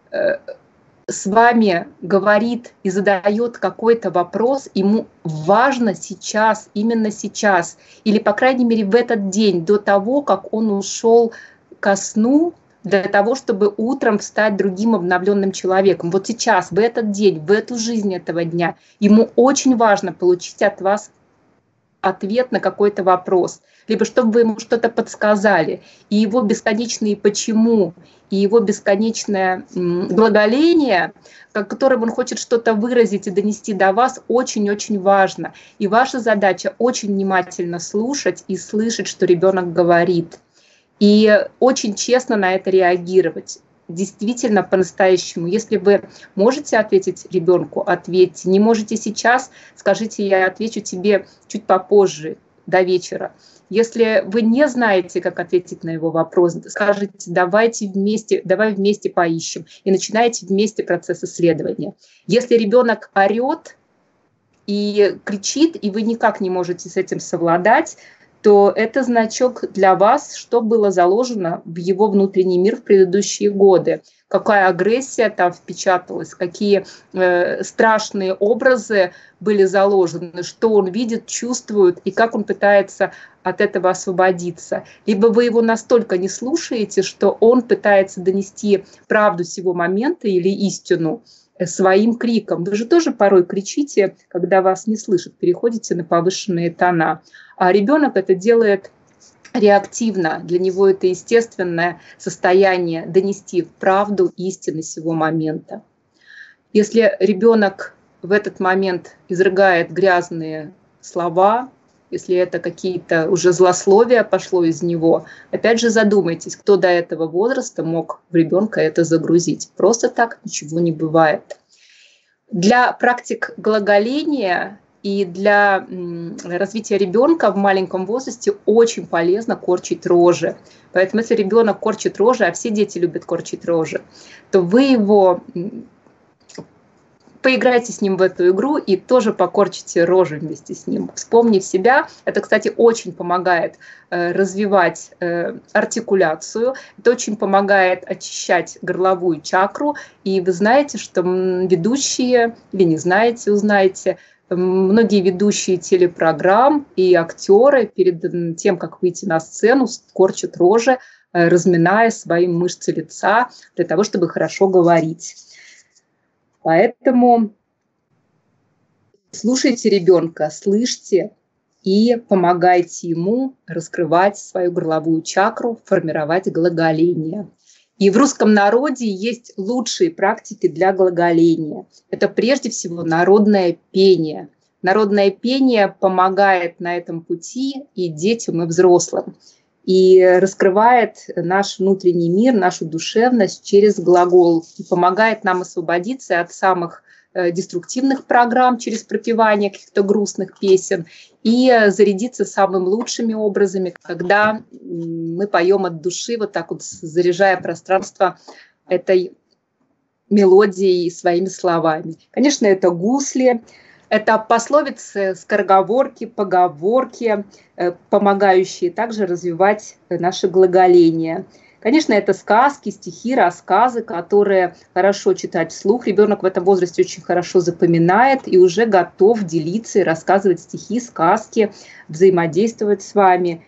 с вами говорит и задает какой-то вопрос, ему важно сейчас, именно сейчас, или, по крайней мере, в этот день, до того, как он ушел ко сну, для того, чтобы утром стать другим обновленным человеком. Вот сейчас, в этот день, в эту жизнь этого дня, ему очень важно получить от вас ответ на какой-то вопрос, либо чтобы вы ему что-то подсказали. И его бесконечные «почему», и его бесконечное благоление, которым он хочет что-то выразить и донести до вас, очень-очень важно. И ваша задача очень внимательно слушать и слышать, что ребенок говорит. И очень честно на это реагировать. Действительно, по-настоящему. Если вы можете ответить ребенку, ответьте. Не можете сейчас, скажите, я отвечу тебе чуть попозже, до вечера. Если вы не знаете, как ответить на его вопрос, скажите, давайте вместе, давай вместе поищем. И начинаете вместе процесс исследования. Если ребенок орет и кричит, и вы никак не можете с этим совладать, то это значок для вас, что было заложено в его внутренний мир в предыдущие годы. Какая агрессия там впечаталась, какие э, страшные образы были заложены, что он видит, чувствует и как он пытается от этого освободиться. Либо вы его настолько не слушаете, что он пытается донести правду сего момента или истину своим криком. Вы же тоже порой кричите, когда вас не слышат, переходите на повышенные тона. А ребенок это делает реактивно. Для него это естественное состояние донести правду, истины сего момента. Если ребенок в этот момент изрыгает грязные слова, если это какие-то уже злословия пошло из него, опять же задумайтесь, кто до этого возраста мог в ребенка это загрузить. Просто так ничего не бывает. Для практик глаголения и для развития ребенка в маленьком возрасте очень полезно корчить рожи. Поэтому если ребенок корчит рожи, а все дети любят корчить рожи, то вы его поиграйте с ним в эту игру и тоже покорчите рожи вместе с ним. Вспомнив себя, это, кстати, очень помогает э, развивать э, артикуляцию, это очень помогает очищать горловую чакру. И вы знаете, что ведущие, или не знаете, узнаете, многие ведущие телепрограмм и актеры перед тем, как выйти на сцену, корчат рожи, э, разминая свои мышцы лица для того, чтобы хорошо говорить. Поэтому слушайте ребенка, слышьте и помогайте ему раскрывать свою горловую чакру, формировать глаголение. И в русском народе есть лучшие практики для глаголения. Это прежде всего народное пение. Народное пение помогает на этом пути и детям, и взрослым. И раскрывает наш внутренний мир, нашу душевность через глагол. И помогает нам освободиться от самых деструктивных программ через пропевание каких-то грустных песен и зарядиться самыми лучшими образами, когда мы поем от души, вот так вот заряжая пространство этой мелодией своими словами. Конечно, это гусли. Это пословицы, скороговорки, поговорки, помогающие также развивать наше глаголение. Конечно, это сказки, стихи, рассказы, которые хорошо читать вслух. Ребенок в этом возрасте очень хорошо запоминает и уже готов делиться и рассказывать стихи, сказки, взаимодействовать с вами.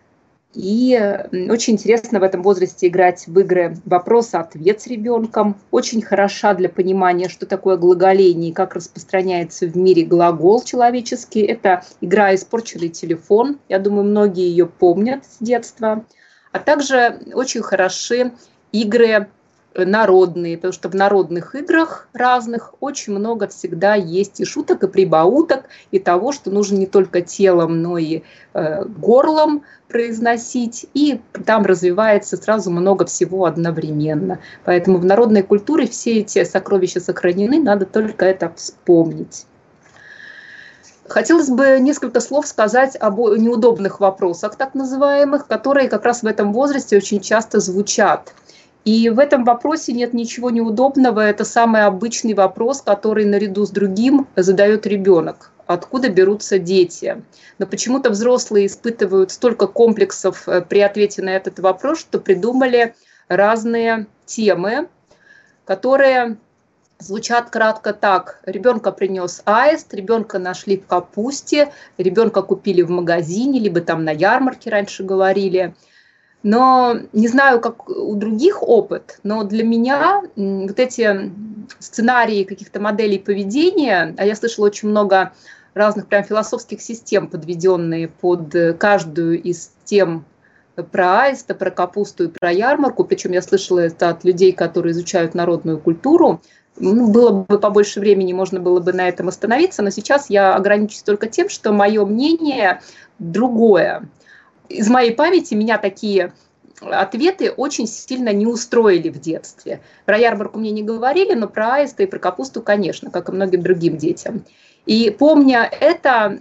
И очень интересно в этом возрасте играть в игры вопрос-ответ с ребенком. Очень хороша для понимания, что такое глаголение и как распространяется в мире глагол человеческий. Это игра «Испорченный телефон». Я думаю, многие ее помнят с детства. А также очень хороши игры народные, потому что в народных играх разных очень много всегда есть и шуток, и прибауток, и того, что нужно не только телом, но и э, горлом произносить, и там развивается сразу много всего одновременно. Поэтому в народной культуре все эти сокровища сохранены, надо только это вспомнить. Хотелось бы несколько слов сказать об неудобных вопросах, так называемых, которые как раз в этом возрасте очень часто звучат. И в этом вопросе нет ничего неудобного. Это самый обычный вопрос, который наряду с другим задает ребенок. Откуда берутся дети? Но почему-то взрослые испытывают столько комплексов при ответе на этот вопрос, что придумали разные темы, которые звучат кратко так. Ребенка принес аист, ребенка нашли в капусте, ребенка купили в магазине, либо там на ярмарке раньше говорили. Но не знаю, как у других опыт, но для меня вот эти сценарии каких-то моделей поведения, а я слышала очень много разных прям философских систем, подведенные под каждую из тем про аиста, про капусту и про ярмарку, причем я слышала это от людей, которые изучают народную культуру. Ну, было бы побольше времени, можно было бы на этом остановиться, но сейчас я ограничусь только тем, что мое мнение другое. Из моей памяти меня такие ответы очень сильно не устроили в детстве. Про ярмарку мне не говорили, но про аиста и про капусту, конечно, как и многим другим детям. И помня это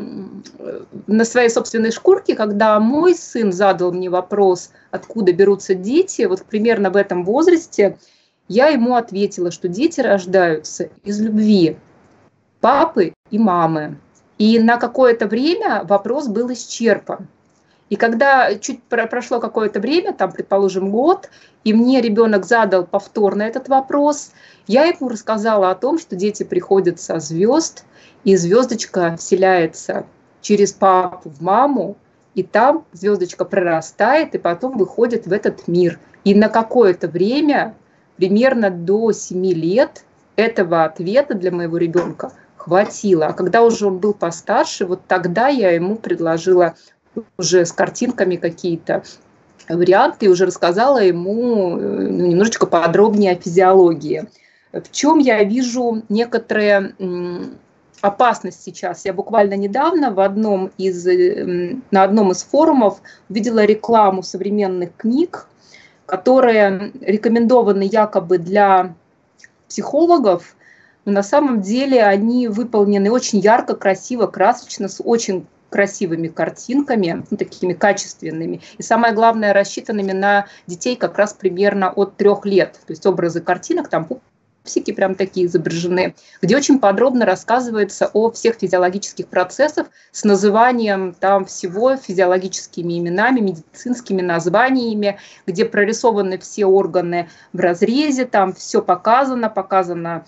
на своей собственной шкурке, когда мой сын задал мне вопрос, откуда берутся дети, вот примерно в этом возрасте, я ему ответила, что дети рождаются из любви папы и мамы. И на какое-то время вопрос был исчерпан. И когда чуть прошло какое-то время, там, предположим, год, и мне ребенок задал повторно этот вопрос, я ему рассказала о том, что дети приходят со звезд, и звездочка вселяется через папу в маму, и там звездочка прорастает, и потом выходит в этот мир. И на какое-то время, примерно до семи лет, этого ответа для моего ребенка хватило. А когда уже он был постарше, вот тогда я ему предложила уже с картинками какие-то варианты, и уже рассказала ему ну, немножечко подробнее о физиологии. В чем я вижу некоторые опасность сейчас? Я буквально недавно в одном из, на одном из форумов увидела рекламу современных книг, которые рекомендованы якобы для психологов, но на самом деле они выполнены очень ярко, красиво, красочно, с очень красивыми картинками, ну, такими качественными. И самое главное, рассчитанными на детей как раз примерно от трех лет. То есть образы картинок, там пупсики прям такие изображены, где очень подробно рассказывается о всех физиологических процессах с называнием там всего, физиологическими именами, медицинскими названиями, где прорисованы все органы в разрезе, там все показано, показано,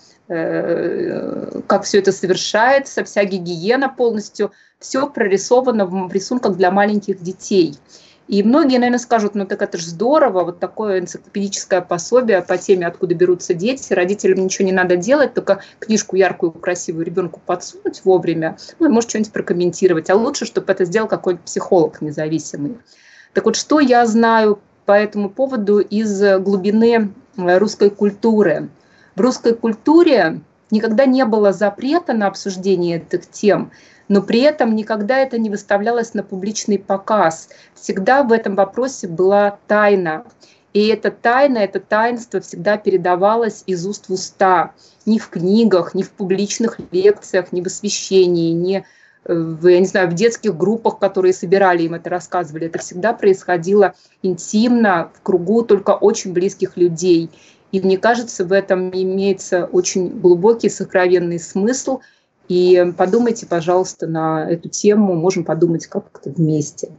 э, как все это совершается, вся гигиена полностью. Все прорисовано в рисунках для маленьких детей. И многие, наверное, скажут, ну так это же здорово, вот такое энциклопедическое пособие по теме, откуда берутся дети, родителям ничего не надо делать, только книжку яркую, красивую ребенку подсунуть вовремя, ну и может что-нибудь прокомментировать, а лучше, чтобы это сделал какой-нибудь психолог независимый. Так вот, что я знаю по этому поводу из глубины русской культуры? В русской культуре никогда не было запрета на обсуждение этих тем, но при этом никогда это не выставлялось на публичный показ. Всегда в этом вопросе была тайна. И эта тайна, это таинство всегда передавалось из уст в уста. Ни в книгах, ни в публичных лекциях, ни в освещении, ни в, я не знаю, в детских группах, которые собирали, им это рассказывали. Это всегда происходило интимно, в кругу только очень близких людей. И мне кажется, в этом имеется очень глубокий сокровенный смысл. И подумайте, пожалуйста, на эту тему, можем подумать как-то вместе.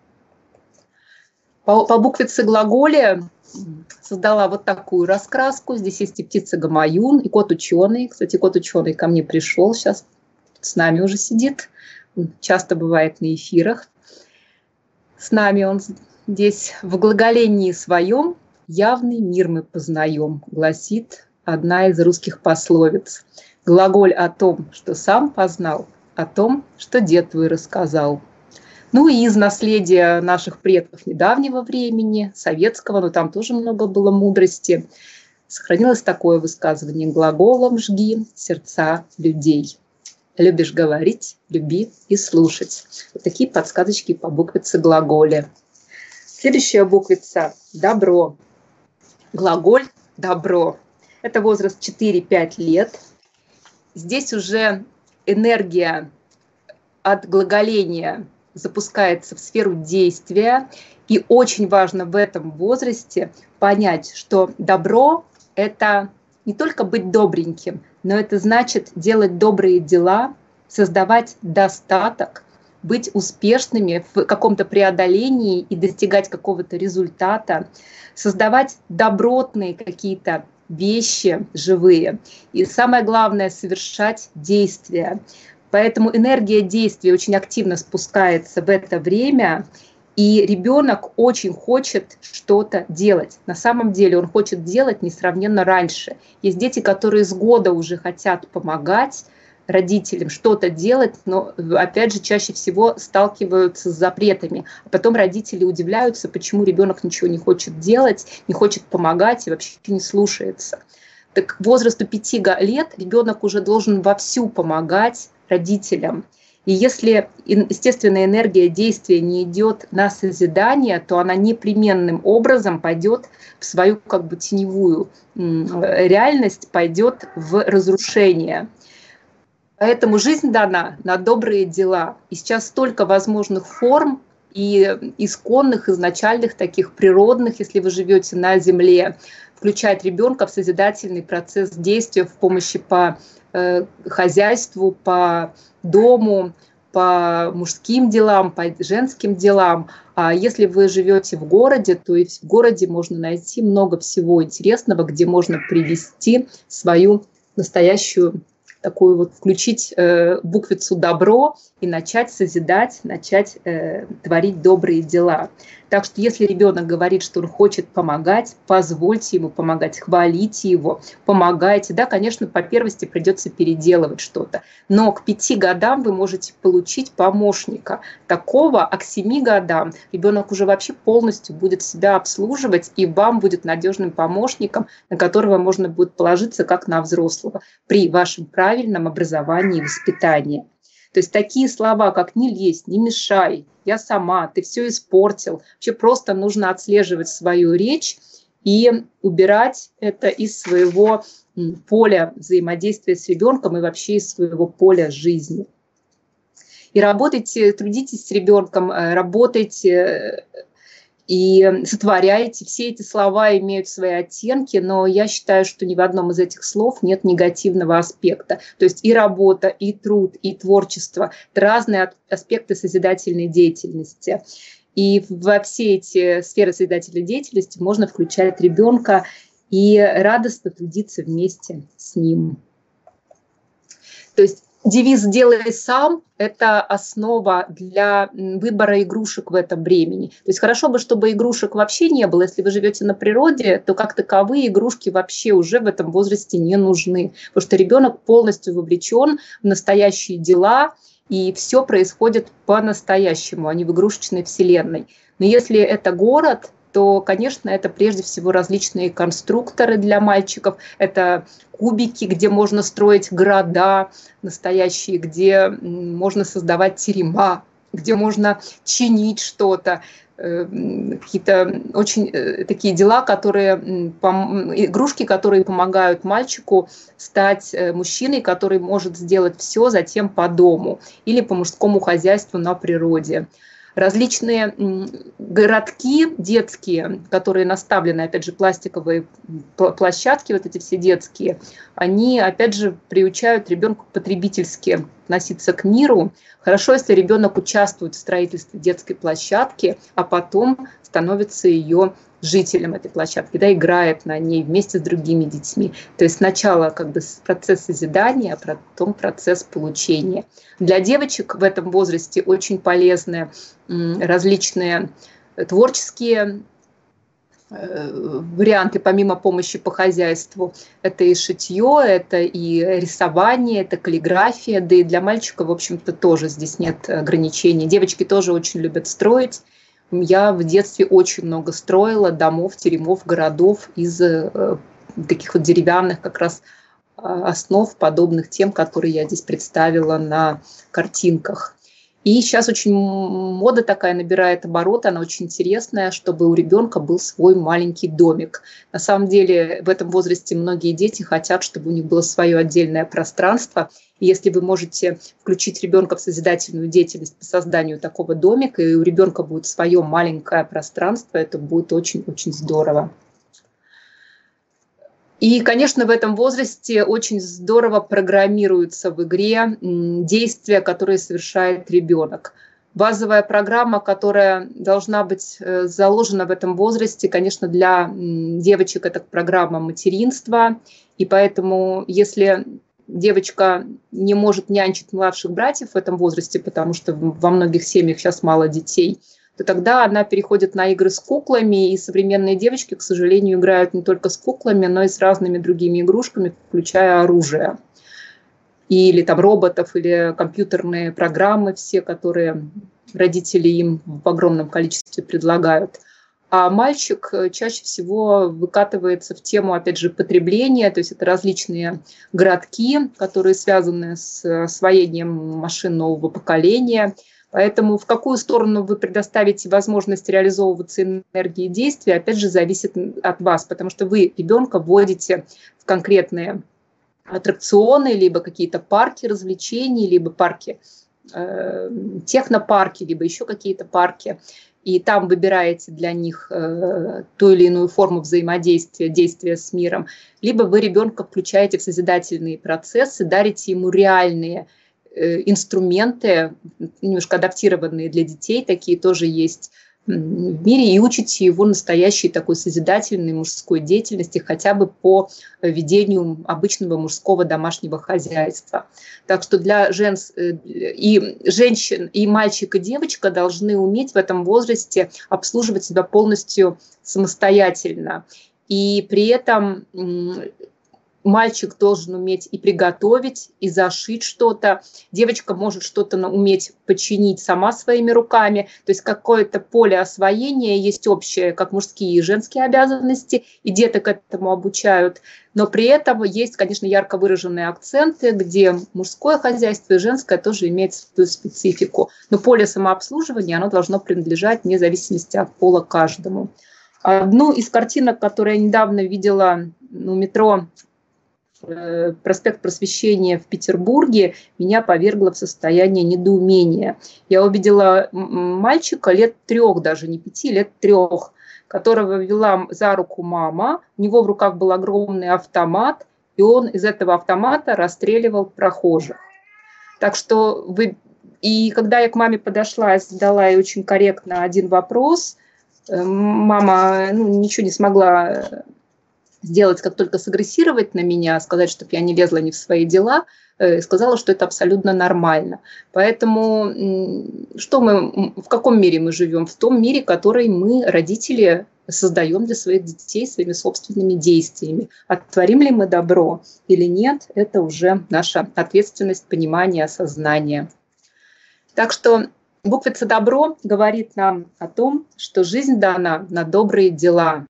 По, по буквице глаголе создала вот такую раскраску. Здесь есть и птица Гамаюн, и кот ученый. Кстати, кот ученый ко мне пришел, сейчас с нами уже сидит. Он часто бывает на эфирах. С нами он здесь в глаголении своем «Явный мир мы познаем», гласит одна из русских пословиц. Глаголь о том, что сам познал, о том, что дед твой рассказал. Ну и из наследия наших предков недавнего времени, советского, но там тоже много было мудрости, сохранилось такое высказывание: глаголом жги сердца людей. Любишь говорить, люби и слушать. Вот такие подсказочки по буквице глаголе. Следующая буквица – добро. Глаголь добро. Это возраст четыре-пять лет. Здесь уже энергия от глаголения запускается в сферу действия. И очень важно в этом возрасте понять, что добро – это не только быть добреньким, но это значит делать добрые дела, создавать достаток, быть успешными в каком-то преодолении и достигать какого-то результата, создавать добротные какие-то вещи живые. И самое главное – совершать действия. Поэтому энергия действия очень активно спускается в это время, и ребенок очень хочет что-то делать. На самом деле он хочет делать несравненно раньше. Есть дети, которые с года уже хотят помогать родителям что-то делать, но, опять же, чаще всего сталкиваются с запретами. А потом родители удивляются, почему ребенок ничего не хочет делать, не хочет помогать и вообще не слушается. Так к возрасту пяти лет ребенок уже должен вовсю помогать родителям. И если естественная энергия действия не идет на созидание, то она непременным образом пойдет в свою как бы теневую реальность, пойдет в разрушение. Поэтому жизнь дана на добрые дела. И сейчас столько возможных форм и исконных, изначальных, таких природных, если вы живете на земле, включать ребенка в созидательный процесс действия в помощи по э, хозяйству, по дому, по мужским делам, по женским делам. А если вы живете в городе, то и в городе можно найти много всего интересного, где можно привести свою настоящую такую вот, включить э, буквицу «добро» и начать созидать, начать э, творить добрые дела. Так что если ребенок говорит, что он хочет помогать, позвольте ему помогать, хвалите его, помогайте. Да, конечно, по первости придется переделывать что-то, но к пяти годам вы можете получить помощника такого, а к семи годам ребенок уже вообще полностью будет себя обслуживать, и вам будет надежным помощником, на которого можно будет положиться как на взрослого при вашем правильном образовании и воспитании. То есть такие слова, как «не лезь», «не мешай», «я сама», «ты все испортил». Вообще просто нужно отслеживать свою речь и убирать это из своего поля взаимодействия с ребенком и вообще из своего поля жизни. И работайте, трудитесь с ребенком, работайте и сотворяете. Все эти слова имеют свои оттенки, но я считаю, что ни в одном из этих слов нет негативного аспекта. То есть и работа, и труд, и творчество – это разные аспекты созидательной деятельности. И во все эти сферы созидательной деятельности можно включать ребенка и радостно трудиться вместе с ним. То есть девиз «делай сам» – это основа для выбора игрушек в этом времени. То есть хорошо бы, чтобы игрушек вообще не было. Если вы живете на природе, то как таковые игрушки вообще уже в этом возрасте не нужны. Потому что ребенок полностью вовлечен в настоящие дела, и все происходит по-настоящему, а не в игрушечной вселенной. Но если это город, то, конечно, это прежде всего различные конструкторы для мальчиков, это кубики, где можно строить города настоящие, где можно создавать терема, где можно чинить что-то, какие-то очень такие дела, которые, игрушки, которые помогают мальчику стать мужчиной, который может сделать все затем по дому или по мужскому хозяйству на природе. Различные городки детские, которые наставлены, опять же, пластиковые площадки, вот эти все детские, они, опять же, приучают ребенка потребительски относиться к миру. Хорошо, если ребенок участвует в строительстве детской площадки, а потом становится ее жителем этой площадки, да, играет на ней вместе с другими детьми. То есть сначала как бы процесс созидания, а потом процесс получения. Для девочек в этом возрасте очень полезны различные творческие варианты, помимо помощи по хозяйству. Это и шитье, это и рисование, это каллиграфия, да и для мальчика, в общем-то, тоже здесь нет ограничений. Девочки тоже очень любят строить. Я в детстве очень много строила домов, теремов, городов из э, таких вот деревянных как раз основ, подобных тем, которые я здесь представила на картинках. И сейчас очень мода такая набирает обороты, она очень интересная, чтобы у ребенка был свой маленький домик. На самом деле в этом возрасте многие дети хотят, чтобы у них было свое отдельное пространство. И если вы можете включить ребенка в созидательную деятельность по созданию такого домика, и у ребенка будет свое маленькое пространство, это будет очень-очень здорово. И, конечно, в этом возрасте очень здорово программируются в игре действия, которые совершает ребенок. Базовая программа, которая должна быть заложена в этом возрасте, конечно, для девочек это программа материнства. И поэтому, если девочка не может нянчить младших братьев в этом возрасте, потому что во многих семьях сейчас мало детей, то тогда она переходит на игры с куклами, и современные девочки, к сожалению, играют не только с куклами, но и с разными другими игрушками, включая оружие. Или там роботов, или компьютерные программы все, которые родители им в огромном количестве предлагают. А мальчик чаще всего выкатывается в тему, опять же, потребления, то есть это различные городки, которые связаны с освоением машин нового поколения. Поэтому в какую сторону вы предоставите возможность реализовываться энергии действия, опять же, зависит от вас, потому что вы ребенка вводите в конкретные аттракционы, либо какие-то парки развлечений, либо парки, э, технопарки, либо еще какие-то парки. И там выбираете для них э, ту или иную форму взаимодействия, действия с миром. Либо вы ребенка включаете в созидательные процессы, дарите ему реальные инструменты, немножко адаптированные для детей, такие тоже есть в мире, и учите его настоящей такой созидательной мужской деятельности хотя бы по ведению обычного мужского домашнего хозяйства. Так что для женс... и женщин, и мальчик, и девочка должны уметь в этом возрасте обслуживать себя полностью самостоятельно. И при этом мальчик должен уметь и приготовить, и зашить что-то. Девочка может что-то уметь починить сама своими руками. То есть какое-то поле освоения есть общее, как мужские и женские обязанности, и деток этому обучают. Но при этом есть, конечно, ярко выраженные акценты, где мужское хозяйство и женское тоже имеет свою специфику. Но поле самообслуживания, оно должно принадлежать вне зависимости от пола каждому. Одну из картинок, которую я недавно видела у метро «Проспект Просвещения» в Петербурге, меня повергло в состояние недоумения. Я увидела мальчика лет трех, даже не пяти, лет трех, которого вела за руку мама. У него в руках был огромный автомат, и он из этого автомата расстреливал прохожих. Так что вы... И когда я к маме подошла, я задала ей очень корректно один вопрос, мама ну, ничего не смогла сделать, как только сагрессировать на меня, сказать, чтобы я не лезла не в свои дела, сказала, что это абсолютно нормально. Поэтому что мы, в каком мире мы живем? В том мире, который мы, родители, создаем для своих детей своими собственными действиями. А творим ли мы добро или нет, это уже наша ответственность, понимание, осознание. Так что буквица «Добро» говорит нам о том, что жизнь дана на добрые дела.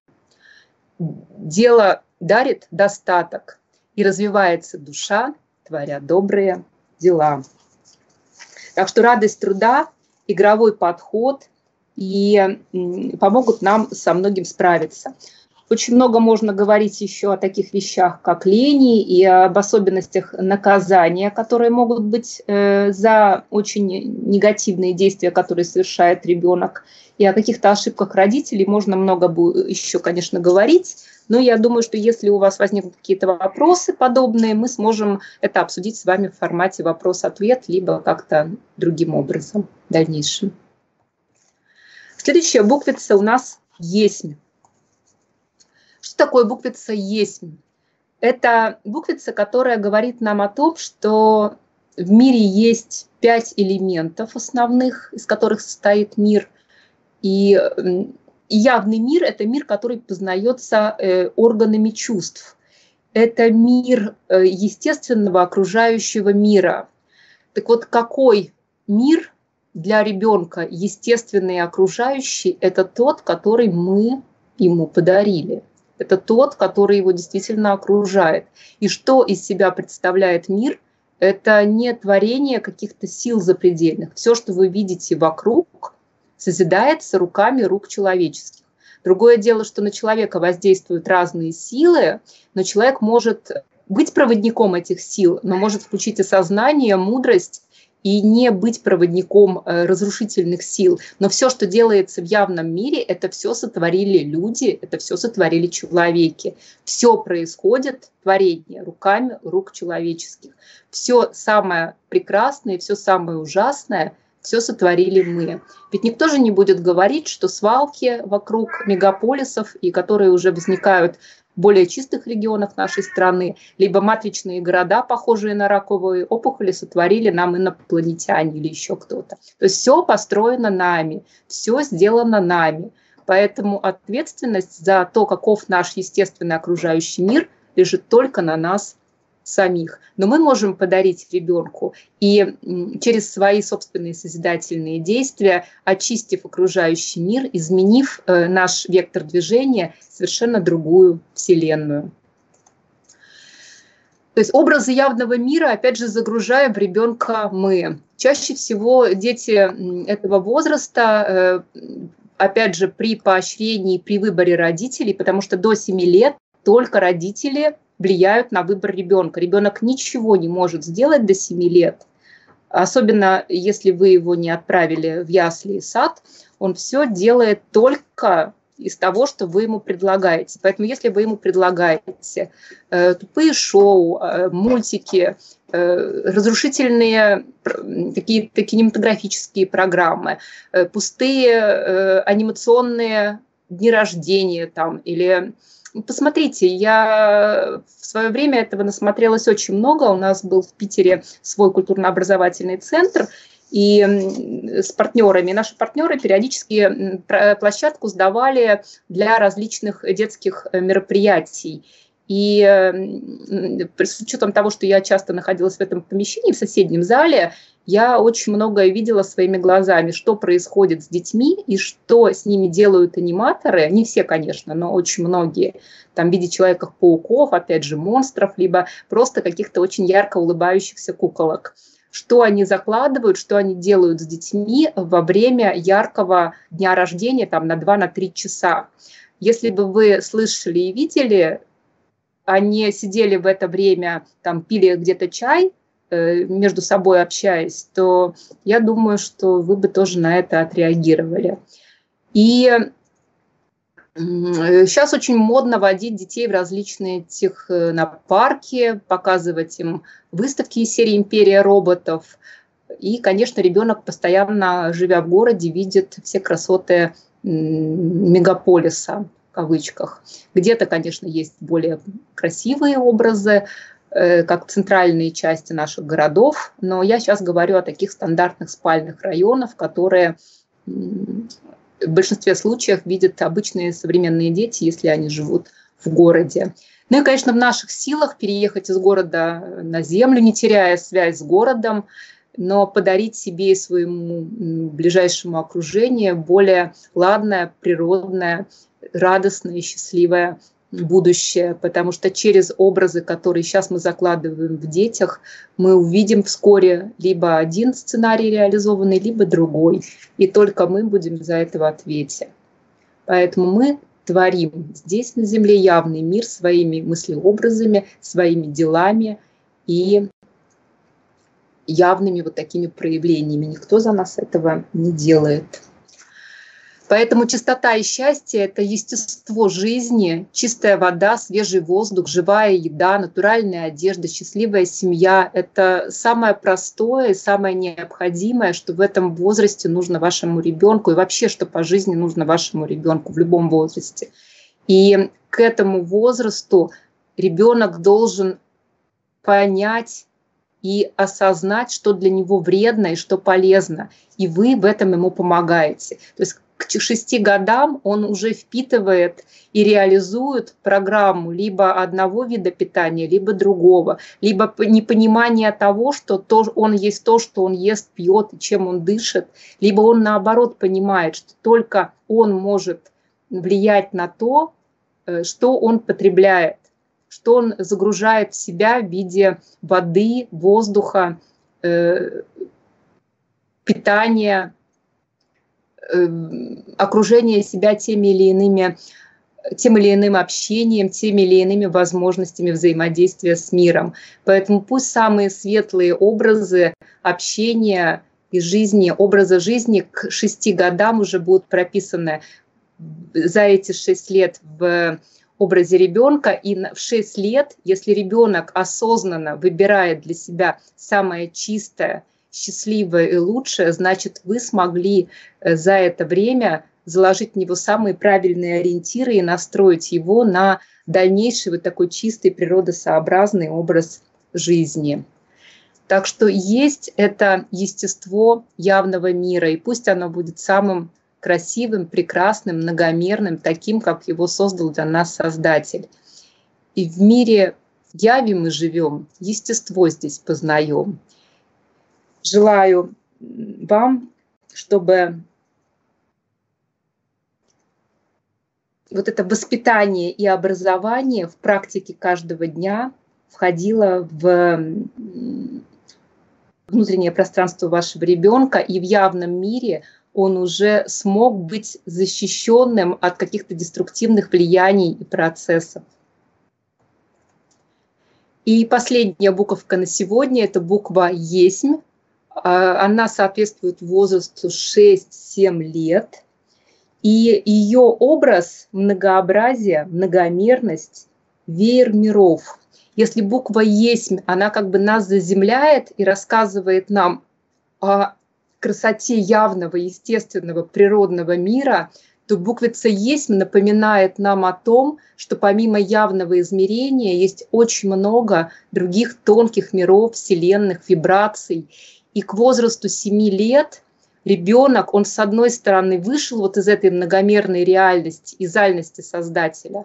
Дело дарит достаток, и развивается душа, творя добрые дела. Так что радость труда, игровой подход и помогут нам со многим справиться. Очень много можно говорить еще о таких вещах, как лени, и об особенностях наказания, которые могут быть э, за очень негативные действия, которые совершает ребенок. И о каких-то ошибках родителей можно много еще, конечно, говорить. Но я думаю, что если у вас возникнут какие-то вопросы подобные, мы сможем это обсудить с вами в формате вопрос-ответ, либо как-то другим образом в дальнейшем. Следующая буквица у нас «Есмь». Что такое буквица «Есмь»? Это буквица, которая говорит нам о том, что в мире есть пять элементов основных, из которых состоит мир. И явный мир – это мир, который познается органами чувств. Это мир естественного окружающего мира. Так вот, какой мир для ребенка естественный и окружающий – это тот, который мы ему подарили. Это тот, который его действительно окружает. И что из себя представляет мир, это не творение каких-то сил запредельных. Все, что вы видите вокруг, созидается руками рук человеческих. Другое дело, что на человека воздействуют разные силы, но человек может быть проводником этих сил, но может включить осознание, мудрость и не быть проводником разрушительных сил. Но все, что делается в явном мире, это все сотворили люди, это все сотворили человеки. Все происходит, творение, руками рук человеческих. Все самое прекрасное, все самое ужасное – все сотворили мы. Ведь никто же не будет говорить, что свалки вокруг мегаполисов, и которые уже возникают в более чистых регионах нашей страны, либо матричные города, похожие на раковые опухоли, сотворили нам инопланетяне или еще кто-то. То есть все построено нами, все сделано нами. Поэтому ответственность за то, каков наш естественный окружающий мир, лежит только на нас самих. Но мы можем подарить ребенку и через свои собственные созидательные действия, очистив окружающий мир, изменив наш вектор движения, совершенно другую вселенную. То есть образы явного мира, опять же, загружаем в ребенка мы. Чаще всего дети этого возраста, опять же, при поощрении, при выборе родителей, потому что до семи лет только родители влияют на выбор ребенка. Ребенок ничего не может сделать до семи лет, особенно если вы его не отправили в ясли и сад, он все делает только из того, что вы ему предлагаете. Поэтому если вы ему предлагаете э, тупые шоу, э, мультики, э, разрушительные какие-то кинематографические программы, э, пустые э, анимационные дни рождения там, или... Посмотрите, я в свое время этого насмотрелась очень много. У нас был в Питере свой культурно-образовательный центр, и с партнерами, наши партнеры периодически площадку сдавали для различных детских мероприятий. И с учетом того, что я часто находилась в этом помещении, в соседнем зале, я очень многое видела своими глазами, что происходит с детьми и что с ними делают аниматоры. Не все, конечно, но очень многие. Там в виде Человеков-пауков, опять же, монстров, либо просто каких-то очень ярко улыбающихся куколок. Что они закладывают, что они делают с детьми во время яркого дня рождения, там на два-три часа. Если бы вы слышали и видели, они сидели в это время, там пили где-то чай, между собой общаясь, то я думаю, что вы бы тоже на это отреагировали. И сейчас очень модно водить детей в различные технопарки, показывать им выставки из серии «Империя роботов». И, конечно, ребенок, постоянно живя в городе, видит все красоты мегаполиса, в кавычках. Где-то, конечно, есть более красивые образы, как центральные части наших городов, но я сейчас говорю о таких стандартных спальных районах, которые в большинстве случаев видят обычные современные дети, если они живут в городе. Ну и, конечно, в наших силах переехать из города на землю, не теряя связь с городом, но подарить себе и своему ближайшему окружению более ладное, природное, радостное и счастливое будущее, потому что через образы, которые сейчас мы закладываем в детях, мы увидим вскоре либо один сценарий реализованный, либо другой. И только мы будем за это в ответе. Поэтому мы творим здесь на Земле явный мир своими мыслеобразами, своими делами и явными вот такими проявлениями. Никто за нас этого не делает. Поэтому чистота и счастье – это естество жизни, чистая вода, свежий воздух, живая еда, натуральная одежда, счастливая семья – это самое простое и самое необходимое, что в этом возрасте нужно вашему ребенку, и вообще, что по жизни нужно вашему ребенку в любом возрасте. И к этому возрасту ребенок должен понять и осознать, что для него вредно и что полезно, и вы в этом ему помогаете. То есть к шести годам он уже впитывает и реализует программу либо одного вида питания, либо другого, либо непонимание того, что то, он есть то, что он ест, пьет и чем он дышит, либо он наоборот понимает, что только он может влиять на то, что он потребляет, что он загружает в себя в виде воды, воздуха, э, питания, э, окружения себя теми или иными, тем или иным общением, теми или иными возможностями взаимодействия с миром. Поэтому пусть самые светлые образы общения и жизни, образа жизни к шести годам уже будут прописаны за эти шесть лет в образе ребенка. И в шесть лет, если ребенок осознанно выбирает для себя самое чистое, счастливое и лучшее, значит, вы смогли за это время заложить в него самые правильные ориентиры и настроить его на дальнейший вот такой чистый, природосообразный образ жизни. Так что есть это естество явного мира, и пусть оно будет самым красивым, прекрасным, многомерным, таким, как его создал для нас Создатель. И в мире яви мы живем, естество здесь познаем. Желаю вам, чтобы вот это воспитание и образование в практике каждого дня входило в внутреннее пространство вашего ребенка, и в явном мире он уже смог быть защищенным от каких-то деструктивных влияний и процессов. И последняя буковка на сегодня – это буква «Есмь». Она соответствует возрасту шесть-семь лет. И ее образ, многообразие, многомерность, веер миров. Если буква «Есмь», она как бы нас заземляет и рассказывает нам о красоте явного, естественного, природного мира, то буквица «Есмь» напоминает нам о том, что помимо явного измерения есть очень много других тонких миров, вселенных, вибраций. И к возрасту семи лет ребенок, он с одной стороны вышел вот из этой многомерной реальности, из реальности Создателя,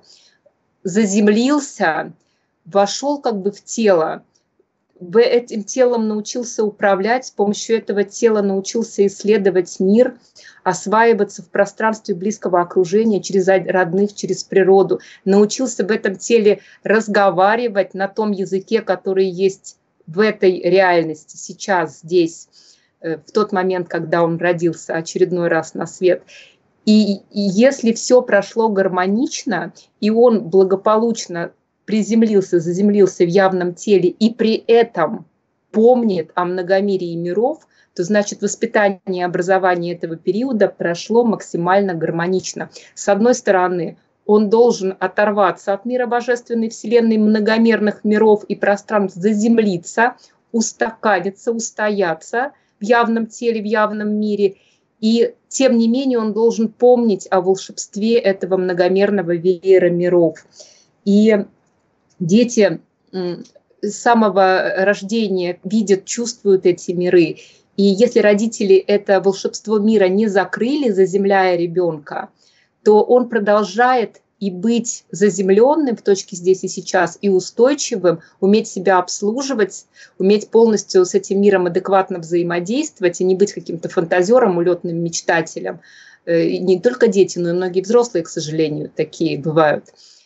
заземлился, вошел как бы в тело, этим телом научился управлять, с помощью этого тела научился исследовать мир, осваиваться в пространстве близкого окружения через родных, через природу, научился в этом теле разговаривать на том языке, который есть в этой реальности, сейчас, здесь, в тот момент, когда он родился очередной раз на свет. И, и если все прошло гармонично, и он благополучно приземлился, заземлился в явном теле и при этом помнит о многомерии миров, то значит воспитание и образование этого периода прошло максимально гармонично. С одной стороны, он должен оторваться от мира божественной вселенной, многомерных миров и пространств, заземлиться, устаканиться, устояться в явном теле, в явном мире. И тем не менее он должен помнить о волшебстве этого многомерного веера миров. И дети с самого рождения видят, чувствуют эти миры. И если родители это волшебство мира не закрыли, заземляя ребенка, то он продолжает и быть заземленным в точке здесь и сейчас, и устойчивым, уметь себя обслуживать, уметь полностью с этим миром адекватно взаимодействовать и не быть каким-то фантазером, улетным мечтателем. И не только дети, но и многие взрослые, к сожалению, такие бывают.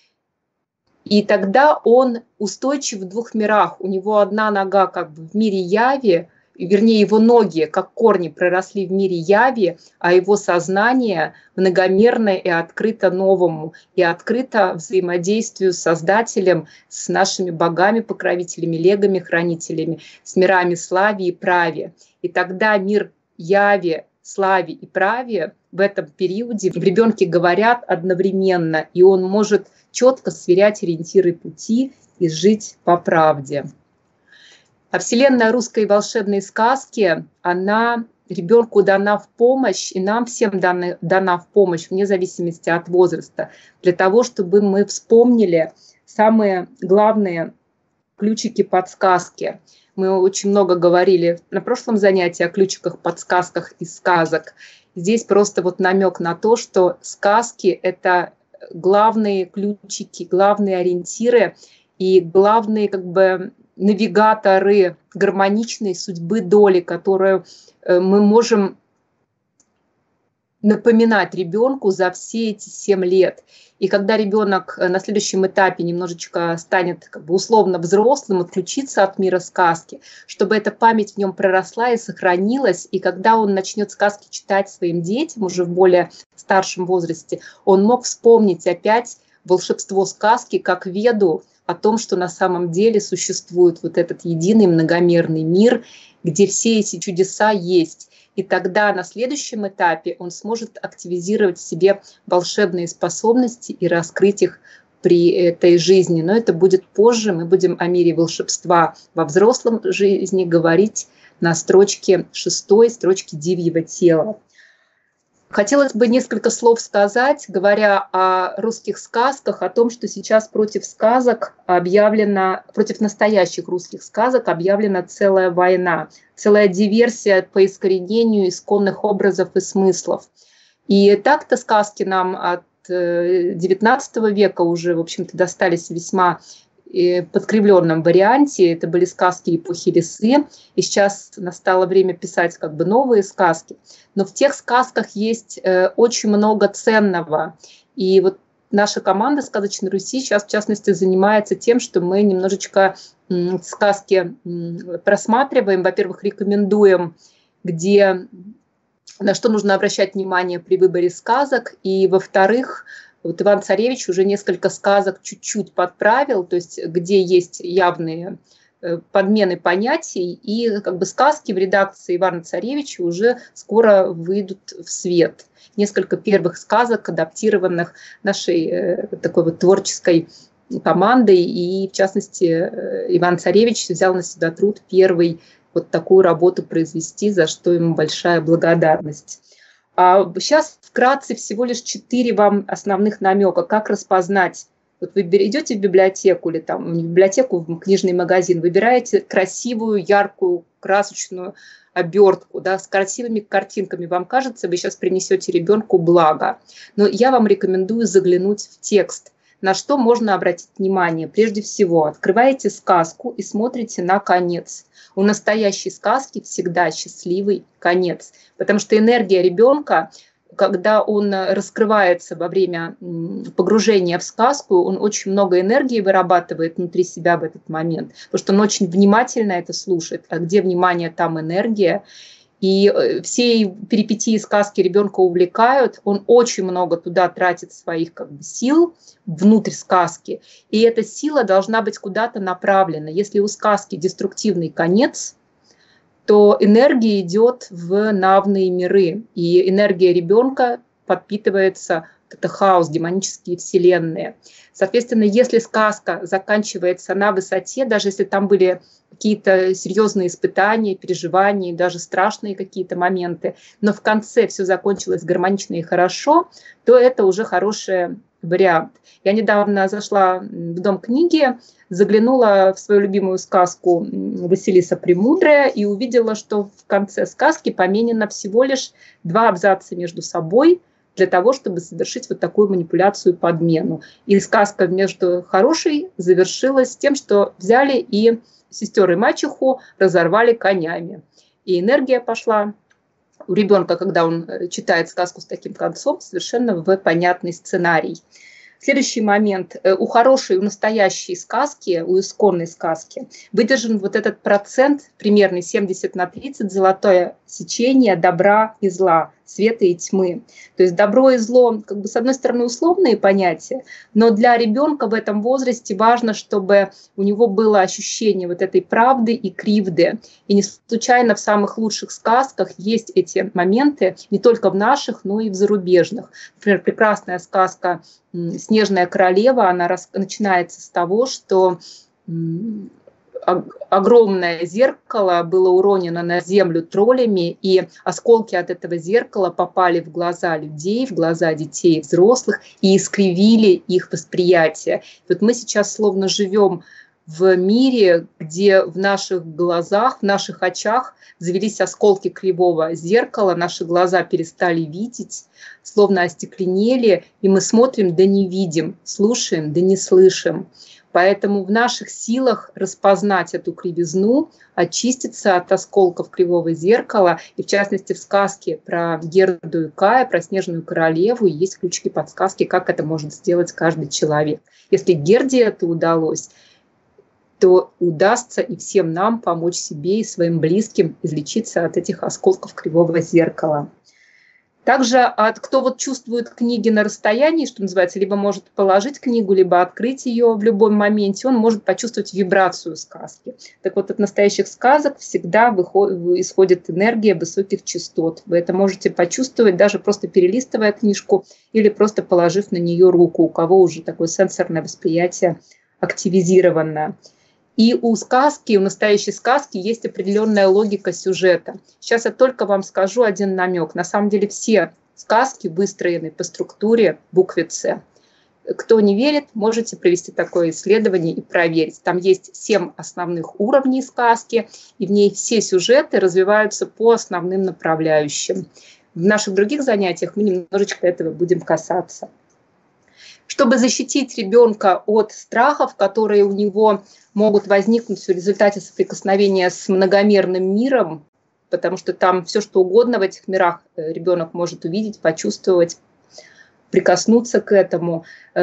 И тогда он устойчив в двух мирах. У него одна нога как бы в мире яви, вернее, его ноги, как корни, проросли в мире яви, а его сознание многомерно и открыто новому, и открыто взаимодействию с Создателем, с нашими богами, покровителями, легами, хранителями, с мирами слави и прави. И тогда мир яви, славе и праве в этом периоде в ребенке говорят одновременно, и он может четко сверять ориентиры пути и жить по правде. А вселенная русской волшебной сказки, она ребенку дана в помощь, и нам всем дана, дана в помощь, вне зависимости от возраста, для того, чтобы мы вспомнили самые главные ключики подсказки. Мы очень много говорили на прошлом занятии о ключиках, подсказках из сказок. Здесь просто вот намек на то, что сказки – это главные ключики, главные ориентиры и главные как бы навигаторы гармоничной судьбы доли, которую мы можем напоминать ребенку за все эти семь лет. И когда ребенок на следующем этапе немножечко станет как бы условно взрослым, отключится от мира сказки, чтобы эта память в нем проросла и сохранилась, и когда он начнет сказки читать своим детям уже в более старшем возрасте, он мог вспомнить опять волшебство сказки как веду о том, что на самом деле существует вот этот единый многомерный мир, где все эти чудеса есть. И тогда на следующем этапе он сможет активизировать в себе волшебные способности и раскрыть их при этой жизни. Но это будет позже. Мы будем о мире волшебства во взрослом жизни говорить на строчке шестой, строчке Дивьего тела. Хотелось бы несколько слов сказать, говоря о русских сказках, о том, что сейчас против сказок объявлена, против настоящих русских сказок объявлена целая война, целая диверсия по искоренению исконных образов и смыслов. И так-то сказки нам от девятнадцатого века уже, в общем-то, достались весьма подкрепленном варианте. Это были сказки эпохи Лисы. И сейчас настало время писать как бы новые сказки. Но в тех сказках есть очень много ценного. И вот наша команда «Сказочной Руси» сейчас, в частности, занимается тем, что мы немножечко сказки просматриваем. Во-первых, рекомендуем, где, на что нужно обращать внимание при выборе сказок. И, во-вторых, вот Иван-Царевич уже несколько сказок чуть-чуть подправил, то есть где есть явные подмены понятий, и как бы сказки в редакции Ивана-Царевича уже скоро выйдут в свет. Несколько первых сказок, адаптированных нашей такой вот творческой командой, и в частности Иван-Царевич взял на себя труд первый вот такую работу произвести, за что ему большая благодарность. А сейчас вкратце всего лишь четыре вам основных намека, как распознать. Вот вы идете в библиотеку или там не в библиотеку, в книжный магазин, выбираете красивую, яркую, красочную обертку, да, с красивыми картинками. Вам кажется, вы сейчас принесете ребенку благо. Но я вам рекомендую заглянуть в текст. На что можно обратить внимание? Прежде всего, открываете сказку и смотрите на конец. У настоящей сказки всегда счастливый конец, потому что энергия ребенка, когда он раскрывается во время погружения в сказку, он очень много энергии вырабатывает внутри себя в этот момент, потому что он очень внимательно это слушает. А где внимание, там энергия. И все перипетии сказки ребенка увлекают, он очень много туда тратит своих как бы, сил внутрь сказки, и эта сила должна быть куда-то направлена. Если у сказки деструктивный конец, то энергия идет в навные миры, и энергия ребенка подпитывается, это хаос, демонические вселенные. Соответственно, если сказка заканчивается на высоте, даже если там были какие-то серьезные испытания, переживания, даже страшные какие-то моменты, но в конце все закончилось гармонично и хорошо, то это уже хороший вариант. Я недавно зашла в Дом книги, заглянула в свою любимую сказку «Василиса Премудрая» и увидела, что в конце сказки поменено всего лишь два абзаца между собой для того, чтобы совершить вот такую манипуляцию, подмену. И сказка между хорошей завершилась тем, что взяли и сестер и мачеху разорвали конями. И энергия пошла у ребенка, когда он читает сказку с таким концом, совершенно в понятный сценарий. Следующий момент. У хорошей, у настоящей сказки, у исконной сказки выдержан вот этот процент, примерно семьдесят на тридцать, золотое сечение добра и зла, света и тьмы. То есть добро и зло, как бы, с одной стороны, условные понятия, но для ребенка в этом возрасте важно, чтобы у него было ощущение вот этой правды и кривды. И не случайно в самых лучших сказках есть эти моменты, не только в наших, но и в зарубежных. Например, прекрасная сказка «Снежная королева», она рас... начинается с того, что огромное зеркало было уронено на землю троллями, и осколки от этого зеркала попали в глаза людей, в глаза детей и взрослых, и искривили их восприятие. Вот мы сейчас словно живем в мире, где в наших глазах, в наших очах завелись осколки кривого зеркала, наши глаза перестали видеть, словно остекленели, и мы смотрим, да не видим, слушаем, да не слышим. Поэтому в наших силах распознать эту кривизну, очиститься от осколков кривого зеркала. И в частности в сказке про Герду и Кая, про Снежную королеву, есть ключики-подсказки, как это может сделать каждый человек. Если Герде это удалось, то удастся и всем нам помочь себе и своим близким излечиться от этих осколков кривого зеркала. Также от, кто вот чувствует книги на расстоянии, что называется, либо может положить книгу, либо открыть ее в любом моменте, он может почувствовать вибрацию сказки. Так вот, от настоящих сказок всегда выходит, исходит энергия высоких частот. Вы это можете почувствовать, даже просто перелистывая книжку или просто положив на нее руку, у кого уже такое сенсорное восприятие активизировано. И у сказки, у настоящей сказки есть определенная логика сюжета. Сейчас я только вам скажу один намек. На самом деле все сказки выстроены по структуре буквицы. Кто не верит, можете провести такое исследование и проверить. Там есть семь основных уровней сказки, и в ней все сюжеты развиваются по основным направляющим. В наших других занятиях мы немножечко этого будем касаться. Чтобы защитить ребенка от страхов, которые у него могут возникнуть в результате соприкосновения с многомерным миром, потому что там все, что угодно в этих мирах ребенок может увидеть, почувствовать, прикоснуться к этому,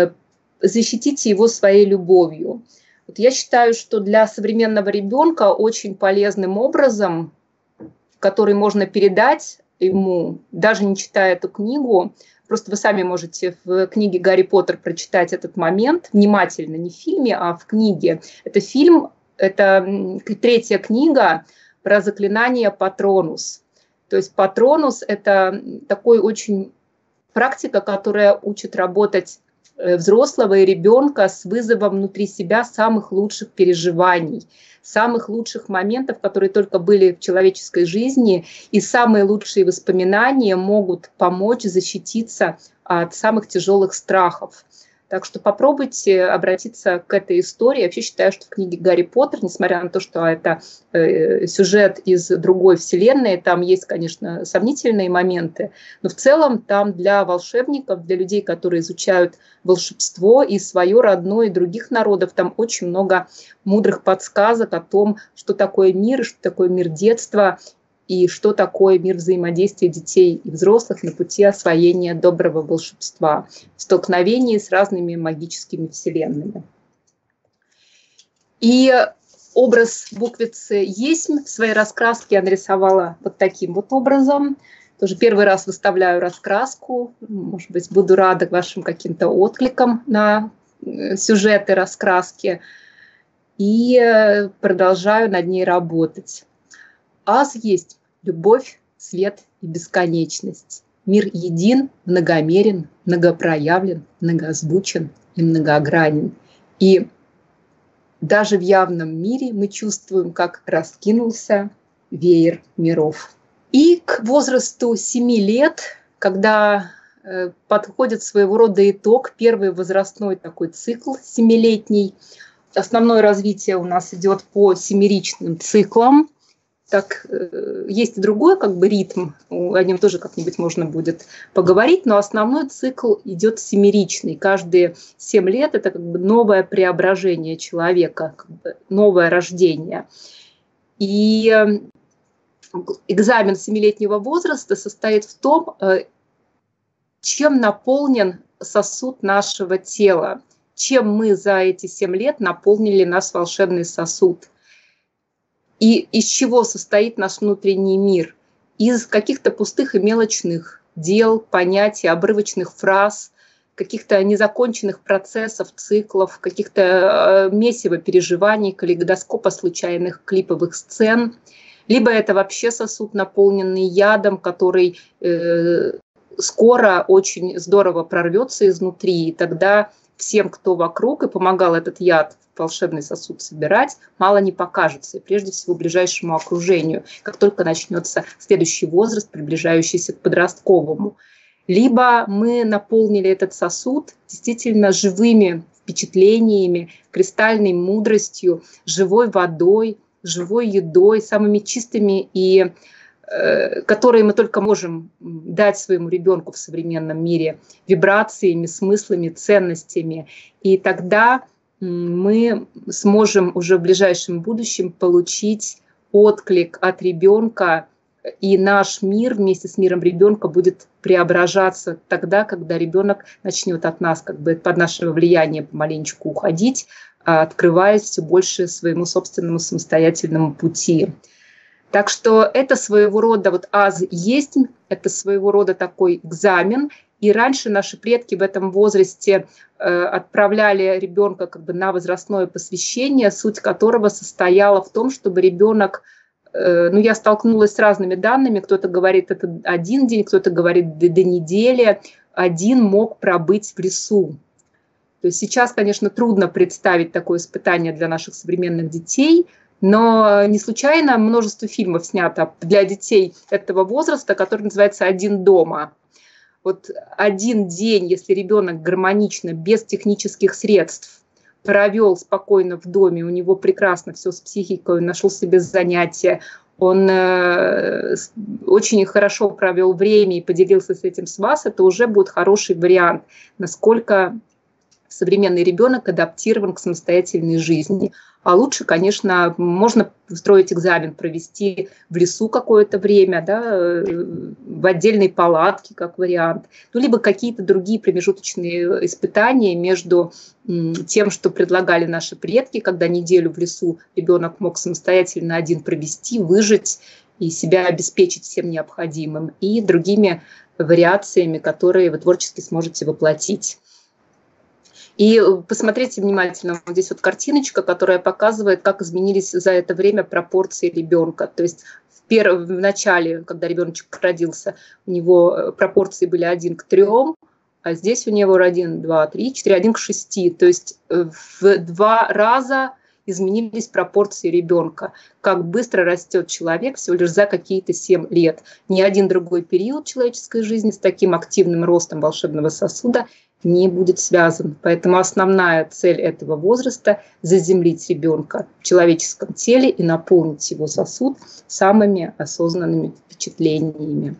защитите его своей любовью. Вот я считаю, что для современного ребенка очень полезным образом, который можно передать ему, даже не читая эту книгу, просто вы сами можете в книге «Гарри Поттер» прочитать этот момент внимательно, не в фильме, а в книге. Это фильм, это третья книга про заклинание Патронус. То есть Патронус – это такой очень практика, которая учит работать взрослого и ребенка с вызовом внутри себя самых лучших переживаний, самых лучших моментов, которые только были в человеческой жизни, и самые лучшие воспоминания могут помочь защититься от самых тяжелых страхов. Так что попробуйте обратиться к этой истории. Я вообще считаю, что в книге «Гарри Поттер», несмотря на то, что это э, сюжет из другой вселенной, там есть, конечно, сомнительные моменты, но в целом там для волшебников, для людей, которые изучают волшебство и свое родное, и других народов, там очень много мудрых подсказок о том, что такое мир, что такое мир детства, и что такое мир взаимодействия детей и взрослых на пути освоения доброго волшебства, в столкновении с разными магическими вселенными. И образ буквицы «Есмь» в своей раскраске я нарисовала вот таким вот образом. Тоже первый раз выставляю раскраску. Может быть, буду рада вашим каким-то откликам на сюжеты раскраски. И продолжаю над ней работать. Аз есть любовь, свет и бесконечность. Мир един, многомерен, многопроявлен, многозвучен и многогранен. И даже в явном мире мы чувствуем, как раскинулся веер миров. И к возрасту семи лет, когда э, подходит своего рода итог, первый возрастной такой цикл семилетний, основное развитие у нас идет по семеричным циклам. Так, есть и другой как бы ритм, о нем тоже как-нибудь можно будет поговорить, но основной цикл идет семеричный. Каждые семь лет это как бы новое преображение человека, как бы новое рождение. И экзамен семилетнего возраста состоит в том, чем наполнен сосуд нашего тела, чем мы за эти семь лет наполнили наш волшебный сосуд. И из чего состоит наш внутренний мир? Из каких-то пустых и мелочных дел, понятий, обрывочных фраз, каких-то незаконченных процессов, циклов, каких-то месиво переживаний, калейдоскопа случайных клиповых сцен. Либо это вообще сосуд, наполненный ядом, который э, скоро очень здорово прорвется изнутри, и тогда всем, кто вокруг и помогал этот яд в волшебный сосуд собирать, мало не покажется, и прежде всего ближайшему окружению, как только начнется следующий возраст, приближающийся к подростковому. Либо мы наполнили этот сосуд действительно живыми впечатлениями, кристальной мудростью, живой водой, живой едой, самыми чистыми и которые мы только можем дать своему ребенку в современном мире, вибрациями, смыслами, ценностями. И тогда мы сможем уже в ближайшем будущем получить отклик от ребенка, и наш мир вместе с миром ребенка будет преображаться тогда, когда ребенок начнет от нас, как бы под наше влияние помаленечку уходить, открываясь все больше своему собственному самостоятельному пути. Так что это своего рода, вот аз есть, это своего рода такой экзамен. И раньше наши предки в этом возрасте э, отправляли ребенка как бы на возрастное посвящение, суть которого состояла в том, чтобы ребенок, э, ну я столкнулась с разными данными, кто-то говорит это один день, кто-то говорит до, до недели, один мог пробыть в лесу. То есть сейчас, конечно, трудно представить такое испытание для наших современных детей, но не случайно множество фильмов снято для детей этого возраста, который называется «Один дома». Вот один день, если ребенок гармонично, без технических средств, провел спокойно в доме, у него прекрасно все с психикой, он нашел себе занятия, он э, очень хорошо провел время и поделился с этим с вас, это уже будет хороший вариант, насколько современный ребенок адаптирован к самостоятельной жизни. А лучше, конечно, можно устроить экзамен, провести в лесу какое-то время, да, в отдельной палатке, как вариант. Ну, либо какие-то другие промежуточные испытания между тем, что предлагали наши предки, когда неделю в лесу ребенок мог самостоятельно один провести, выжить и себя обеспечить всем необходимым, и другими вариациями, которые вы творчески сможете воплотить. И посмотрите внимательно, вот здесь вот картиночка, которая показывает, как изменились за это время пропорции ребенка. То есть в, первом, в начале, когда ребеночек родился, у него пропорции были один к трем, а здесь у него один, два, три, четыре, один к шести. То есть в два раза изменились пропорции ребенка. Как быстро растет человек всего лишь за какие-то семь лет. Ни один другой период человеческой жизни с таким активным ростом волшебного сосуда не будет связан. Поэтому основная цель этого возраста – заземлить ребенка в человеческом теле и наполнить его сосуд самыми осознанными впечатлениями.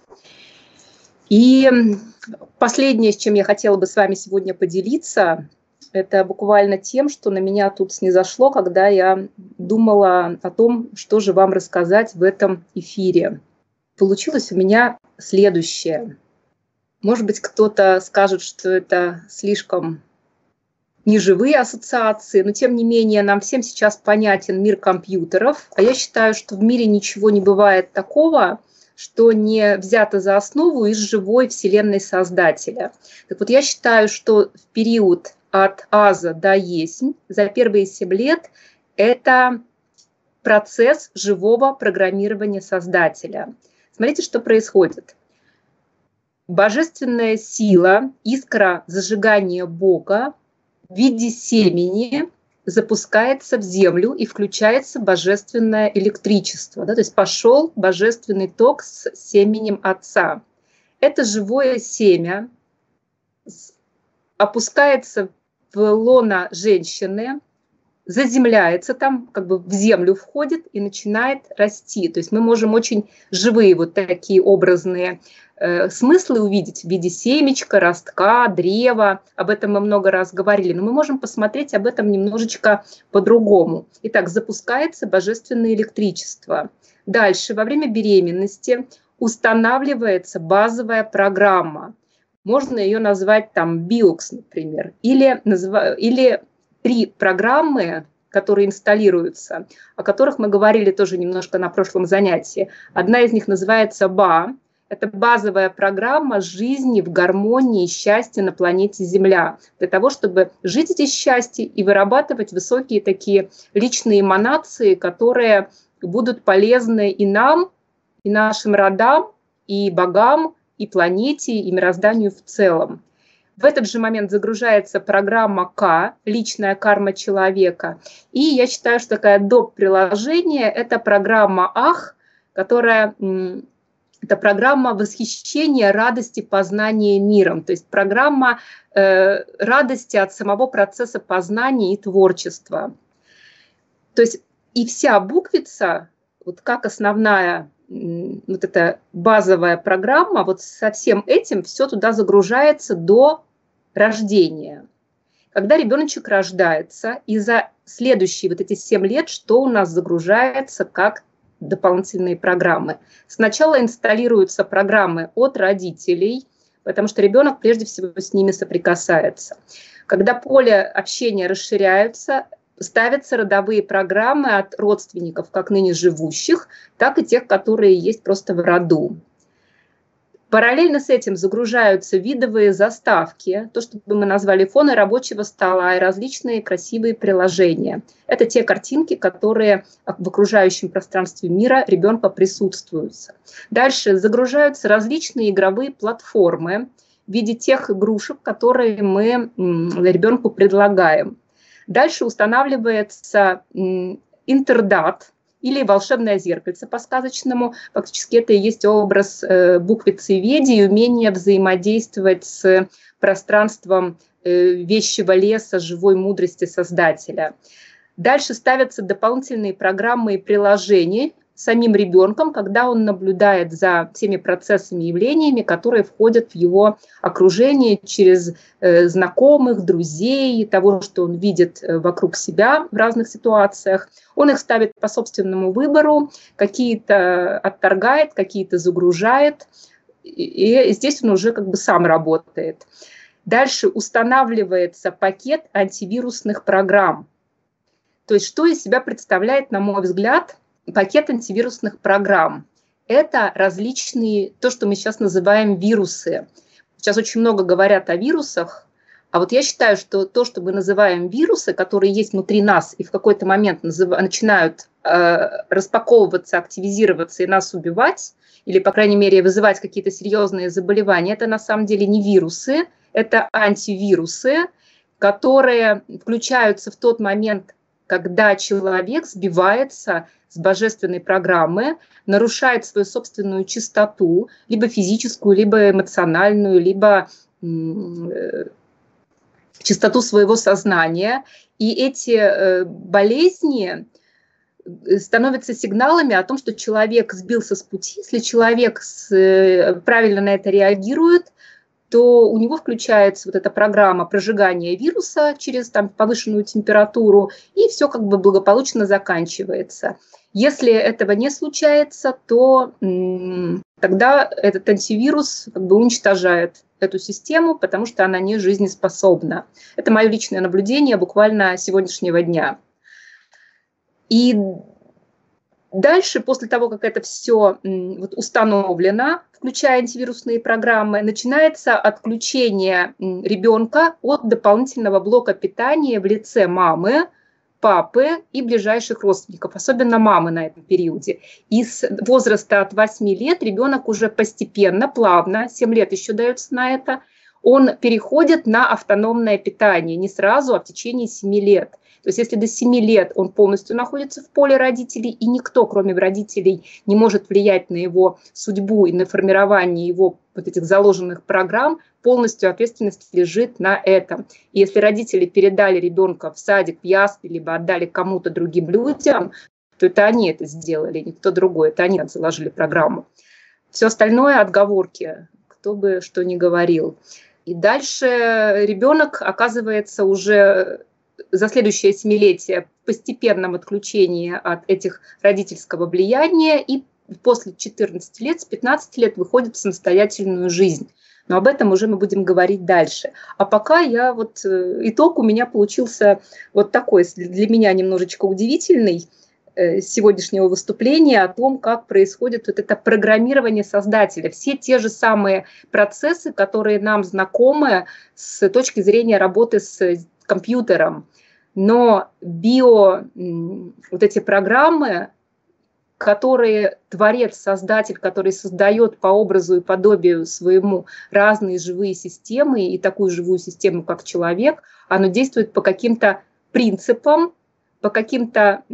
И последнее, с чем я хотела бы с вами сегодня поделиться, это буквально тем, что на меня тут снизошло, когда я думала о том, что же вам рассказать в этом эфире. Получилось у меня следующее. Может быть, кто-то скажет, что это слишком неживые ассоциации, но тем не менее нам всем сейчас понятен мир компьютеров, а я считаю, что в мире ничего не бывает такого, что не взято за основу из живой вселенной Создателя. Так вот, я считаю, что в период от аза до есмь за первые семь лет это процесс живого программирования Создателя. Смотрите, что происходит. Божественная сила, искра зажигания Бога в виде семени запускается в землю и включается божественное электричество. Да, то есть пошел божественный ток с семенем Отца. Это живое семя опускается в лоно женщины, заземляется там, как бы в землю входит и начинает расти. То есть мы можем очень живые вот такие образные э, смыслы увидеть в виде семечка, ростка, древа. Об этом мы много раз говорили, но мы можем посмотреть об этом немножечко по-другому. Итак, запускается божественное электричество. Дальше, во время беременности устанавливается базовая программа. Можно ее назвать там биокс, например, или, назва... или три программы, которые инсталируются, о которых мы говорили тоже немножко на прошлом занятии. Одна из них называется БА. Это базовая программа жизни в гармонии и счастье на планете Земля. Для того, чтобы жить здесь счастье и вырабатывать высокие такие личные эманации, которые будут полезны и нам, и нашим родам, и богам, и планете, и мирозданию в целом. В этот же момент загружается программа К, личная карма человека. И я считаю, что такая доп. Приложение – это программа Ах, которая это программа восхищения, радости, познания миром. То есть программа э, радости от самого процесса познания и творчества. То есть и вся буквица, вот как основная вот эта базовая программа, вот со всем этим все туда загружается до рождения. Когда ребеночек рождается, и за следующие вот эти семь лет, что у нас загружается как дополнительные программы. Сначала инсталируются программы от родителей, потому что ребенок прежде всего с ними соприкасается. Когда поле общения расширяются, ставятся родовые программы от родственников, как ныне живущих, так и тех, которые есть просто в роду. Параллельно с этим загружаются видовые заставки, то, что мы назвали фоны рабочего стола, и различные красивые приложения. Это те картинки, которые в окружающем пространстве мира ребенка присутствуют. Дальше загружаются различные игровые платформы в виде тех игрушек, которые мы ребенку предлагаем. Дальше устанавливается интердат, или волшебное зеркальце по-сказочному. Фактически это и есть образ э, буквицеведения и умение взаимодействовать с пространством э, вещего леса, живой мудрости Создателя. Дальше ставятся дополнительные программы и приложения самим ребенком, когда он наблюдает за теми процессами и явлениями, которые входят в его окружение через э, знакомых, друзей, того, что он видит вокруг себя в разных ситуациях. Он их ставит по собственному выбору, какие-то отторгает, какие-то загружает, и здесь он уже как бы сам работает. Дальше устанавливается пакет антивирусных программ. То есть что из себя представляет, на мой взгляд, пакет антивирусных программ? Это различные, то, что мы сейчас называем вирусы. Сейчас очень много говорят о вирусах, а вот я считаю, что то, что мы называем вирусы, которые есть внутри нас и в какой-то момент назыв... начинают э, распаковываться, активизироваться и нас убивать, или, по крайней мере, вызывать какие-то серьезные заболевания, это на самом деле не вирусы, это антивирусы, которые включаются в тот момент, когда человек сбивается с божественной программы, нарушает свою собственную чистоту, либо физическую, либо эмоциональную, либо э, чистоту своего сознания. И эти э, болезни становятся сигналами о том, что человек сбился с пути. Если человек с, э, правильно на это реагирует, то у него включается вот эта программа прожигания вируса через там, повышенную температуру, и все как бы благополучно заканчивается. Если этого не случается, то м- тогда этот антивирус как бы уничтожает эту систему, потому что она не жизнеспособна. Это мое личное наблюдение буквально сегодняшнего дня. И дальше, после того, как это все вот установлено, включая антивирусные программы, начинается отключение ребенка от дополнительного блока питания в лице мамы, папы и ближайших родственников, особенно мамы на этом периоде. И с возраста от восьми лет ребенок уже постепенно, плавно, семь лет еще дается на это, он переходит на автономное питание, не сразу, а в течение семи лет. То есть если до семи лет он полностью находится в поле родителей, и никто, кроме родителей, не может влиять на его судьбу и на формирование его вот этих заложенных программ, полностью ответственность лежит на этом. И если родители передали ребенка в садик, в ясли, либо отдали кому-то другим людям, то это они это сделали, никто другой, это они заложили программу. Все остальное отговорки, кто бы что ни говорил. И дальше ребенок оказывается уже за следующее семилетие в постепенном отключении от этих родительского влияния, и после четырнадцати лет, с пятнадцати лет выходит в самостоятельную жизнь. Но об этом уже мы будем говорить дальше. А пока я вот итог у меня получился вот такой, для меня немножечко удивительный, сегодняшнего выступления о том, как происходит вот это программирование Создателя. Все те же самые процессы, которые нам знакомы с точки зрения работы с компьютером. Но био, вот эти программы, которые творец, создатель, который создает по образу и подобию своему разные живые системы, и такую живую систему, как человек, оно действует по каким-то принципам, по каким-то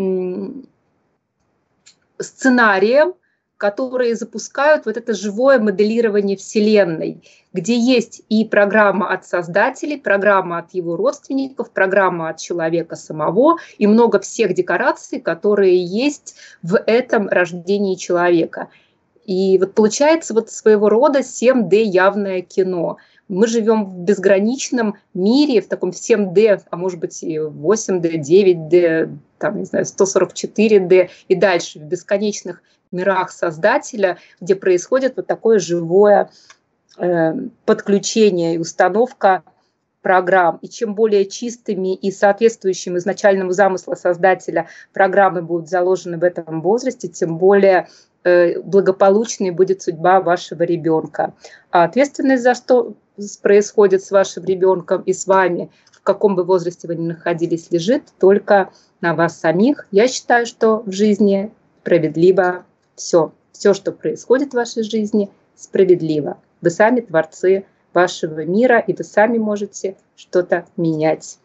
сценариям, которые запускают вот это живое моделирование Вселенной, где есть и программа от создателей, программа от его родственников, программа от человека самого и много всех декораций, которые есть в этом рождении человека. И вот получается вот своего рода семь дэ явное кино. Мы живем в безграничном мире, в таком семь дэ, а может быть и восемь дэ, девять дэ, там, не знаю, сто сорок четыре дэ и дальше, в бесконечных мирах Создателя, где происходит вот такое живое э, подключение и установка программ. И чем более чистыми и соответствующими изначальному замыслу Создателя программы будут заложены в этом возрасте, тем более э, благополучной будет судьба вашего ребенка. А ответственность за что происходит с вашим ребенком и с вами, в каком бы возрасте вы ни находились, лежит только на вас самих. Я считаю, что в жизни справедливо все. Все, что происходит в вашей жизни, справедливо. Вы сами творцы вашего мира, и вы сами можете что-то менять.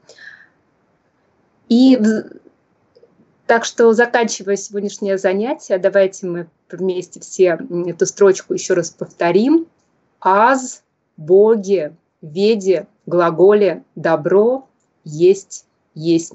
И так что, заканчивая сегодняшнее занятие, давайте мы вместе все эту строчку еще раз повторим. Аз, Боге, Веде, глаголе, добро, есть, есть.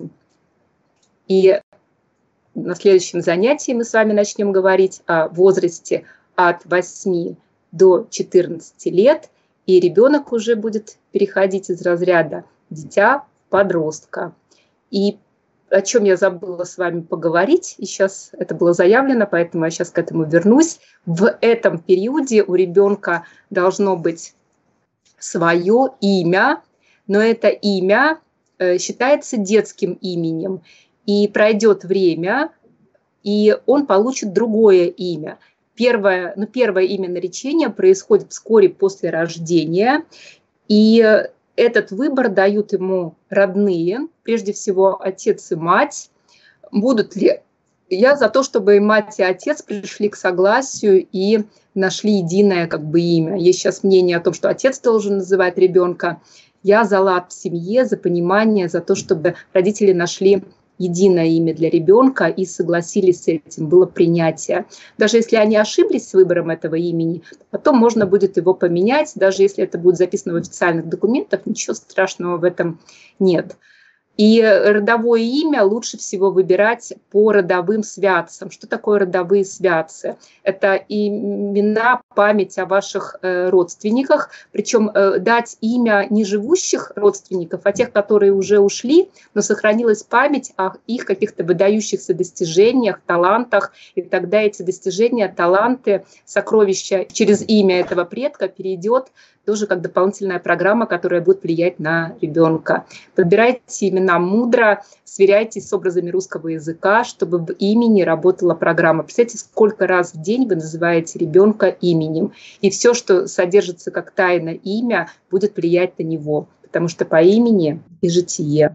И на следующем занятии мы с вами начнем говорить о возрасте от восьми до четырнадцати лет, и ребенок уже будет переходить из разряда дитя в подростка. И о чем я забыла с вами поговорить, и сейчас это было заявлено, поэтому я сейчас к этому вернусь. В этом периоде у ребенка должно быть свое имя, но это имя считается детским именем. И пройдет время, и он получит другое имя. Первое, ну, первое имя наречения происходит вскоре после рождения, и этот выбор дают ему родные, прежде всего отец и мать. Будут ли... Я за то, чтобы и мать, и отец пришли к согласию и нашли единое как бы имя. Есть сейчас мнение о том, что отец должен называть ребенка. Я за лад в семье, за понимание, за то, чтобы родители нашли единое имя для ребенка и согласились с этим, было принятие. Даже если они ошиблись с выбором этого имени, потом можно будет его поменять, даже если это будет записано в официальных документах, ничего страшного в этом нет. И родовое имя лучше всего выбирать по родовым святцам. Что такое родовые святцы? Это имена, память о ваших родственниках, причем дать имя не живущих родственников, а тех, которые уже ушли, но сохранилась память о их каких-то выдающихся достижениях, талантах, и тогда эти достижения, таланты, сокровища через имя этого предка перейдет тоже как дополнительная программа, которая будет влиять на ребенка. Подбирайте имена мудро, сверяйтесь с образами русского языка, чтобы в имени работала программа. Представьте, сколько раз в день вы называете ребенка именем. И все, что содержится как тайна имя, будет влиять на него, потому что по имени и житие.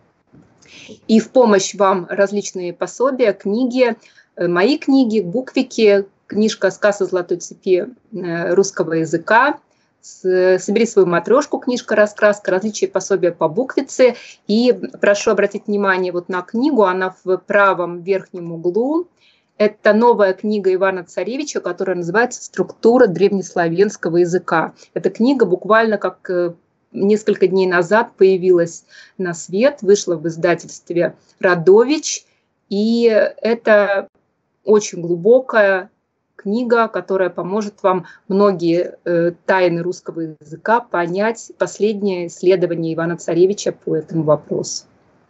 И в помощь вам различные пособия, книги, мои книги, буквики, книжка «Сказка золотой цепи» русского языка, «Собери свою матрешку», книжка «Раскраска», различные пособия по буквице. И прошу обратить внимание вот на книгу, она в правом верхнем углу. Это новая книга Ивана Царевича, которая называется «Структура древнеславянского языка». Эта книга буквально как несколько дней назад появилась на свет, вышла в издательстве «Радович». И это очень глубокая книга, которая поможет вам многие э, тайны русского языка понять, последнее исследование Ивана Царевича по этому вопросу.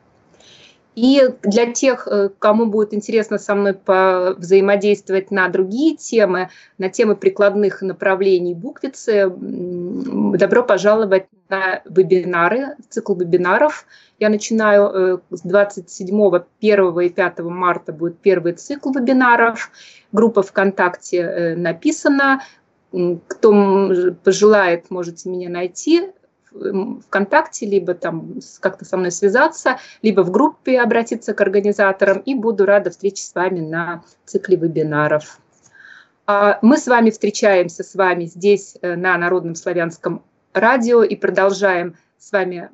И для тех, кому будет интересно со мной взаимодействовать на другие темы, на темы прикладных направлений буквицы, добро пожаловать на вебинары, цикл вебинаров. Я начинаю с двадцать седьмого, первого и пятого марта будет первый цикл вебинаров. Группа ВКонтакте написана. Кто пожелает, можете меня найти ВКонтакте, либо там как-то со мной связаться, либо в группе обратиться к организаторам, и буду рада встрече с вами на цикле вебинаров. Мы с вами встречаемся с вами здесь на Народном славянском радио и продолжаем с вами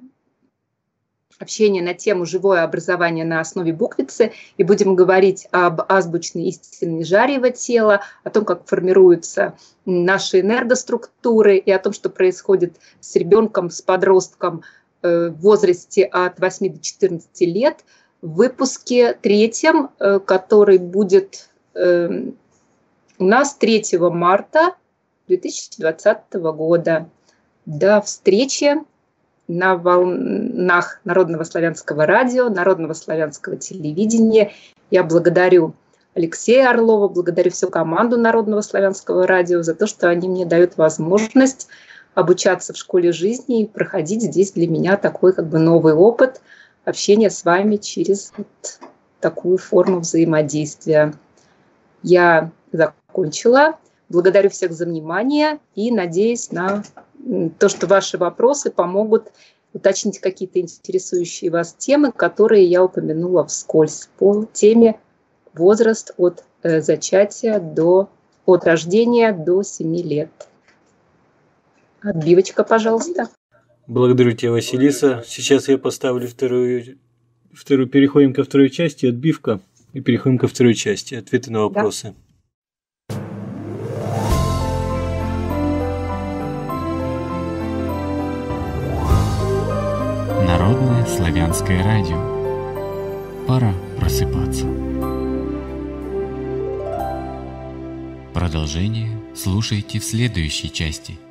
общение на тему «Живое образование на основе буквицы», и будем говорить об азбучной истине Жарьего тела, о том, как формируются наши энергоструктуры, и о том, что происходит с ребенком, с подростком в возрасте от восьми до четырнадцати лет, в выпуске третьем, который будет у нас третьего марта две тысячи двадцатого года. До встречи на волнах Народного славянского радио, Народного славянского телевидения. Я благодарю Алексея Орлова, благодарю всю команду Народного славянского радио за то, что они мне дают возможность обучаться в школе жизни и проходить здесь для меня такой как бы новый опыт общения с вами через вот такую форму взаимодействия. Я закончила. Благодарю всех за внимание и надеюсь на то, что ваши вопросы помогут уточнить какие-то интересующие вас темы, которые я упомянула вскользь по теме возраст от э, зачатия до, от рождения до семи лет. Отбивочка, пожалуйста. Благодарю тебя, Василиса. Сейчас я поставлю вторую, вторую, переходим ко второй части, отбивка, и переходим ко второй части, ответы на вопросы. Да. Народное славянское радио. Пора просыпаться. Продолжение слушайте в следующей части.